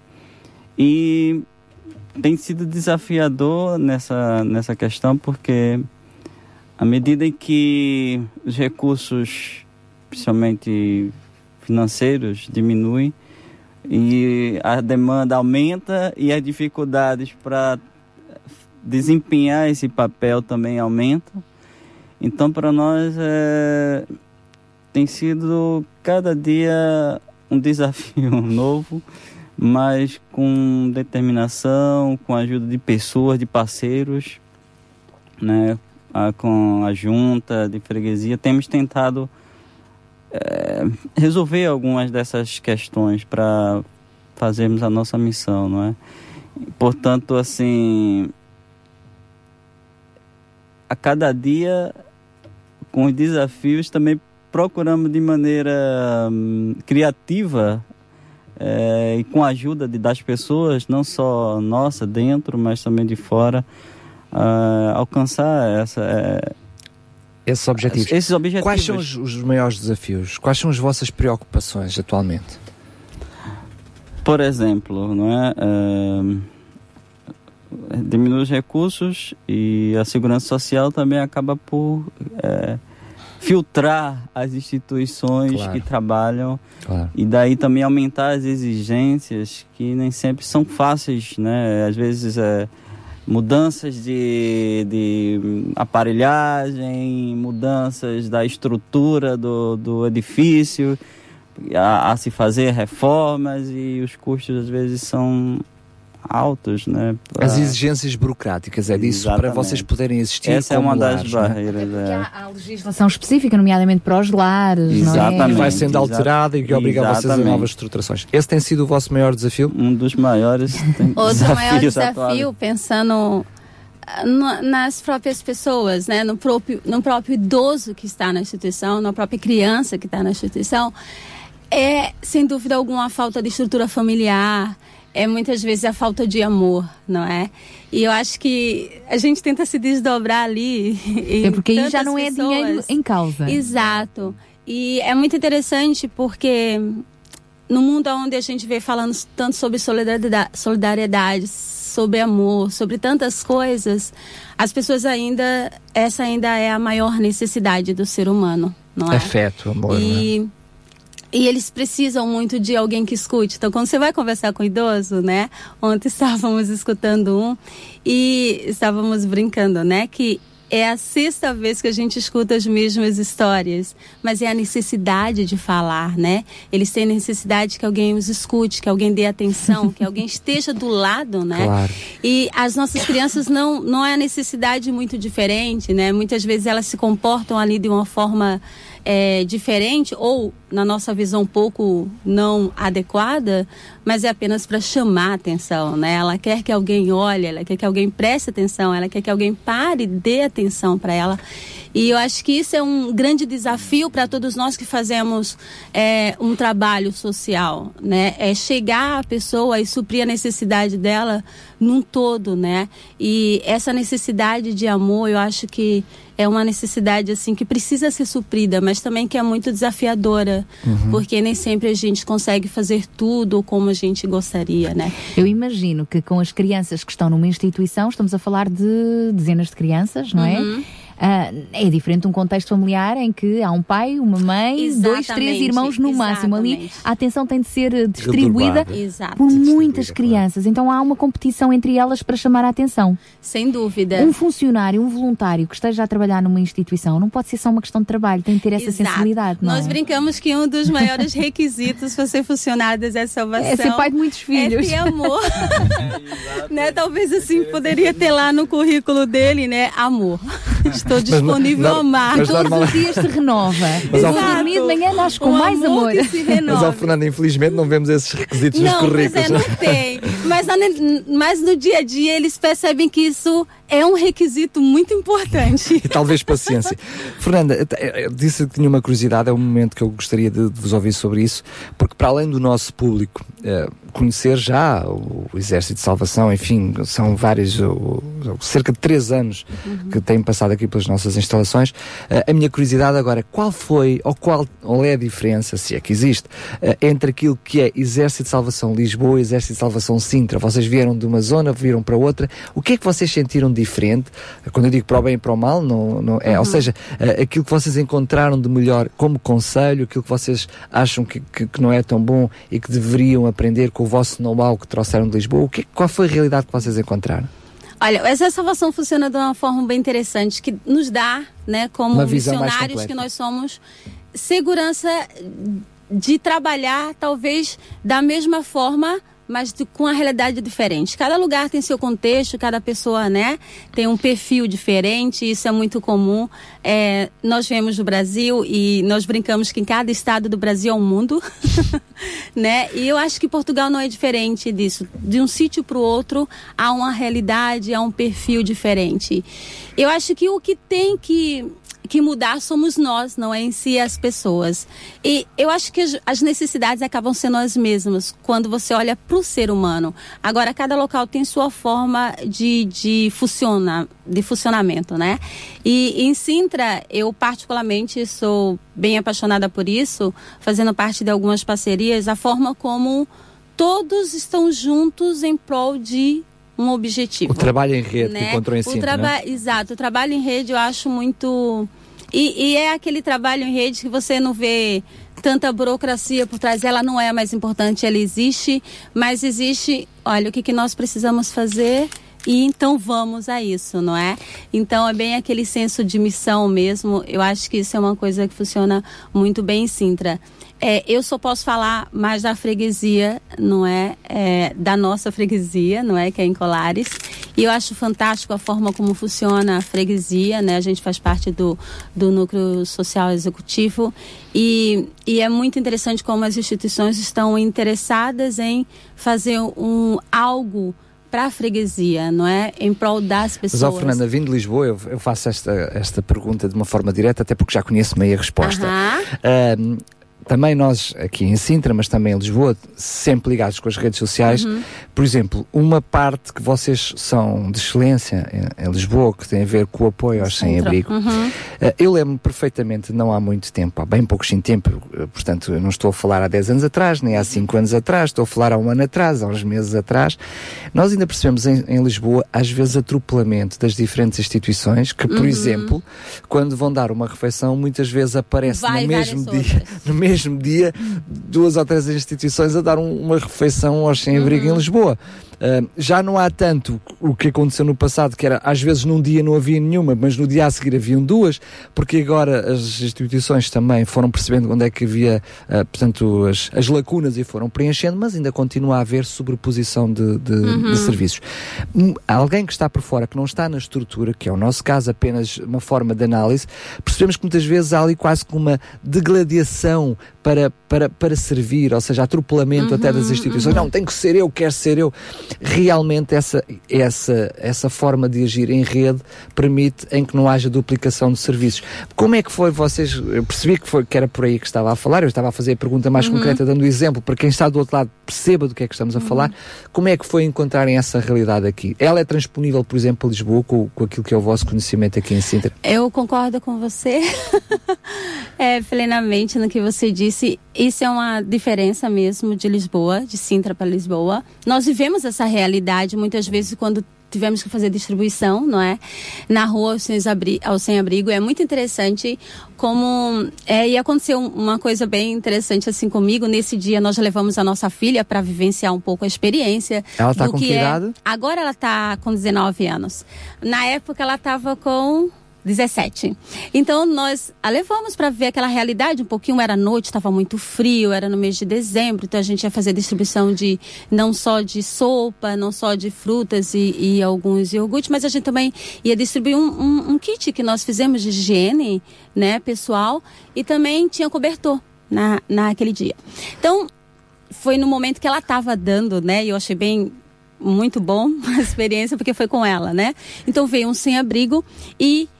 E tem sido desafiador nessa, nessa questão, porque à medida em que os recursos, principalmente financeiros, diminuem e a demanda aumenta e as dificuldades para desempenhar esse papel também aumentam. Então, para nós, é, tem sido cada dia um desafio novo, mas com determinação, com a ajuda de pessoas, de parceiros, né, a, com a junta de freguesia, temos tentado é, resolver algumas dessas questões para fazermos a nossa missão, não é? Portanto, assim, a cada dia, com os desafios, também procuramos de maneira hum, criativa é, e com a ajuda de, das pessoas, não só nossa dentro, mas também de fora, uh, alcançar essa, é, esses objetivos. Esses objetivos. Quais são os, os maiores desafios? Quais são as vossas preocupações atualmente? Por exemplo, não é? Uh, diminuir os recursos e a segurança social também acaba por é, filtrar as instituições claro. que trabalham claro. e daí também aumentar as exigências que nem sempre são fáceis, né? Às vezes é, mudanças de, de aparelhagem, mudanças da estrutura do, do edifício, a, a se fazer reformas e os custos às vezes são altos, né? Pra... As exigências burocráticas, é disso, Exatamente. para vocês poderem existir. Essa é uma das lares, barreiras. Né? É. Há, há legislação específica, nomeadamente para os lares, Exatamente. não é? Que vai sendo alterada e que obriga Exatamente. vocês a novas estruturações. Esse tem sido o vosso maior desafio? Um dos maiores. Outro maior desafio, pensando no, nas próprias pessoas, né? no, próprio, no próprio idoso que está na instituição, na própria criança que está na instituição, é, sem dúvida alguma, a falta de estrutura familiar, é muitas vezes a falta de amor, não é? E eu acho que a gente tenta se desdobrar ali. É porque aí já não é dinheiro em causa. Exato. E é muito interessante porque no mundo onde a gente vê falando tanto sobre solidariedade, solidariedade, sobre amor, sobre tantas coisas, as pessoas ainda, essa ainda é a maior necessididade do ser humano, não é? Afeto, amor, e, né? E eles precisam muito de alguém que escute. Então, quando você vai conversar com o idoso, né? Ontem estávamos escutando um e estávamos brincando, né? Que é a sexta vez que a gente escuta as mesmas histórias, mas é a necessidade de falar, né? Eles têm necessidade que alguém os escute, que alguém dê atenção, que alguém esteja do lado, né? Claro. E as nossas crianças não, não é a necessidade muito diferente, né? Muitas vezes elas se comportam ali de uma forma é, diferente ou, na nossa visão, um pouco não adequada, mas é apenas para chamar a atenção, né? Ela quer que alguém olhe, ela quer que alguém preste atenção, ela quer que alguém pare e dê atenção para ela. E eu acho que isso é um grande desafio para todos nós que fazemos é, um trabalho social, né? É chegar à pessoa e suprir a necessidade dela num todo, né? E essa necessidade de amor, eu acho que é uma necessidade, assim, que precisa ser suprida, mas também que é muito desafiadora, uhum. porque nem sempre a gente consegue fazer tudo como a gente gostaria, né? Eu imagino que com as crianças que estão numa instituição, estamos a falar de dezenas de crianças, não é? Uhum. Uh, é diferente de um contexto familiar em que há um pai, uma mãe, exatamente, dois, três irmãos no exatamente. máximo. Ali a atenção tem de ser distribuída Exato. por muitas crianças. Então há uma competição entre elas para chamar a atenção. Sem dúvida. Um funcionário, um voluntário que esteja a trabalhar numa instituição não pode ser só uma questão de trabalho, tem que ter essa Exato. sensibilidade. Não Nós é? brincamos que um dos maiores requisitos para ser funcionário dessa salvação é ser pai de muitos filhos. É ter amor. É, né? Talvez assim poderia ter lá no currículo dele, né? Amor. Estou disponível a amar. Todos normal... os dias se renova. Mas ao dormir de manhã nasce com um mais amor. amor. Que se renova. Mas ao Fernando, infelizmente, não vemos esses requisitos não, nos currículos. Não, mas é, não tem. Mas, mas no dia a dia eles percebem que isso é um requisito muito importante. E talvez paciência. Fernanda, eu disse que tinha uma curiosidade, é um momento que eu gostaria de, de vos ouvir sobre isso, porque para além do nosso público eh, conhecer já o, o Exército de Salvação, enfim, são vários, o, cerca de três anos uhum. que têm passado aqui pelas nossas instalações, eh, a minha curiosidade agora, qual foi, ou qual, qual é a diferença, se é que existe, eh, entre aquilo que é Exército de Salvação Lisboa e Exército de Salvação Sintra? Vocês vieram de uma zona, viram para outra, o que é que vocês sentiram diferente? Quando eu digo para o bem e para o mal, não, não é, uhum. ou seja, uh, aquilo que vocês encontraram de melhor como conselho, aquilo que vocês acham que, que, que não é tão bom e que deveriam aprender com o vosso know-how que trouxeram de Lisboa, o que, qual foi a realidade que vocês encontraram? Olha, essa salvação funciona de uma forma bem interessante, que nos dá, né, como missionários que nós somos, segurança de trabalhar talvez da mesma forma, mas de, com a realidade diferente. Cada lugar tem seu contexto, cada pessoa, né, tem um perfil diferente, isso é muito comum. É, nós viemos do Brasil e nós brincamos que em cada estado do Brasil é um mundo, né, e eu acho que Portugal não é diferente disso. De um sítio para o outro há uma realidade, há um perfil diferente. Eu acho que o que tem que... que mudar somos nós, não é em si as pessoas. E eu acho que as necessidades acabam sendo as mesmas quando você olha para o ser humano. Agora, cada local tem sua forma de, de, funciona, de funcionamento, né? E em Sintra, eu particularmente sou bem apaixonada por isso, fazendo parte de algumas parcerias, a forma como todos estão juntos em prol de um objetivo. O trabalho em rede, né? Que encontrou em Sintra, né? Exato, o trabalho em rede eu acho muito... E, e é aquele trabalho em rede que você não vê tanta burocracia por trás. Ela não é a mais importante, ela existe, mas existe, olha, o que, que nós precisamos fazer e então vamos a isso, não é? Então é bem aquele senso de missão mesmo. Eu acho que isso é uma coisa que funciona muito bem em Sintra. É, eu só posso falar mais da freguesia, não é? É, da nossa freguesia, não é? Que é em Colares. E eu acho fantástico a forma como funciona a freguesia, né? A gente faz parte do, do núcleo social executivo e, e é muito interessante como as instituições estão interessadas em fazer um algo para a freguesia, não é? Em prol das pessoas. Mas, ó, Fernanda, vindo de Lisboa, eu, eu faço esta, esta pergunta de uma forma direta, até porque já conheço meio a resposta. Uh-huh. Um, também nós aqui em Sintra, mas também em Lisboa, sempre ligados com as redes sociais. Uhum. Por exemplo, uma parte que vocês são de excelência em, em Lisboa, que tem a ver com o apoio aos sem-abrigo. Uhum. Uh, eu lembro perfeitamente, não há muito tempo, há bem pouco sem tempo, uh, portanto, eu não estou a falar há dez anos atrás, nem há cinco anos atrás, estou a falar há um ano atrás, há uns meses atrás. Nós ainda percebemos em, em Lisboa, às vezes, atropelamento das diferentes instituições, que, por uhum. exemplo, quando vão dar uma refeição, muitas vezes aparece Vai, no mesmo dia, no mesmo dia, duas ou três instituições a dar um, uma refeição aos sem-abrigo uhum. em Lisboa. Uh, já não há tanto o que aconteceu no passado, que era, às vezes num dia não havia nenhuma, mas no dia a seguir haviam duas, porque agora as instituições também foram percebendo onde é que havia, uh, portanto, as, as lacunas e foram preenchendo, mas ainda continua a haver sobreposição de, de, uhum. de serviços. Um, alguém que está por fora, que não está na estrutura, que é o nosso caso, apenas uma forma de análise, percebemos que muitas vezes há ali quase como uma degladiação para, para, para servir, ou seja, atropelamento uhum, até das instituições. Uhum. Não, tem que ser eu, quero ser eu. Realmente essa, essa, essa forma de agir em rede permite em que não haja duplicação de serviços. Como é que foi vocês, eu percebi que, foi, que era por aí que estava a falar, eu estava a fazer a pergunta mais uhum. concreta, dando o exemplo, para quem está do outro lado perceba do que é que estamos a uhum. falar. Como é que foi encontrarem essa realidade aqui? Ela é transponível, por exemplo, a Lisboa, com, com aquilo que é o vosso conhecimento aqui em Sintra? Eu concordo com você é, plenamente no que você disse. Isso é uma diferença mesmo de Lisboa, de Sintra para Lisboa. Nós vivemos essa realidade muitas vezes quando tivemos que fazer distribuição, não é? Na rua ao sem-abrigo. É muito interessante como... É, e aconteceu uma coisa bem interessante assim comigo. Nesse dia nós levamos a nossa filha para vivenciar um pouco a experiência. Ela está com que idade? É... Agora ela está com dezenove anos. Na época ela estava com... dezessete. Então nós a levamos para ver aquela realidade um pouquinho. Era noite, estava muito frio, era no mês de dezembro, então a gente ia fazer distribuição de não só de sopa, não só de frutas e, e alguns iogurtes, mas a gente também ia distribuir um, um, um kit que nós fizemos de higiene, né, pessoal, e também tinha cobertor na, naquele dia. Então foi no momento que ela estava dando, né, e eu achei bem muito bom a experiência, porque foi com ela, né. Então veio um sem-abrigo e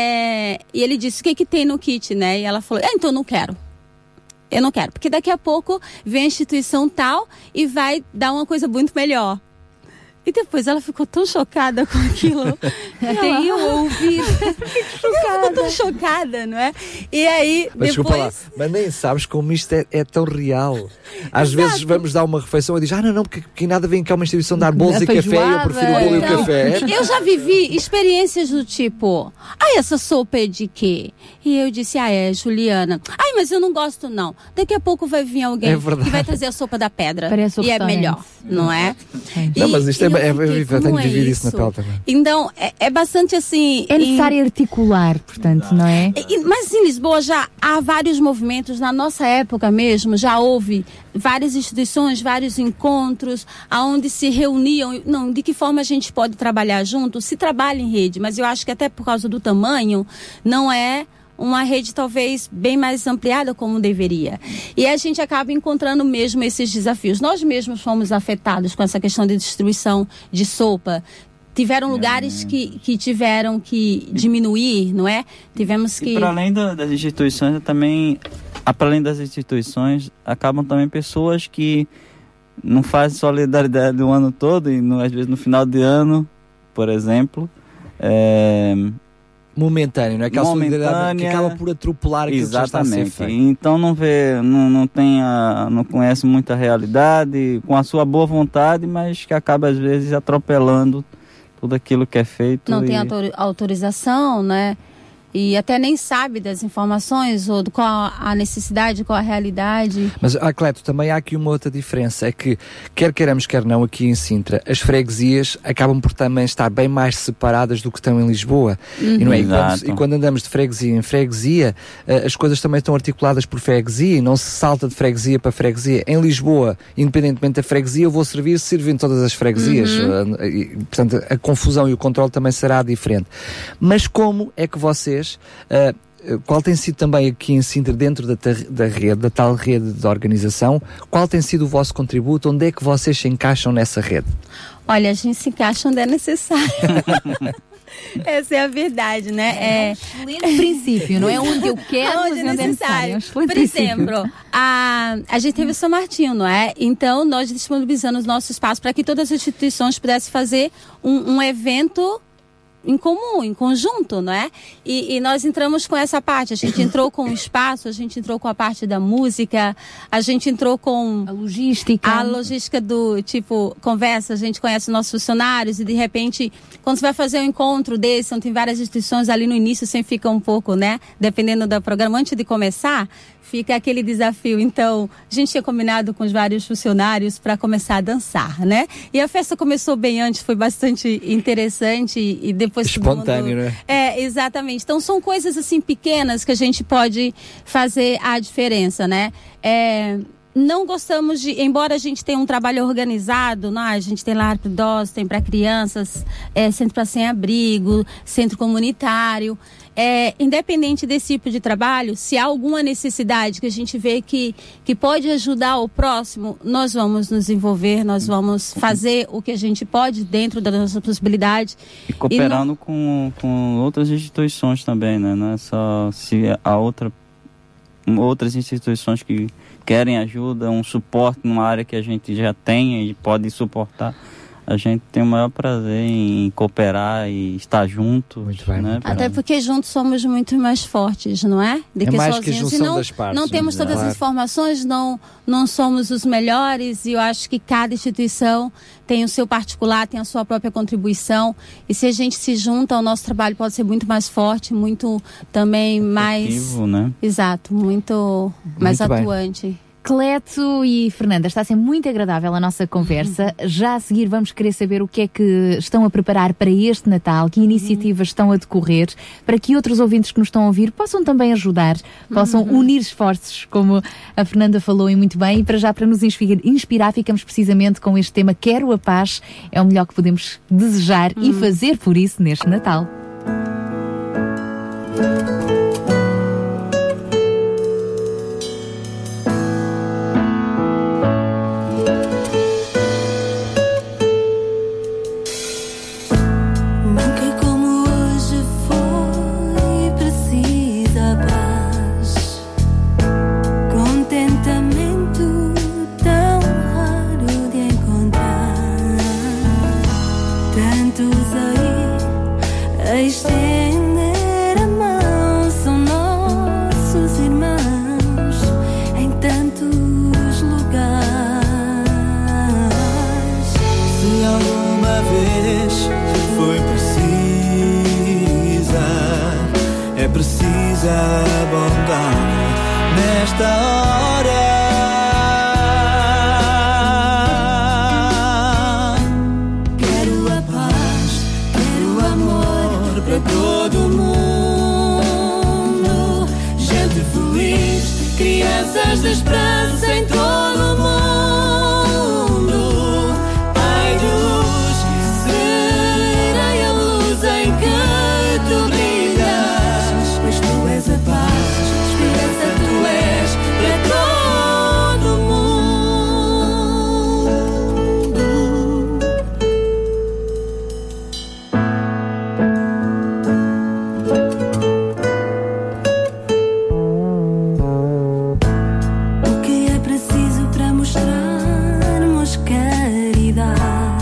É, e ele disse, o que que tem no kit, né? E ela falou, ah, então eu não quero. Eu não quero, porque daqui a pouco vem a instituição tal e vai dar uma coisa muito melhor. E depois ela ficou tão chocada com aquilo. Até eu ouvi. Ela ficou tão chocada, não é? E aí, mas depois... lá, mas nem sabes como isto é, é tão real. Às Exato. vezes vamos dar uma refeição e diz, ah, não, não, porque, porque nada vem cá uma instituição dar bolos e café e eu prefiro o bolo então, e o café. Eu já vivi experiências do tipo, ah, essa sopa é de quê? E eu disse, ah, é Juliana. Ai, mas eu não gosto não. Daqui a pouco vai vir alguém é que vai trazer a sopa da pedra. Parece e é melhor, não é? Não, e, mas isto é, é, eu, eu, eu tenho que viver é isso na pele também. Então, é, é bastante assim... É necessário em... articular, portanto, não é? E, mas em Lisboa já há vários movimentos, na nossa época mesmo, já houve várias instituições, vários encontros, aonde se reuniam, não, de que forma a gente pode trabalhar junto? Se trabalha em rede, mas eu acho que até por causa do tamanho, não é... uma rede talvez bem mais ampliada como deveria. E a gente acaba encontrando mesmo esses desafios. Nós mesmos fomos afetados com essa questão de distribuição de sopa. Tiveram lugares que, que tiveram que diminuir, não é? Tivemos que... E para além da, das instituições, também, para além das instituições, acabam também pessoas que não fazem solidariedade o ano todo e no, às vezes no final de ano, por exemplo, é... momentâneo, não é? Aquela solidariedade que acaba por atropelar aquilo que já está a ser feito. Então não vê, não, não tem a, não conhece muita realidade, com a sua boa vontade, mas que acaba às vezes atropelando tudo aquilo que é feito. Não e... tem autorização, né? E até nem sabe das informações ou de qual a necessidade, qual a realidade. Mas, Cleto, também há aqui uma outra diferença, é que, quer queiramos, quer não, aqui em Sintra, as freguesias acabam por também estar bem mais separadas do que estão em Lisboa. Uhum. E, não é? E, quando, e quando andamos de freguesia em freguesia, as coisas também estão articuladas por freguesia e não se salta de freguesia para freguesia. Em Lisboa, independentemente da freguesia, eu vou servir, sirvo em todas as freguesias. Uhum. E, portanto, a confusão e o controle também será diferente. Mas como é que vocês Uh, qual tem sido também aqui em Sintra, dentro da, da rede, da tal rede de organização, qual tem sido o vosso contributo? Onde é que vocês se encaixam nessa rede? Olha, a gente se encaixa onde é necessário. Essa é a verdade, né? É um excelente princípio, não é onde eu quero, onde mas é onde é necessário. necessário. Por exemplo, a, a gente teve o São Martinho, não é? Então, nós disponibilizamos nosso espaço para que todas as instituições pudessem fazer um, um evento em comum, em conjunto, não é? E, e nós entramos com essa parte, a gente entrou com o espaço, a gente entrou com a parte da música, a gente entrou com a logística, a logística do tipo, conversa, a gente conhece os nossos funcionários e de repente, quando você vai fazer um encontro desse, onde tem várias instituições ali no início, sempre fica um pouco, né? Dependendo do programa, antes de começar, fica aquele desafio. Então, a gente tinha combinado com os vários funcionários para começar a dançar, né? E a festa começou bem antes, foi bastante interessante e, e depois... Espontâneo, mundo... né? É, exatamente. Então, são coisas assim pequenas que a gente pode fazer a diferença, né? É... Não gostamos de, embora a gente tenha um trabalho organizado, não, a gente tem lar para idosos, tem para crianças, é, centro para sem-abrigo, centro comunitário. É, independente desse tipo de trabalho, se há alguma necessidade que a gente vê que, que pode ajudar o próximo, nós vamos nos envolver, nós vamos fazer o que a gente pode dentro da nossa possibilidade. E cooperando e não... com, com outras instituições também, né? Não é só se a outra, outras instituições que querem ajuda, um suporte numa área que a gente já tem e pode suportar. A gente tem o maior prazer em cooperar e estar juntos. Muito bem, né? Até porque juntos somos muito mais fortes, não é? Do é que mais sozinhos. que a junção e não, das partes, não temos todas claro. as informações, não, não somos os melhores, e eu acho que cada instituição tem o seu particular, tem a sua própria contribuição, e se a gente se junta, o nosso trabalho pode ser muito mais forte, muito também mais... Efetivo, né? Exato, muito mais Muito bem. atuante. Cleto e Fernanda, está a ser muito agradável a nossa conversa. Já a seguir vamos querer saber o que é que estão a preparar para este Natal, que iniciativas estão a decorrer, para que outros ouvintes que nos estão a ouvir possam também ajudar, possam Uhum. unir esforços, como a Fernanda falou e muito bem. E para já, para nos inspirar, inspirar, ficamos precisamente com este tema Quero a Paz. É o melhor que podemos desejar e fazer por isso neste Natal. Nunca como hoje foi precisa paz, contentamento tão raro de encontrar. Tantos aí a estender a mão são nossos irmãos em tantos lugares. Se alguma vez foi precisa, é precisa bondade nesta hora. Quero a paz, quero o amor para todo mundo. Gente feliz, crianças de esperança em todo o mundo. Pai de luz, serei a luz em que tu brilhas, pois tu és a paz, esperança tu és para todo o mundo. O que é preciso para mostrarmos caridade,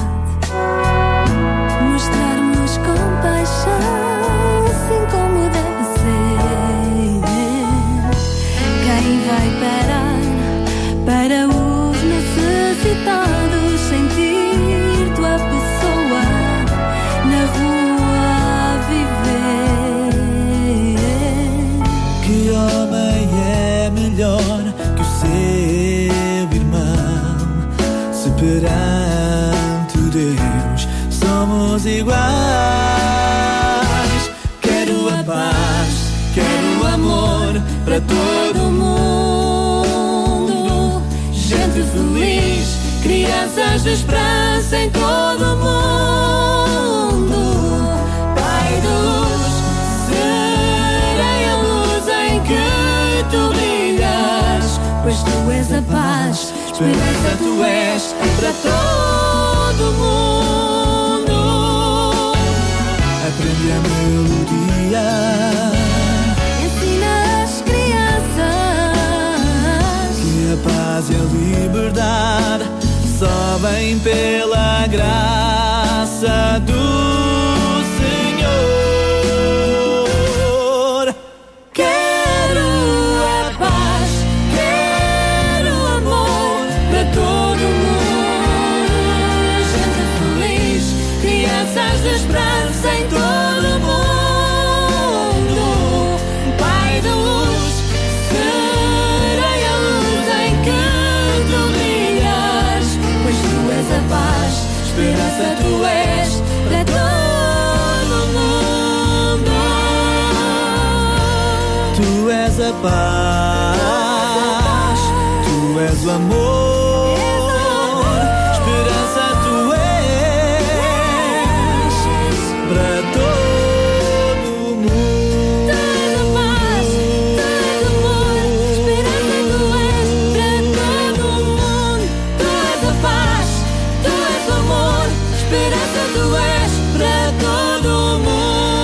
mostrarmos compaixão, assim como deve ser. Quem vai parar para os necessitados, sentir tua pessoa na rua a viver? Que homem é melhor que o seu irmão? Se perante Deus somos iguais. Quero a paz, quero o amor para todo mundo. Gente feliz, crianças de esperança em todo o mundo. Pai de luz, serei a luz em que tu brilhas, pois tu és a paz, esperança tu és para todo mundo. Aprender e a melodia. Ensina as crianças que a paz e a liberdade só vem pela graça do Senhor. Quero a paz, quero amor para todo mundo. Gente feliz, crianças de esperança em todo mundo. Pai da luz, serei a luz em que tu brilhas, pois tu és a paz, esperança tu és para todo mundo. Tu és a paz, tu és o amor, esperança tu és para todo mundo. Tu és a paz, tu és amor, esperança tu és para todo mundo. Tu és a paz, tu és amor, esperança tu és para todo mundo.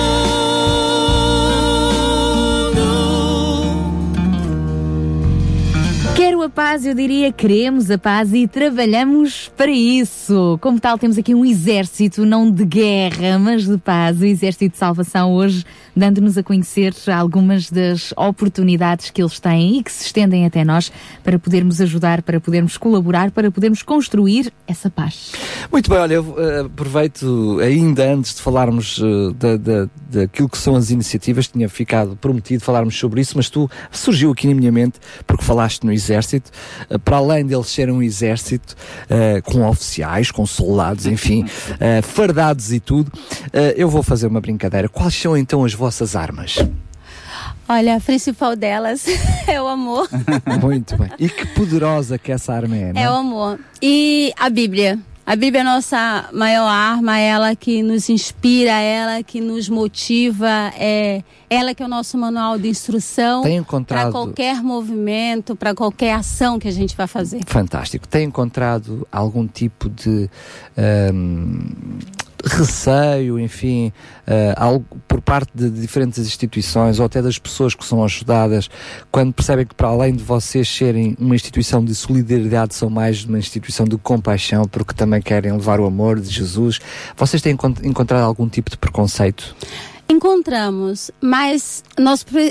Quero a paz, eu diria, queremos a paz e trabalhamos para isso. Como tal, temos aqui um exército, não de guerra, mas de paz, o Exército de Salvação, hoje dando-nos a conhecer algumas das oportunidades que eles têm e que se estendem até nós para podermos ajudar, para podermos colaborar, para podermos construir essa paz. Muito bem, olha, eu uh, aproveito ainda antes de falarmos uh, da, da, daquilo que são as iniciativas, tinha ficado prometido falarmos sobre isso, mas tu surgiu aqui na minha mente porque falaste no exército, uh, para além deles serem um exército uh, com oficiais, com soldados, enfim, uh, fardados e tudo, uh, eu vou fazer uma brincadeira. Quais são então as vossas armas? Olha, a principal delas é o amor. Muito bem. E que poderosa que essa arma é, não é? É o amor. E a Bíblia. A Bíblia é a nossa maior arma, ela que nos inspira, ela que nos motiva, é ela que é o nosso manual de instrução para qualquer movimento, para qualquer ação que a gente vai fazer. Fantástico. Tem encontrado algum tipo de um, receio, enfim, uh, algo por parte de diferentes instituições ou até das pessoas que são ajudadas, quando percebem que, para além de vocês serem uma instituição de solidariedade, são mais uma instituição de compaixão, porque também querem levar o amor de Jesus? Vocês têm encontrado algum tipo de preconceito? Encontramos, mas nós pre...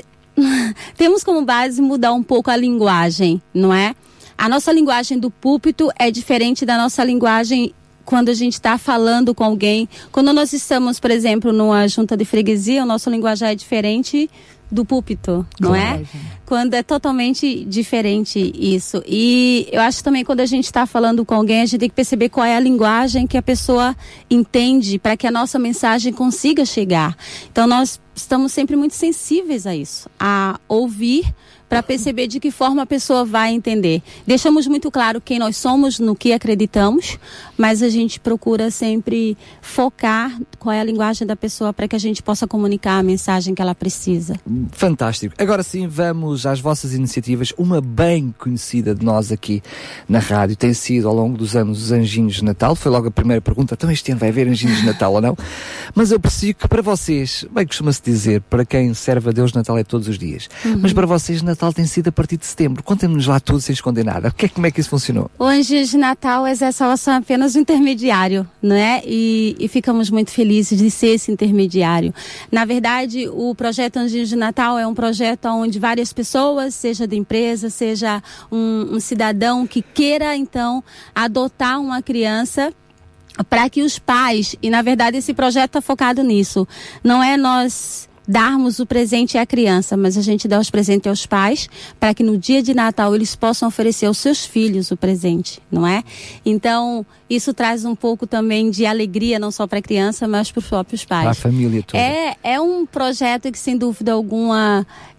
temos como base mudar um pouco a linguagem, não é? A nossa linguagem do púlpito é diferente da nossa linguagem quando a gente está falando com alguém. Quando nós estamos, por exemplo, numa junta de freguesia, o nosso linguajar é diferente do púlpito, não é? Quando é totalmente diferente isso. E eu acho também, quando a gente está falando com alguém, a gente tem que perceber qual é a linguagem que a pessoa entende para que a nossa mensagem consiga chegar. Então nós estamos sempre muito sensíveis a isso, a ouvir para perceber de que forma a pessoa vai entender. Deixamos muito claro quem nós somos, no que acreditamos, mas a gente procura sempre focar qual é a linguagem da pessoa para que a gente possa comunicar a mensagem que ela precisa. Fantástico. Agora sim, vamos às vossas iniciativas. Uma bem conhecida de nós aqui na rádio tem sido, ao longo dos anos, os Anjinhos de Natal. Foi logo a primeira pergunta. Então este ano vai haver Anjinhos de Natal ou não? Mas eu percebo que para vocês, bem costuma-se dizer, para quem serve a Deus, Natal é todos os dias. Uhum. Mas para vocês, Natal tem sido a partir de setembro. Contem-nos lá tudo sem esconder nada. Que, como é que isso funcionou? O Anjinhos de Natal exerce apenas um intermediário, não é? E, e ficamos muito felizes de ser esse intermediário. Na verdade, o projeto Anjinhos de Natal é um projeto onde várias pessoas, seja de empresa, seja um, um cidadão que queira, então, adotar uma criança, para que os pais, e na verdade esse projeto está focado nisso, não é nós darmos o presente à criança, mas a gente dá os presentes aos pais, para que no dia de Natal eles possam oferecer aos seus filhos o presente, não é? Então, isso traz um pouco também de alegria, não só para a criança, mas para os próprios pais. Para a família toda. É, é um projeto que, sem dúvida alguma,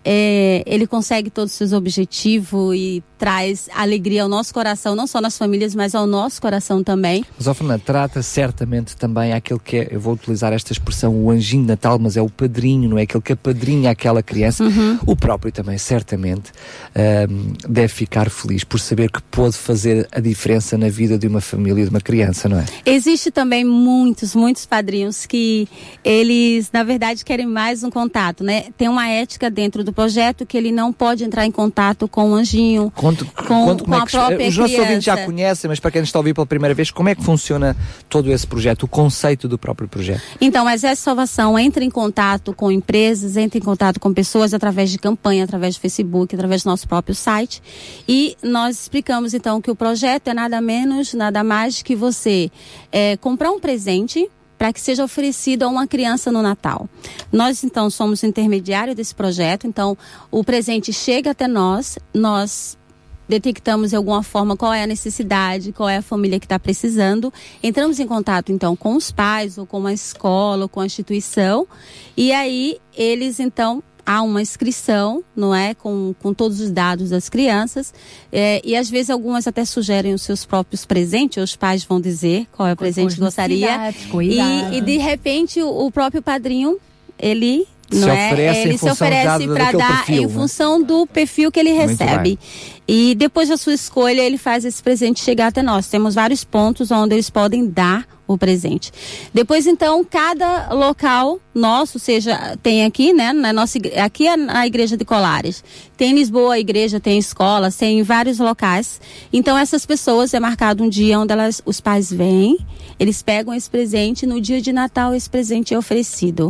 é, ele consegue todos os seus objetivos e traz alegria ao nosso coração, não só nas famílias, mas ao nosso coração também. Mas, ó Fernanda, trata certamente também aquele que é, eu vou utilizar esta expressão, o anjinho de Natal, mas é o padrinho, não é? Aquele que apadrinha aquela criança. Uhum. O próprio também, certamente, um, deve ficar feliz por saber que pôde fazer a diferença na vida de uma família, de uma criança, não é? Existe também muitos, muitos padrinhos que eles, na verdade, querem mais um contato, né? Tem uma ética dentro do projeto que ele não pode entrar em contato com o anjinho, Conto, com, conto com a é que, própria os nossos criança. ouvintes já conhecem, mas para quem está a ouvir pela primeira vez, como é que funciona todo esse projeto, o conceito do próprio projeto? Então, a Exército de Salvação entra em contato com empresas, entra em contato com pessoas através de campanha, através do Facebook, através do nosso próprio site, e nós explicamos então que o projeto é nada menos, nada mais que você é, comprar um presente para que seja oferecido a uma criança no Natal. Nós, então, somos intermediário desse projeto, então o presente chega até nós, nós detectamos de alguma forma qual é a necessidade, qual é a família que está precisando, entramos em contato, então, com os pais, ou com a escola, ou com a instituição, e aí eles, então, há uma inscrição, não é? Com, com todos os dados das crianças, é, e às vezes algumas até sugerem os seus próprios presentes, os pais vão dizer qual é o presente que gostaria, e, e de repente o, o próprio padrinho, ele... Se não oferece é? Ele em se oferece para dar perfil, em função do perfil que ele recebe. E depois da sua escolha, ele faz esse presente chegar até nós. Temos vários pontos onde eles podem dar o presente. Depois, então, cada local nosso, seja, tem aqui, né, na nossa, aqui é a igreja de Colares. Tem em Lisboa a igreja, tem escolas, tem em vários locais. Então, essas pessoas, é marcado um dia onde elas, os pais vêm, eles pegam esse presente, no dia de Natal esse presente é oferecido.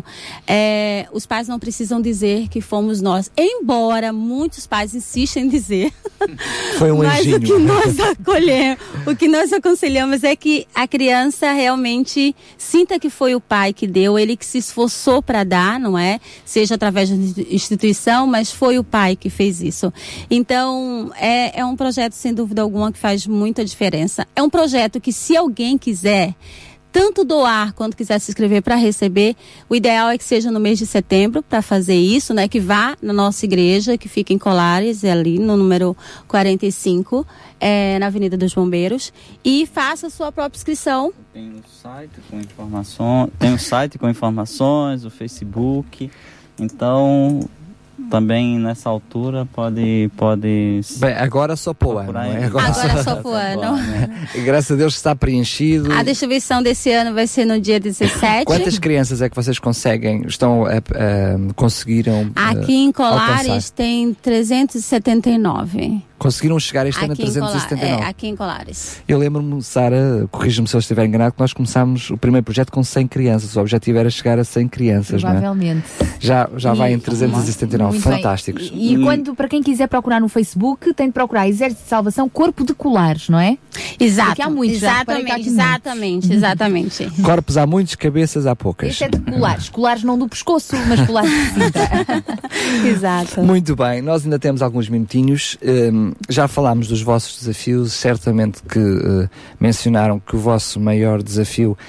É, os pais não precisam dizer que fomos nós, embora muitos pais insistem em dizer. Foi um Mas anjinho. o que nós acolhemos, o que nós aconselhamos é que a criança realmente sinta que foi o pai que deu, ele que se esforçou para dar, não é? Seja através da instituição, mas foi o pai que fez isso. Então, é, é um projeto, sem dúvida alguma, que faz muita diferença. É um projeto que, se alguém quiser tanto doar quanto quiser se inscrever para receber, o ideal é que seja no mês de setembro para fazer isso, né? Que vá na nossa igreja, que fica em Colares, ali no número quarenta e cinco, é, na Avenida dos Bombeiros, e faça a sua própria inscrição. Tem o site com informações, tem o site com informações, o Facebook, então... Também nessa altura pode pode Bem, agora só para o ano, não é? Agora, agora só para o ano. Né? E graças a Deus está preenchido. A distribuição desse ano vai ser no dia dezessete. Quantas crianças é que vocês conseguem, estão a, a, conseguiram Aqui em Colares alcançar? Tem trezentos e setenta e nove. Conseguiram chegar este ano a trezentos e setenta e nove? É, aqui em Colares. Eu lembro-me, Sara, corrija-me se eu estiver enganado, que nós começámos o primeiro projeto com cem crianças. O objetivo era chegar a cem crianças, provavelmente. Não é? Já, já vai em trezentos e setenta e nove. Fantásticos. E, e quando, para quem quiser procurar no Facebook, tem de procurar Exército de Salvação Corpo de Colares, não é? Exato. Porque há muitos, exatamente, exatamente, exatamente. Corpos há muitos, cabeças há poucas. Este é de colares. Colares não do pescoço, mas colares de Sintra. Exato. Muito bem, nós ainda temos alguns minutinhos. Um, já falámos dos vossos desafios, certamente que uh, mencionaram que o vosso maior desafio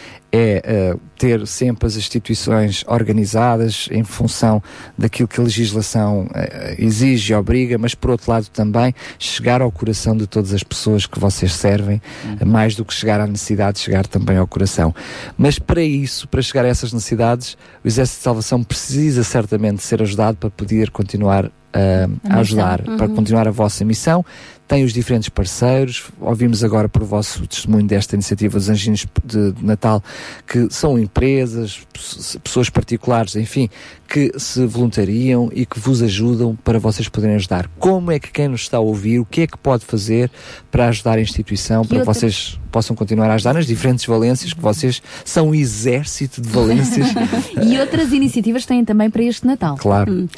é uh, ter sempre as instituições organizadas em função daquilo que a legislação uh, exige e obriga, mas por outro lado também chegar ao coração de todas as pessoas que vocês servem, uh, mais do que chegar à necessidade, chegar também ao coração. Mas para isso, para chegar a essas necessidades, o Exército de Salvação precisa certamente ser ajudado para poder continuar uh, a, a ajudar, uhum. para continuar a vossa missão. Tem os diferentes parceiros, ouvimos agora por vosso testemunho desta iniciativa dos Anjinhos de Natal, que são empresas, pessoas particulares, enfim, que se voluntariam e que vos ajudam para vocês poderem ajudar. Como é que quem nos está a ouvir, o que é que pode fazer para ajudar a instituição, que para outra... vocês possam continuar a ajudar nas diferentes valências, que vocês são um exército de valências. E outras iniciativas têm também para este Natal. Claro. Hum.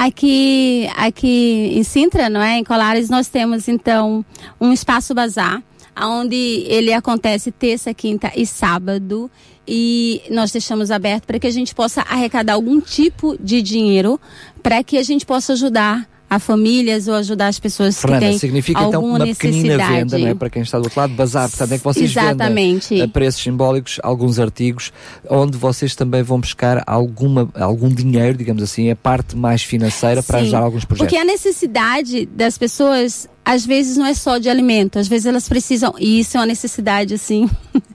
Aqui, aqui em Sintra, não é? Em Colares, nós temos então um espaço bazar, onde ele acontece terça, quinta e sábado, e nós deixamos aberto para que a gente possa arrecadar algum tipo de dinheiro para que a gente possa ajudar a famílias ou ajudar as pessoas Fernanda, que têm significa alguma então uma necessidade. pequenina venda, não é? Para quem está do outro lado, bazar, portanto é que vocês Exatamente. vendem a preços simbólicos alguns artigos, onde vocês também vão buscar alguma, algum dinheiro, digamos assim, a parte mais financeira para Sim, ajudar alguns projetos. Porque a necessidade das pessoas, às vezes, não é só de alimento, às vezes elas precisam, e isso é uma necessidade, assim,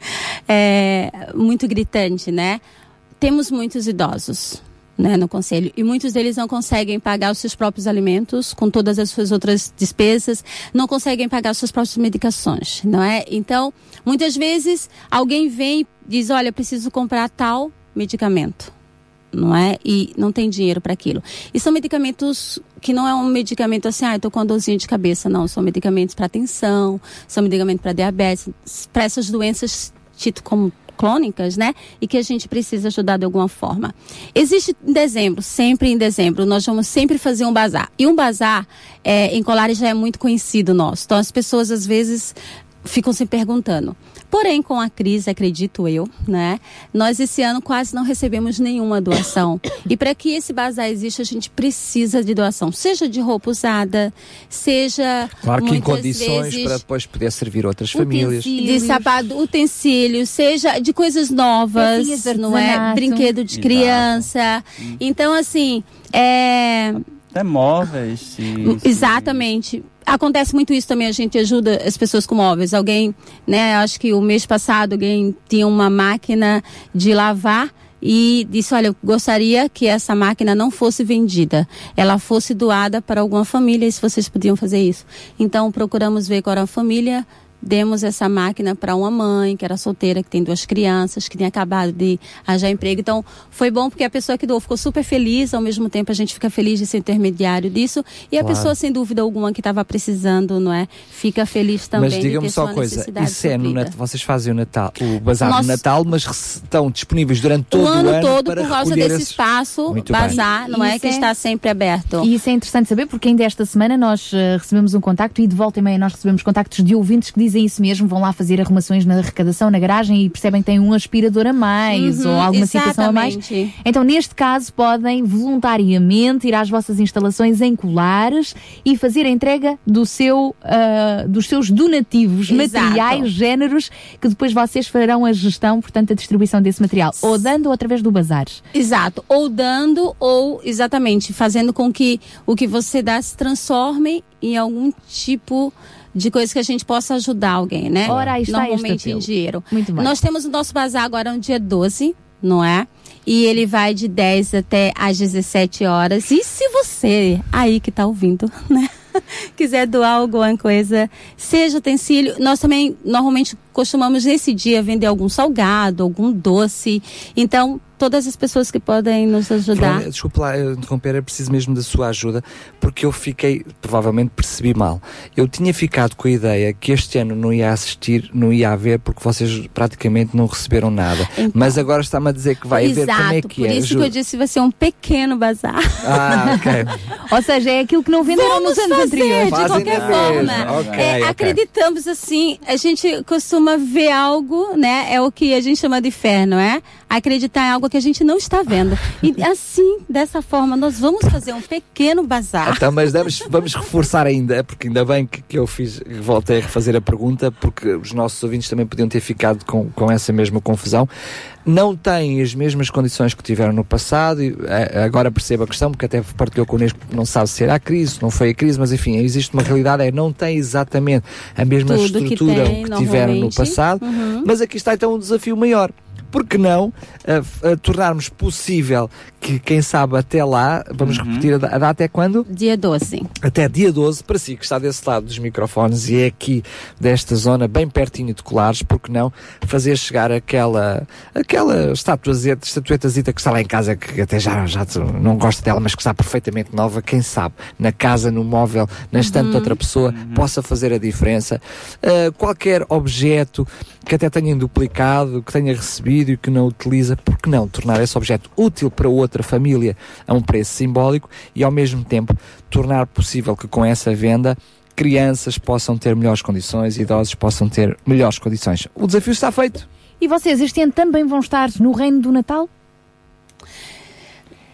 é, muito gritante, né? Temos muitos idosos, né, no conselho, e muitos deles não conseguem pagar os seus próprios alimentos, com todas as suas outras despesas, não conseguem pagar as suas próprias medicações, não é? Então, muitas vezes, alguém vem e diz, olha, preciso comprar tal medicamento, não é? E não tem dinheiro para aquilo. E são medicamentos que não é um medicamento assim, ah, eu tô com uma dorzinha de cabeça, não, são medicamentos para tensão, são medicamentos para diabetes, para essas doenças tido como crônicas, né? E que a gente precisa ajudar de alguma forma. Existe em dezembro, sempre em dezembro, nós vamos sempre fazer um bazar. E um bazar é, em Colares já é muito conhecido nosso. Então as pessoas às vezes ficam se perguntando. Porém, com a crise, acredito eu, né? Nós esse ano quase não recebemos nenhuma doação. E para que esse bazar exista, a gente precisa de doação. Seja de roupa usada, seja... Claro que em muitas condições vezes, para depois poder servir outras famílias. de sapato, utensílios, seja de coisas novas, não é? Brinquedo de Exato. criança. Então, assim, é... Até móveis. Se, Exatamente. Acontece muito isso também, a gente ajuda as pessoas com móveis. Alguém, né, acho que o mês passado alguém tinha uma máquina de lavar e disse, olha, eu gostaria que essa máquina não fosse vendida, ela fosse doada para alguma família, e se vocês podiam fazer isso. Então procuramos ver qual era a família, demos essa máquina para uma mãe que era solteira, que tem duas crianças, que tinha acabado de arranjar emprego. Então, foi bom porque a pessoa que doou ficou super feliz, ao mesmo tempo a gente fica feliz de ser intermediário disso, e a Claro. pessoa, sem dúvida alguma, que estava precisando, não é? Fica feliz também. Mas digam-me de ter só sua uma coisa, necessidade isso é no suprida. Natal, vocês fazem o Natal, o bazar Nós- no Natal, mas rece- estão disponíveis durante todo O o ano ano todo, para por causa recolher desse esses- espaço, Muito bem. bazar, não é? Isso Que é- está sempre aberto. E isso é interessante saber, porque ainda esta semana nós uh, recebemos um contacto, e de volta e meia nós recebemos contactos de ouvintes que dizem isso mesmo, vão lá fazer arrumações na arrecadação, na garagem, e percebem que têm um aspirador a mais, Uhum, ou alguma situação a mais. exatamente. Então, neste caso, podem voluntariamente ir às vossas instalações em Colares e fazer a entrega do seu, uh, dos seus donativos, Exato. materiais, géneros, que depois vocês farão a gestão, portanto, a distribuição desse material, ou dando ou através do bazar. Exato, ou dando ou exatamente fazendo com que o que você dá se transforme em algum tipo de coisa que a gente possa ajudar alguém, né? Ora, aí está este Normalmente em apelo. dinheiro. Muito bem. Nós temos o nosso bazar agora no dia doze, não é? E ele vai de dez até às dezessete horas. E se você aí que está ouvindo, né? Quiser doar alguma coisa, seja utensílio, nós também normalmente costumamos nesse dia vender algum salgado, algum doce. Então, todas as pessoas que podem nos ajudar. Flávia, desculpe lá eu interromper, eu preciso mesmo da sua ajuda, porque eu fiquei, provavelmente percebi mal. Eu tinha ficado com a ideia que este ano não ia assistir, não ia haver, porque vocês praticamente não receberam nada. Então, Mas agora está-me a dizer que vai haver. Exato, Como é que por é? isso Ajuda. que eu disse vai ser um pequeno bazar. Ah, ok. Ou seja, é aquilo que não venderam Vamos nos anos fazer, anteriores. de Fazem qualquer na forma. mesma. Ok, É, ok. acreditamos assim, a gente costuma ver algo, né? É o que a gente chama de fé, não é? Acreditar em algo que a gente não está vendo. E assim, dessa forma, nós vamos fazer um pequeno bazar. Então, mas vamos, vamos reforçar ainda, porque ainda bem que, que eu fiz, voltei a refazer a pergunta, porque os nossos ouvintes também podiam ter ficado com, com essa mesma confusão. Não têm as mesmas condições que tiveram no passado, e eh, agora percebo a questão, porque até partilhou connosco, não sabe se era a crise, não foi a crise, mas enfim, existe uma realidade, é não tem exatamente a mesma Tudo que estrutura tem, que tiveram no normalmente. passado, Uhum. mas aqui está então um desafio maior. Por que não uh, uh, tornarmos possível que, quem sabe, até lá, vamos Uhum. repetir a, da- a data é quando? Dia doze. Até dia doze, para si que está desse lado dos microfones e é aqui desta zona, bem pertinho de Colares, por que não fazer chegar aquela, aquela estatuazeta, estatuetazita que está lá em casa, que até já, já não gosta dela, mas que está perfeitamente nova, quem sabe, na casa, no móvel, na estante de outra pessoa, possa fazer a diferença. Uh, qualquer objeto que até tenha duplicado, que tenha recebido e que não utiliza, por que não tornar esse objeto útil para outra família a um preço simbólico e ao mesmo tempo tornar possível que com essa venda crianças possam ter melhores condições, idosos possam ter melhores condições. O desafio está feito. E vocês este ano também vão estar no Reino do Natal?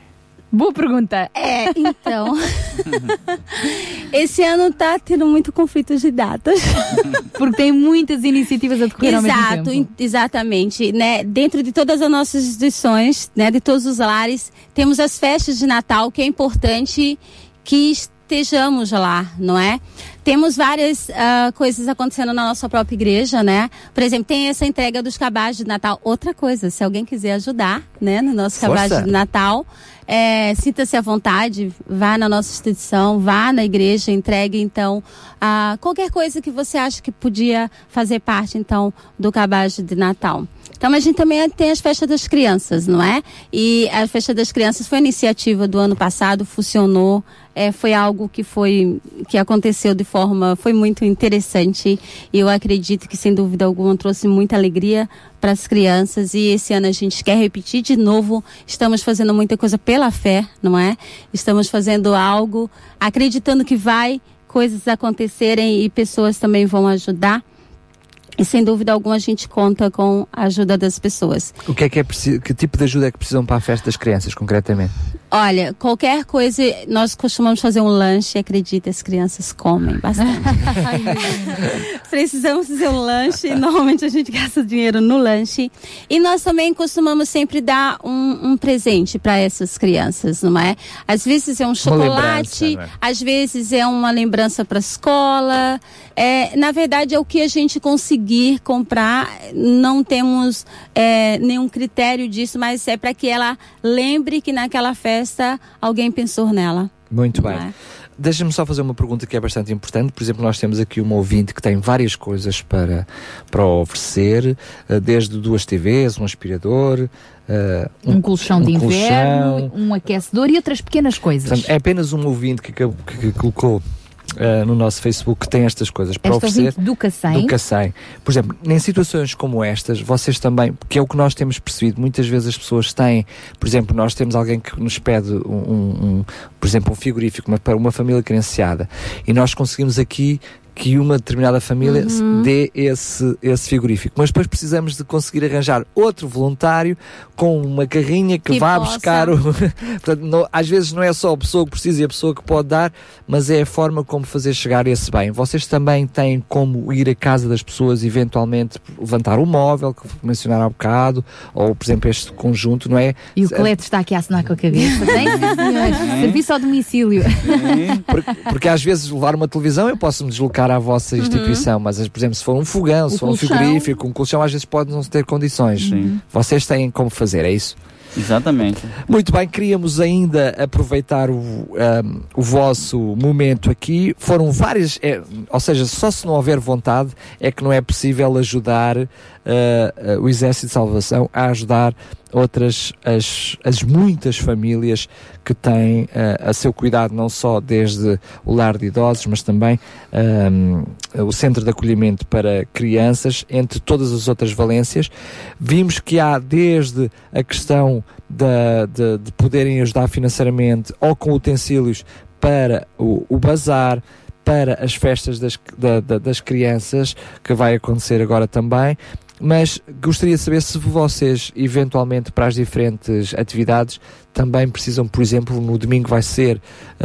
Boa pergunta. É, então. Esse ano tá tendo muito conflito de datas. Porque tem muitas iniciativas a decorrer ao mesmo Exato, tempo. in- exatamente, né? Dentro de todas as nossas instituições, né? De todos os lares, temos as festas de Natal, que é importante que estejamos lá, não é? Temos várias ah, coisas acontecendo na nossa própria igreja, né? Por exemplo, tem essa entrega dos cabazes de Natal. Outra coisa, se alguém quiser ajudar, né? No nosso Força. cabaz de Natal, é, sinta-se à vontade, vá na nossa instituição, vá na igreja, entregue, então, ah, qualquer coisa que você acha que podia fazer parte, então, do cabaz de Natal. Então, a gente também tem as festas das crianças, não é? E a festa das crianças foi iniciativa do ano passado, funcionou, é, foi algo que foi, que aconteceu de forma, foi muito interessante, e eu acredito que, sem dúvida alguma, trouxe muita alegria para as crianças, e esse ano a gente quer repetir de novo. Estamos fazendo muita coisa pela fé, não é? Estamos fazendo algo, acreditando que vai coisas acontecerem e pessoas também vão ajudar. E sem dúvida alguma a gente conta com a ajuda das pessoas. O que é que é preciso, que tipo de ajuda é que precisam para a festa das crianças, concretamente? Olha, qualquer coisa, nós costumamos fazer um lanche, acredita, as crianças comem bastante. Precisamos fazer um lanche, normalmente a gente gasta dinheiro no lanche. E nós também costumamos sempre dar um, um presente para essas crianças, não é? Às vezes é um chocolate, lembrança, não é? às vezes é uma lembrança para a escola. É, na verdade, é o que a gente conseguir comprar. Não temos é, nenhum critério disso, mas é para que ela lembre que naquela festa alguém pensou nela. Muito bem. É? Deixa-me só fazer uma pergunta que é bastante importante. Por exemplo, nós temos aqui uma ouvinte que tem várias coisas para, para oferecer, uh, desde duas T Vs, um aspirador, uh, Um, um colchão um de colchão. inverno, um aquecedor e outras pequenas coisas. Portanto, é apenas um ouvinte que, que, que colocou Uh, no nosso Facebook que tem estas coisas para Esta oferecer. ouvinte do Cacém. Do Cacém. Por exemplo, em situações como estas, vocês também, porque é o que nós temos percebido, muitas vezes as pessoas têm, por exemplo, nós temos alguém que nos pede um, um, um por exemplo, um frigorífico uma, para uma família carenciada, e nós conseguimos aqui que uma determinada família Uhum. dê esse, esse frigorífico. Mas depois precisamos de conseguir arranjar outro voluntário com uma carrinha que, Que vá possa. buscar o... Portanto, não, às vezes não é só a pessoa que precisa e a pessoa que pode dar, mas é a forma como fazer chegar esse bem. Vocês também têm como ir à casa das pessoas, eventualmente levantar um móvel, que mencionaram há bocado, ou, por exemplo, este conjunto, não é? E o Cleto está aqui a assinar com a cabeça. Tem, sim, senhor. Serviço ao domicílio. Porque, porque às vezes levar uma televisão eu posso me deslocar à vossa instituição, mas por exemplo se for um fogão, O se for um colchão. frigorífico, um colchão, às vezes pode não ter condições. Sim. Vocês têm como fazer, é isso? Exatamente. Muito bem, queríamos ainda aproveitar o, um, o vosso momento aqui. Foram várias, é, ou seja, só se não houver vontade é que não é possível ajudar uh, uh, o Exército de Salvação a ajudar outras, as, as muitas famílias que têm uh, a seu cuidado, não só desde o lar de idosos, mas também um, o Centro de Acolhimento para Crianças, entre todas as outras valências. Vimos que há desde a questão da, de, de poderem ajudar financeiramente ou com utensílios para o, o bazar, para as festas das, da, da, das crianças, que vai acontecer agora também. Mas gostaria de saber se vocês, eventualmente, para as diferentes atividades, também precisam, por exemplo, no domingo vai ser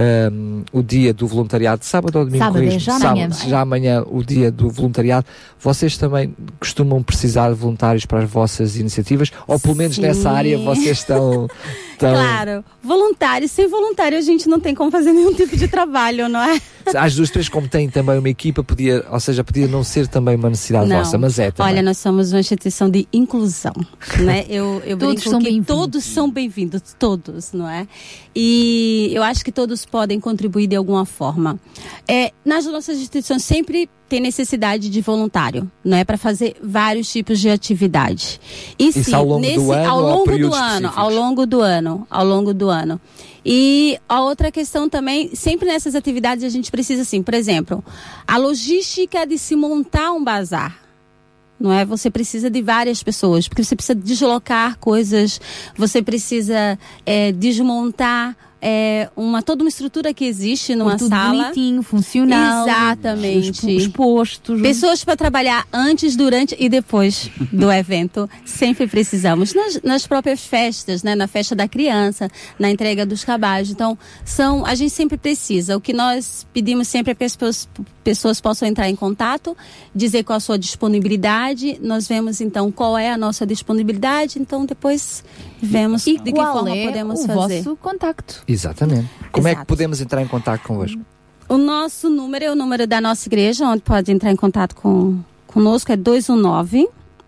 um, o dia do voluntariado, sábado ou domingo? Sábado, é corrijo-me? já amanhã. Sábado, já amanhã o dia do voluntariado. Vocês também costumam precisar de voluntários para as vossas iniciativas? Ou pelo menos Sim. nessa área vocês estão... estão... Claro, voluntário, sem voluntário a gente não tem como fazer nenhum tipo de trabalho, não é? Às duas, três, como tem também uma equipa, podia, ou seja, podia não ser também uma necessidade Não. vossa, mas é também. Olha, nós somos uma instituição de inclusão, né? Eu, eu Todos brinco são que bem-vindos. todos são bem-vindos, todos, não é? E eu acho que todos podem contribuir de alguma forma. É, nas nossas instituições sempre tem necessidade de voluntário, não é, para fazer vários tipos de atividade. E Isso sim, ao longo nesse, do ano ao ou longo do períodos ano, específicos? ao longo do ano, ao longo do ano. E a outra questão também, sempre nessas atividades a gente precisa, assim, por exemplo, a logística de se montar um bazar. Não é? Você precisa de várias pessoas, porque você precisa deslocar coisas, você precisa é, desmontar é uma, toda uma estrutura que existe numa tudo sala. Bonitinho, funcional. Exatamente. Expostos. Pessoas para trabalhar antes, durante e depois do evento. Sempre precisamos. Nas, nas próprias festas, né? Na festa da criança, na entrega dos cabazes. Então, são, a gente sempre precisa. O que nós pedimos sempre é que as pessoas, pessoas possam entrar em contato, dizer qual a sua disponibilidade. Nós vemos, então, qual é a nossa disponibilidade. Então, depois vemos e de que qual forma é podemos o fazer. Vosso contacto. Exatamente. Como Exato. é que podemos entrar em contato convosco? O nosso número é o número da nossa igreja, onde pode entrar em contato com, conosco, é dois um nove,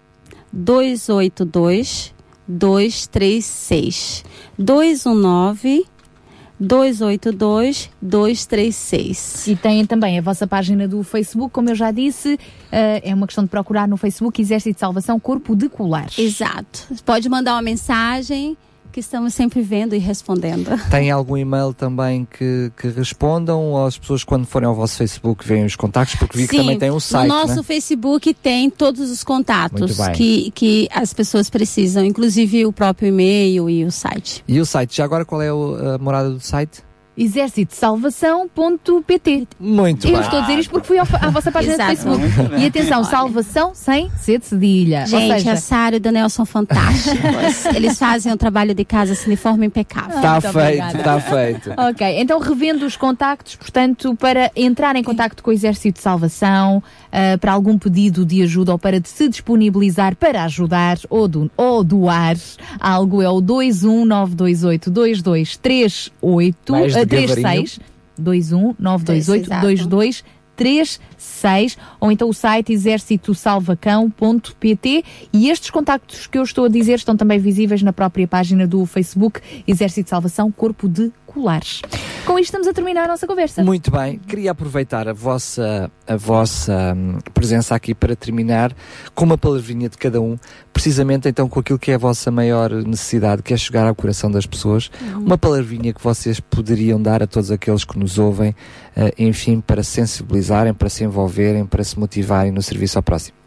dois oito dois, dois três seis. dois um nove, dois oito dois, dois três seis. E tem também a vossa página do Facebook, como eu já disse, uh, é uma questão de procurar no Facebook Exército de Salvação Corpo de Colares. Exato. Pode mandar uma mensagem que estamos sempre vendo e respondendo. Tem algum e-mail também que, que respondam, ou as pessoas quando forem ao vosso Facebook veem os contactos? Porque vi Sim, que também tem um site, no nosso né? Facebook tem todos os contatos Muito bem. que, que as pessoas precisam, inclusive o próprio e-mail e o site. E o site? Já agora qual é o- a morada do site? exército de salvação ponto p t. Muito Eu bem. estou a dizer isto porque fui ao, à vossa página Exato. do Facebook. Muito bem. E atenção, Olha. salvação sem C de cedilha. Gente, Ou seja, a Sara e o Daniel são fantásticos. Eles fazem o trabalho de casa assim de forma impecável. Está Muito feito, obrigada. está feito. Ok, então revendo os contactos, portanto, para entrar em contacto com o Exército de Salvação, uh, para algum pedido de ajuda ou para se disponibilizar para ajudar ou, do, ou doar algo, é o dois um nove dois oito dois dois três oito Mais uh, três devagarinho. seis dois um nove dois oito dois dois três seis ou então o site exército salvacão ponto p t, e estes contactos que eu estou a dizer estão também visíveis na própria página do Facebook Exército de Salvação Corpo de Colares. Com isto estamos a terminar a nossa conversa. Muito bem, queria aproveitar a vossa, a vossa hum, presença aqui para terminar com uma palavrinha de cada um, precisamente então com aquilo que é a vossa maior necessidade, que é chegar ao coração das pessoas, Uhum. uma palavrinha que vocês poderiam dar a todos aqueles que nos ouvem, eh, enfim, para se sensibilizarem, para se envolverem, para se motivarem no serviço ao próximo.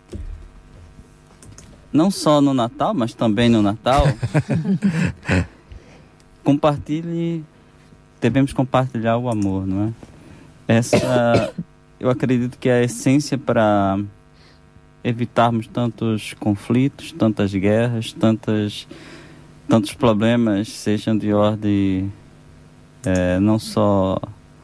Não só no Natal, mas também no Natal. Compartilhe, devemos compartilhar o amor, não é? Essa, eu acredito que é a essência para evitarmos tantos conflitos, tantas guerras, tantas, tantos problemas, sejam de ordem é, não só,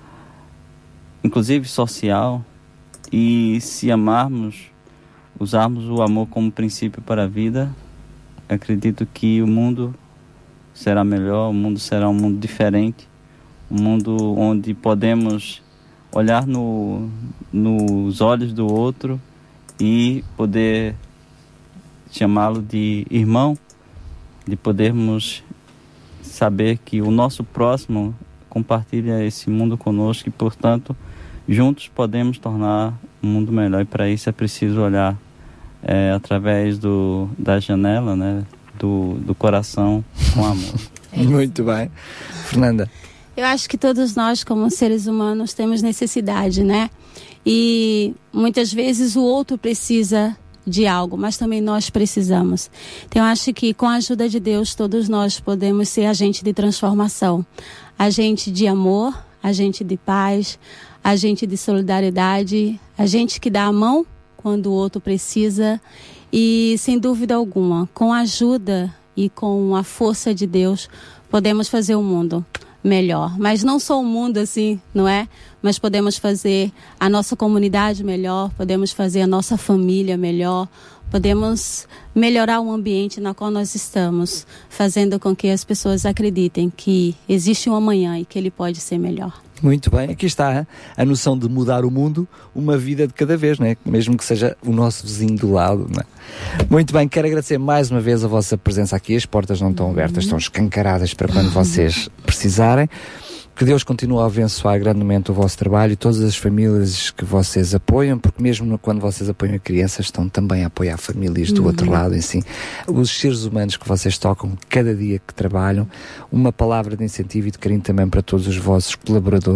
inclusive social, e se amarmos, usarmos o amor como princípio para a vida, acredito que o mundo será melhor, o mundo será um mundo diferente, um mundo onde podemos olhar no, nos olhos do outro e poder chamá-lo de irmão, de podermos saber que o nosso próximo compartilha esse mundo conosco e, portanto, juntos podemos tornar um mundo melhor. E para isso é preciso olhar é, através do, da janela, né, do, do coração com amor. Muito bem. Fernanda? Eu acho que todos nós, como seres humanos, temos necessidade, né? E muitas vezes o outro precisa de algo, mas também nós precisamos. Então, eu acho que com a ajuda de Deus, todos nós podemos ser agente de transformação. Agente de amor, agente de paz, agente de solidariedade, agente que dá a mão quando o outro precisa. E, sem dúvida alguma, com a ajuda e com a força de Deus, podemos fazer o mundo melhor. Mas não só o mundo assim, não é? Mas podemos fazer a nossa comunidade melhor, podemos fazer a nossa família melhor, podemos melhorar o ambiente na qual nós estamos, fazendo com que as pessoas acreditem que existe um amanhã e que ele pode ser melhor. Muito bem, aqui está a noção de mudar o mundo, uma vida de cada vez, não é? Mesmo que seja o nosso vizinho do lado, não é? Muito bem, quero agradecer mais uma vez a vossa presença aqui. As portas não estão abertas, estão escancaradas para quando vocês precisarem. Que Deus continue a abençoar grandemente o vosso trabalho e todas as famílias que vocês apoiam, porque mesmo quando vocês apoiam crianças, estão também a apoiar famílias do Uhum. outro lado, assim. Os seres humanos que vocês tocam cada dia que trabalham, uma palavra de incentivo e de carinho também para todos os vossos colaboradores,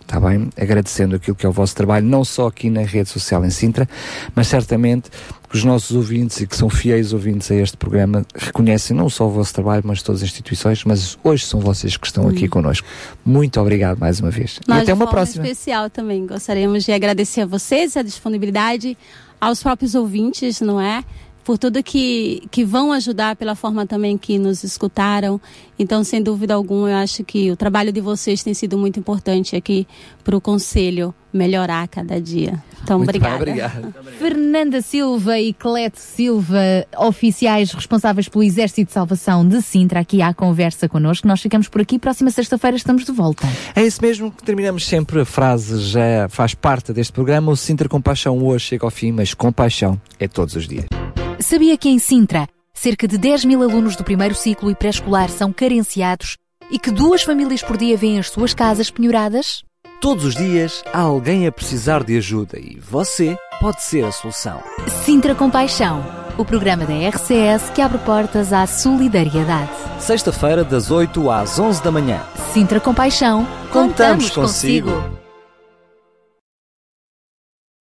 está bem? Agradecendo aquilo que é o vosso trabalho, não só aqui na rede social em Sintra, mas certamente que os nossos ouvintes e que são fiéis ouvintes a este programa reconhecem não só o vosso trabalho, mas todas as instituições, mas hoje são vocês que estão aqui connosco. Muito obrigado mais uma vez. Nós, e até uma de forma próxima. especial também gostaríamos de agradecer a vocês, a disponibilidade, aos próprios ouvintes, não é? Por tudo que, que vão ajudar, pela forma também que nos escutaram. Então, sem dúvida alguma, eu acho que o trabalho de vocês tem sido muito importante aqui para o Conselho melhorar a cada dia. Então, muito obrigada. Bem, obrigado. Fernanda Silva e Cleto Silva, oficiais responsáveis pelo Exército de Salvação de Sintra, aqui à conversa connosco. Nós ficamos por aqui. Próxima sexta-feira estamos de volta. É isso mesmo que terminamos sempre. A frase já faz parte deste programa. O Sintra Compaixão hoje chega ao fim, mas compaixão é todos os dias. Sabia que em Sintra, cerca de dez mil alunos do primeiro ciclo e pré-escolar são carenciados e que duas famílias por dia vêm as suas casas penhoradas? Todos os dias há alguém a precisar de ajuda e você pode ser a solução. Sintra Compaixão, o programa da R C S que abre portas à solidariedade. Sexta-feira, das oito às onze da manhã. Sintra Compaixão, contamos contamos consigo. consigo.